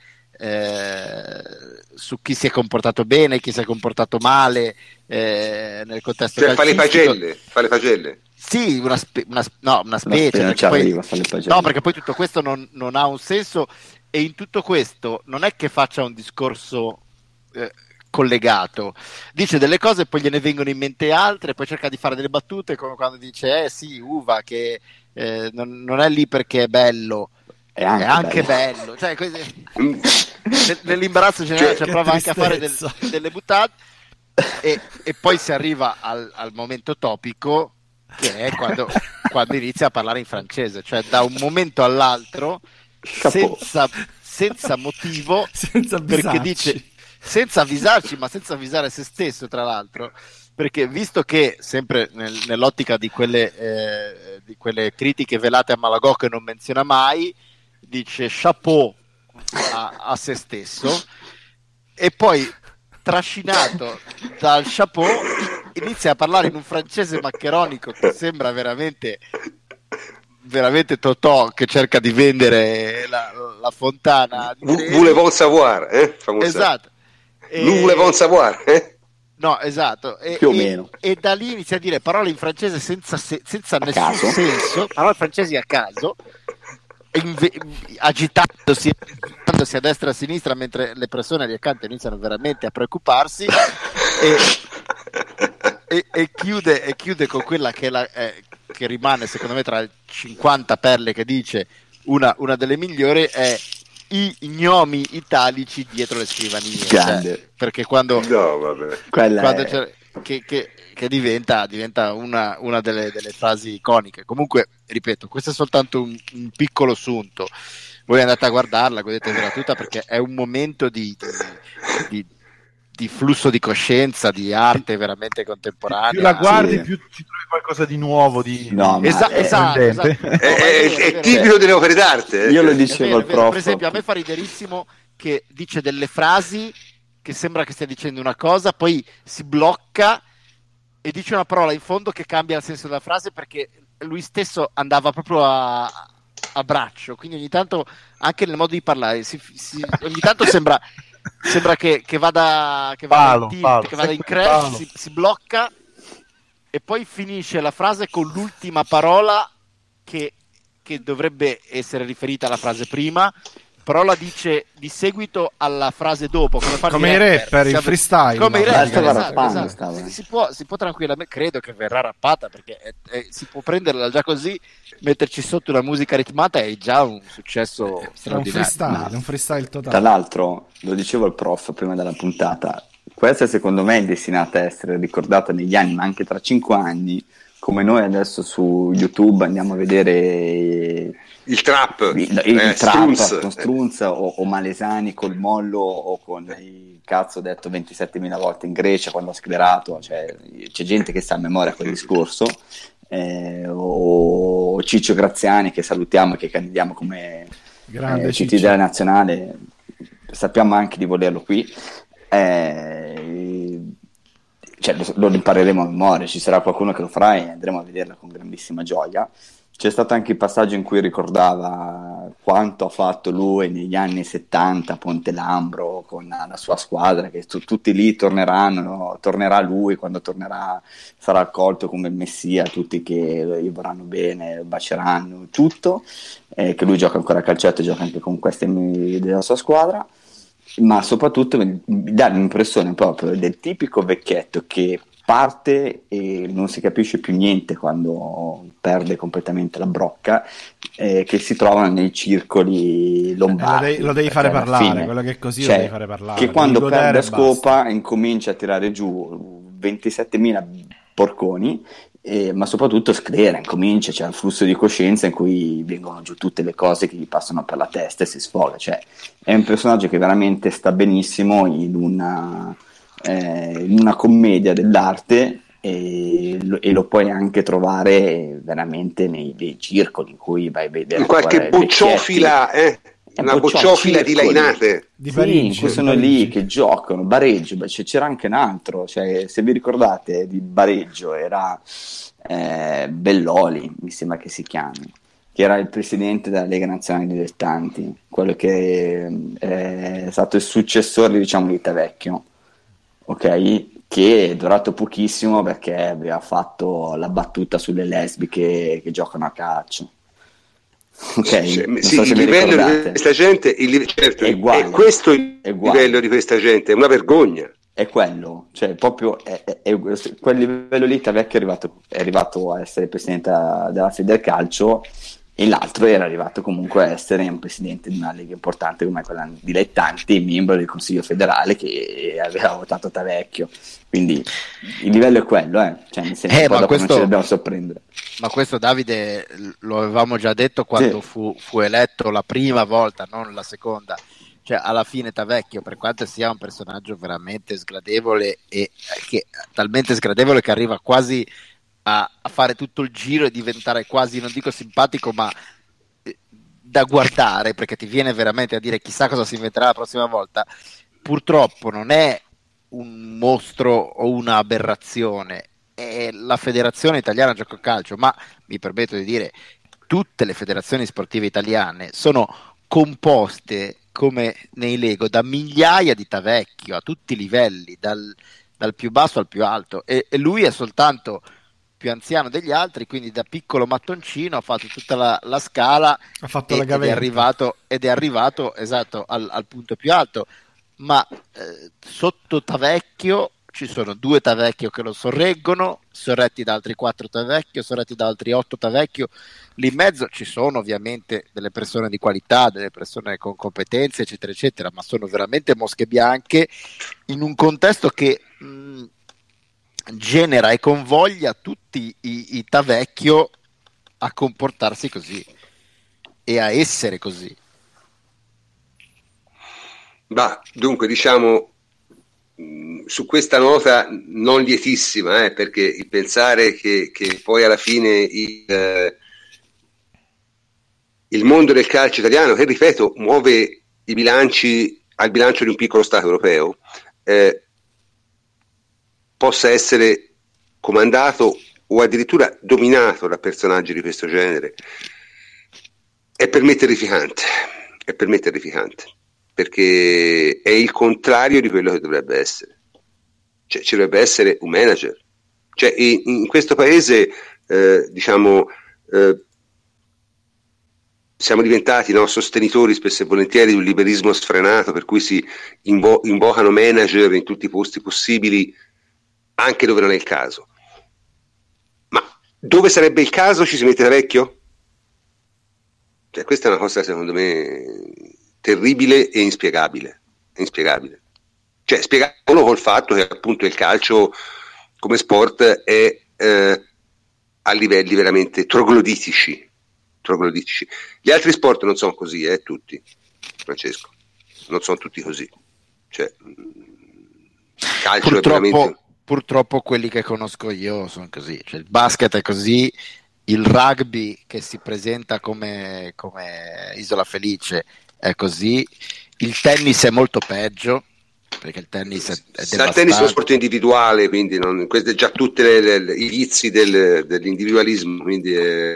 su chi si è comportato bene, chi si è comportato male nel contesto calcistico. Fa le pagelle. Sì, una specie. Perché poi tutto questo non ha un senso, e in tutto questo non è che faccia un discorso collegato, dice delle cose e poi gliene vengono in mente altre, poi cerca di fare delle battute, come quando dice sì, Uva che non è lì perché è bello, è anche bello. Cioè, nell'imbarazzo generale cioè, prova anche a fare delle buttate, e poi si arriva al momento topico, che è quando inizia a parlare in francese, cioè da un momento all'altro senza motivo, perché dice, senza avvisarci, ma senza avvisare se stesso, tra l'altro, perché visto che sempre nell'ottica di quelle critiche velate a Malagò che non menziona mai, dice chapeau a se stesso, e poi trascinato dal chapeau inizia a parlare in un francese maccheronico che sembra veramente Totò che cerca di vendere la fontana di Voulez-vous savoir, famosa. Esatto. Voulez-vous savoir, No, esatto. Più o meno. E da lì inizia a dire parole in francese senza nessun caso. senso, parole francesi a caso, agitandosi a destra e a sinistra mentre le persone lì accanto iniziano veramente a preoccuparsi e chiude con quella che rimane secondo me tra le 50 perle che dice una delle migliori è i gnomi italici dietro le scrivanie. Grande. Perché quando che diventa una delle frasi iconiche. Comunque, ripeto, questo è soltanto un piccolo sunto. Voi andate a guardarla, godetevela tutta, perché è un momento di flusso di coscienza, di arte veramente contemporanea. Più la guardi, più ci trovi qualcosa di nuovo. Esatto. È tipico delle opere d'arte. Io lo dicevo al prof. Per esempio, a me fa riderissimo che dice delle frasi che sembra che stia dicendo una cosa, poi si blocca e dice una parola in fondo che cambia il senso della frase, perché lui stesso andava proprio a braccio, quindi ogni tanto anche nel modo di parlare ogni tanto sembra che vada in crash, si blocca e poi finisce la frase con l'ultima parola che dovrebbe essere riferita alla frase prima, però la dice di seguito alla frase dopo, come i rapper, il freestyle. Come i rapper, esatto. Si può tranquillamente, credo che verrà rappata, perché si può prenderla già così, metterci sotto una musica ritmata, è già un successo straordinario. Un freestyle totale. Tra l'altro, lo dicevo al prof prima della puntata, questa secondo me è destinata a essere ricordata negli anni, ma anche tra 5 anni, come noi adesso su YouTube andiamo a vedere il trap, il trap con Strunz o Malesani col mollo, o con il cazzo detto 27.000 volte in Grecia quando ha sclerato, cioè c'è gente che sa a memoria quel discorso, o Ciccio Graziani, che salutiamo e che candidiamo come CT della nazionale, sappiamo anche di volerlo qui, cioè, lo impareremo a memoria, ci sarà qualcuno che lo farà e andremo a vederla con grandissima gioia. C'è stato anche il passaggio in cui ricordava quanto ha fatto lui negli anni 70 a Ponte Lambro con la sua squadra, che tutti lì tornerà lui, quando tornerà sarà accolto come il messia, tutti che gli vorranno bene, lo baceranno, tutto, che lui gioca ancora a calcetto, gioca anche con queste della sua squadra, ma soprattutto mi dà l'impressione proprio del tipico vecchietto che parte e non si capisce più niente quando perde completamente la brocca, che si trovano nei circoli lombardi. Lo devi fare parlare, quello che è così, lo devi fare parlare. Che quando perde scopa incomincia a tirare giù 27.000 porconi, ma soprattutto sclera, incomincia, c'è il flusso di coscienza in cui vengono giù tutte le cose che gli passano per la testa e si sfoga. Cioè, è un personaggio che veramente sta benissimo in una commedia dell'arte, e lo puoi anche trovare veramente nei circoli in cui vai a vedere in qualche bocciofila, una bocciofila di lainate di Parigi, che sono lì che giocano Bareggio. C'era anche un altro, cioè, se vi ricordate di Bareggio era Belloli, mi sembra che si chiami, che era il presidente della Lega Nazionale Dilettanti, quello che è stato il successore, diciamo, di Tavecchio, ok? Che è durato pochissimo perché aveva fatto la battuta sulle lesbiche che giocano a calcio. Ok, il livello di questa gente, è questo il livello di questa gente, è una vergogna. È quello, cioè proprio quel livello lì. Tavecchio è arrivato a essere presidente della Federcalcio, e l'altro era arrivato comunque a essere un presidente di una lega importante come quella Dilettanti, membro del Consiglio federale, che aveva votato Tavecchio. Quindi il livello è quello, cioè, nel senso, ma questo, non ci dobbiamo sorprendere. Ma questo, Davide, lo avevamo già detto quando fu eletto la prima volta, non la seconda. Cioè, alla fine Tavecchio, per quanto sia un personaggio veramente sgradevole, e che talmente sgradevole che arriva quasi a fare tutto il giro e diventare quasi, non dico simpatico, ma da guardare, perché ti viene veramente a dire chissà cosa si inventerà la prossima volta, purtroppo non è un mostro o un'aberrazione, è la Federazione Italiana Gioco Calcio, ma mi permetto di dire tutte le federazioni sportive italiane sono composte, come nei Lego, da migliaia di Tavecchio a tutti i livelli, dal dal più basso al più alto, e lui è soltanto più anziano degli altri, quindi da piccolo mattoncino ha fatto tutta la scala, Ha fatto la gavetta. ed è arrivato esatto al punto più alto. Ma sotto Tavecchio ci sono 2 Tavecchio che lo sorreggono, sorretti da altri 4 Tavecchio, sorretti da altri 8 Tavecchio. Lì in mezzo ci sono ovviamente delle persone di qualità, delle persone con competenze, eccetera, eccetera, ma sono veramente mosche bianche in un contesto che genera e convoglia tutti i Tavecchio a comportarsi così e a essere così. Dunque, diciamo, su questa nota non lietissima, perché il pensare che poi alla fine il mondo del calcio italiano, che ripeto muove i bilanci al bilancio di un piccolo Stato europeo, possa essere comandato o addirittura dominato da personaggi di questo genere, è per me terrificante, perché è il contrario di quello che dovrebbe essere. Cioè, ci dovrebbe essere un manager. Cioè, in questo paese, siamo diventati sostenitori spesso e volentieri di un liberismo sfrenato, per cui si invocano manager in tutti i posti possibili, anche dove non è il caso. Ma dove sarebbe il caso ci si mette Tavecchio? Cioè, questa è una cosa, secondo me, terribile e inspiegabile. Cioè, spiegavano col fatto che appunto il calcio come sport è a livelli veramente trogloditici. Gli altri sport non sono così, tutti, Francesco, non sono tutti così. Cioè, il calcio è veramente... Purtroppo quelli che conosco io sono così, cioè, il basket è così, il rugby che si presenta come Isola Felice è così, il tennis è molto peggio, perché il tennis è devastante. Il tennis è uno sport individuale, quindi questo è già tutti i vizi dell'individualismo, quindi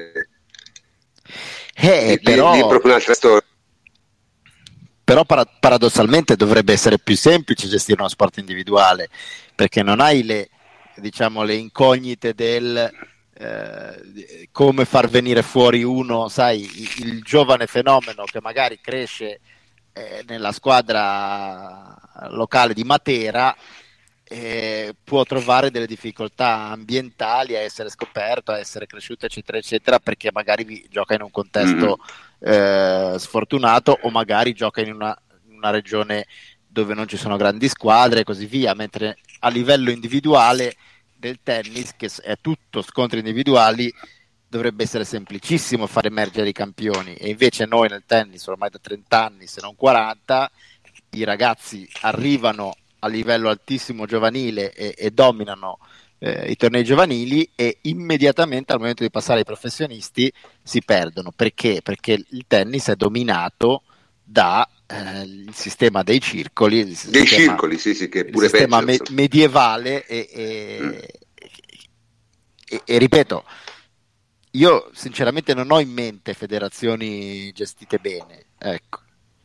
però lì è proprio un'altra storia. Però paradossalmente dovrebbe essere più semplice gestire uno sport individuale, perché non hai le incognite del come far venire fuori uno, sai, il giovane fenomeno che magari cresce nella squadra locale di Matera, può trovare delle difficoltà ambientali a essere scoperto, a essere cresciuto, eccetera, eccetera, perché magari gioca in un contesto sfortunato, o magari gioca in una regione dove non ci sono grandi squadre e così via, mentre a livello individuale del tennis, che è tutto scontri individuali, dovrebbe essere semplicissimo far emergere i campioni, e invece noi nel tennis ormai da 30 anni, se non 40, i ragazzi arrivano a livello altissimo giovanile e dominano i tornei giovanili, e immediatamente al momento di passare ai professionisti si perdono. Perché? Perché il tennis è dominato da il sistema dei circoli, sì, che è pure il sistema peggio, medievale e ripeto, io sinceramente non ho in mente federazioni gestite bene, ecco.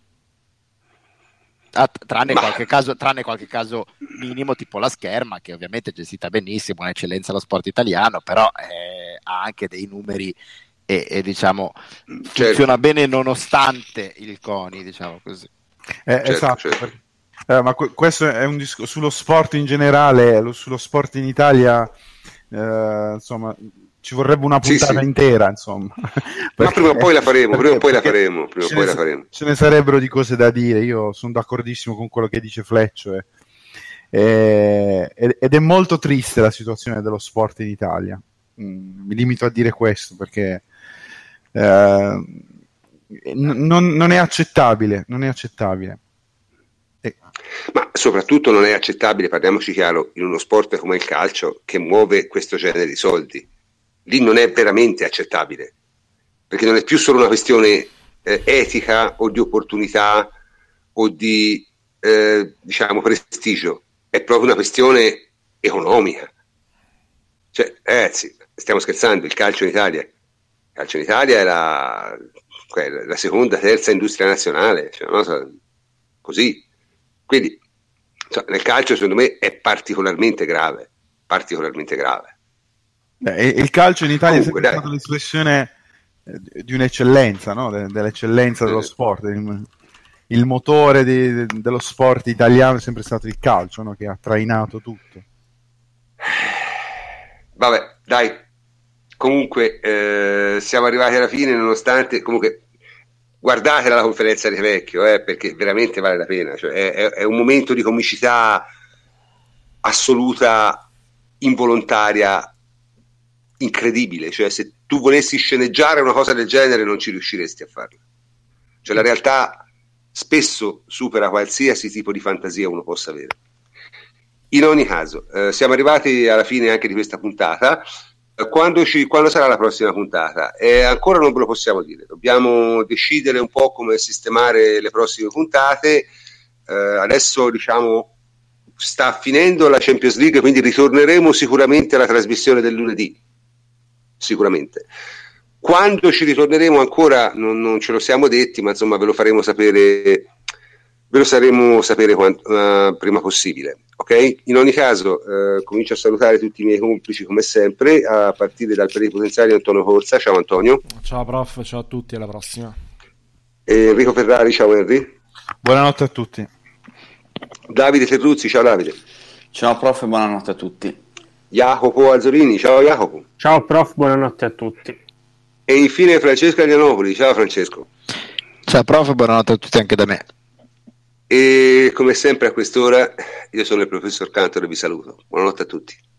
Tranne qualche caso minimo, tipo la Scherma, che ovviamente è gestita benissimo, è un'eccellenza allo sport italiano, però ha anche dei numeri e diciamo funziona bene nonostante il CONI, diciamo così. Esatto. Ma questo è un discorso sullo sport in generale, sullo sport in Italia, insomma, ci vorrebbe una puntata intera, insomma. Ma prima o poi la faremo, Ce ne sarebbero di cose da dire. Io sono d'accordissimo con quello che dice Fleccio, ed è molto triste la situazione dello sport in Italia. Mi limito a dire questo perché non è accettabile, Ma soprattutto non è accettabile, parliamoci chiaro, in uno sport come il calcio, che muove questo genere di soldi. Lì non è veramente accettabile, perché non è più solo una questione etica o di opportunità o di prestigio, è proprio una questione economica. Cioè, ragazzi, stiamo scherzando, il calcio in Italia è la seconda, terza industria nazionale, cioè, così. Quindi Cioè, nel calcio secondo me è particolarmente grave. Il calcio in Italia Comunque, è sempre stata l'espressione di un'eccellenza, no? Dell'eccellenza dello sport. Il motore dello sport italiano è sempre stato il calcio, no? Che ha trainato tutto. Vabbè, dai. Comunque siamo arrivati alla fine, nonostante comunque guardatela la conferenza di Vecchio, perché veramente vale la pena. Cioè, è un momento di comicità assoluta, involontaria, incredibile. Cioè, se tu volessi sceneggiare una cosa del genere non ci riusciresti a farla. Cioè, la realtà spesso supera qualsiasi tipo di fantasia uno possa avere. In ogni caso, siamo arrivati alla fine anche di questa puntata. Quando sarà la prossima puntata? Ancora non ve lo possiamo dire, dobbiamo decidere un po' come sistemare le prossime puntate. Adesso diciamo sta finendo la Champions League, quindi ritorneremo sicuramente alla trasmissione del lunedì, sicuramente. Quando ci ritorneremo ancora non ce lo siamo detti, ma insomma ve lo faremo sapere, ve lo saremo sapere prima possibile. Ok? In ogni caso comincio a salutare tutti i miei complici come sempre, a partire dal plenipotenziario Antonio Corsa. Ciao Antonio. Ciao prof, ciao a tutti, alla prossima. Enrico Ferrari, ciao Henry. Buonanotte a tutti. Davide Terruzzi, ciao Davide. Ciao prof e buonanotte a tutti. Jacopo Azzorini, ciao Jacopo. Ciao prof, buonanotte a tutti. E infine Francesco Aglianopoli, ciao Francesco. Ciao prof, buonanotte a tutti anche da me. E come sempre a quest'ora io sono il professor Cantor e vi saluto. Buonanotte a tutti.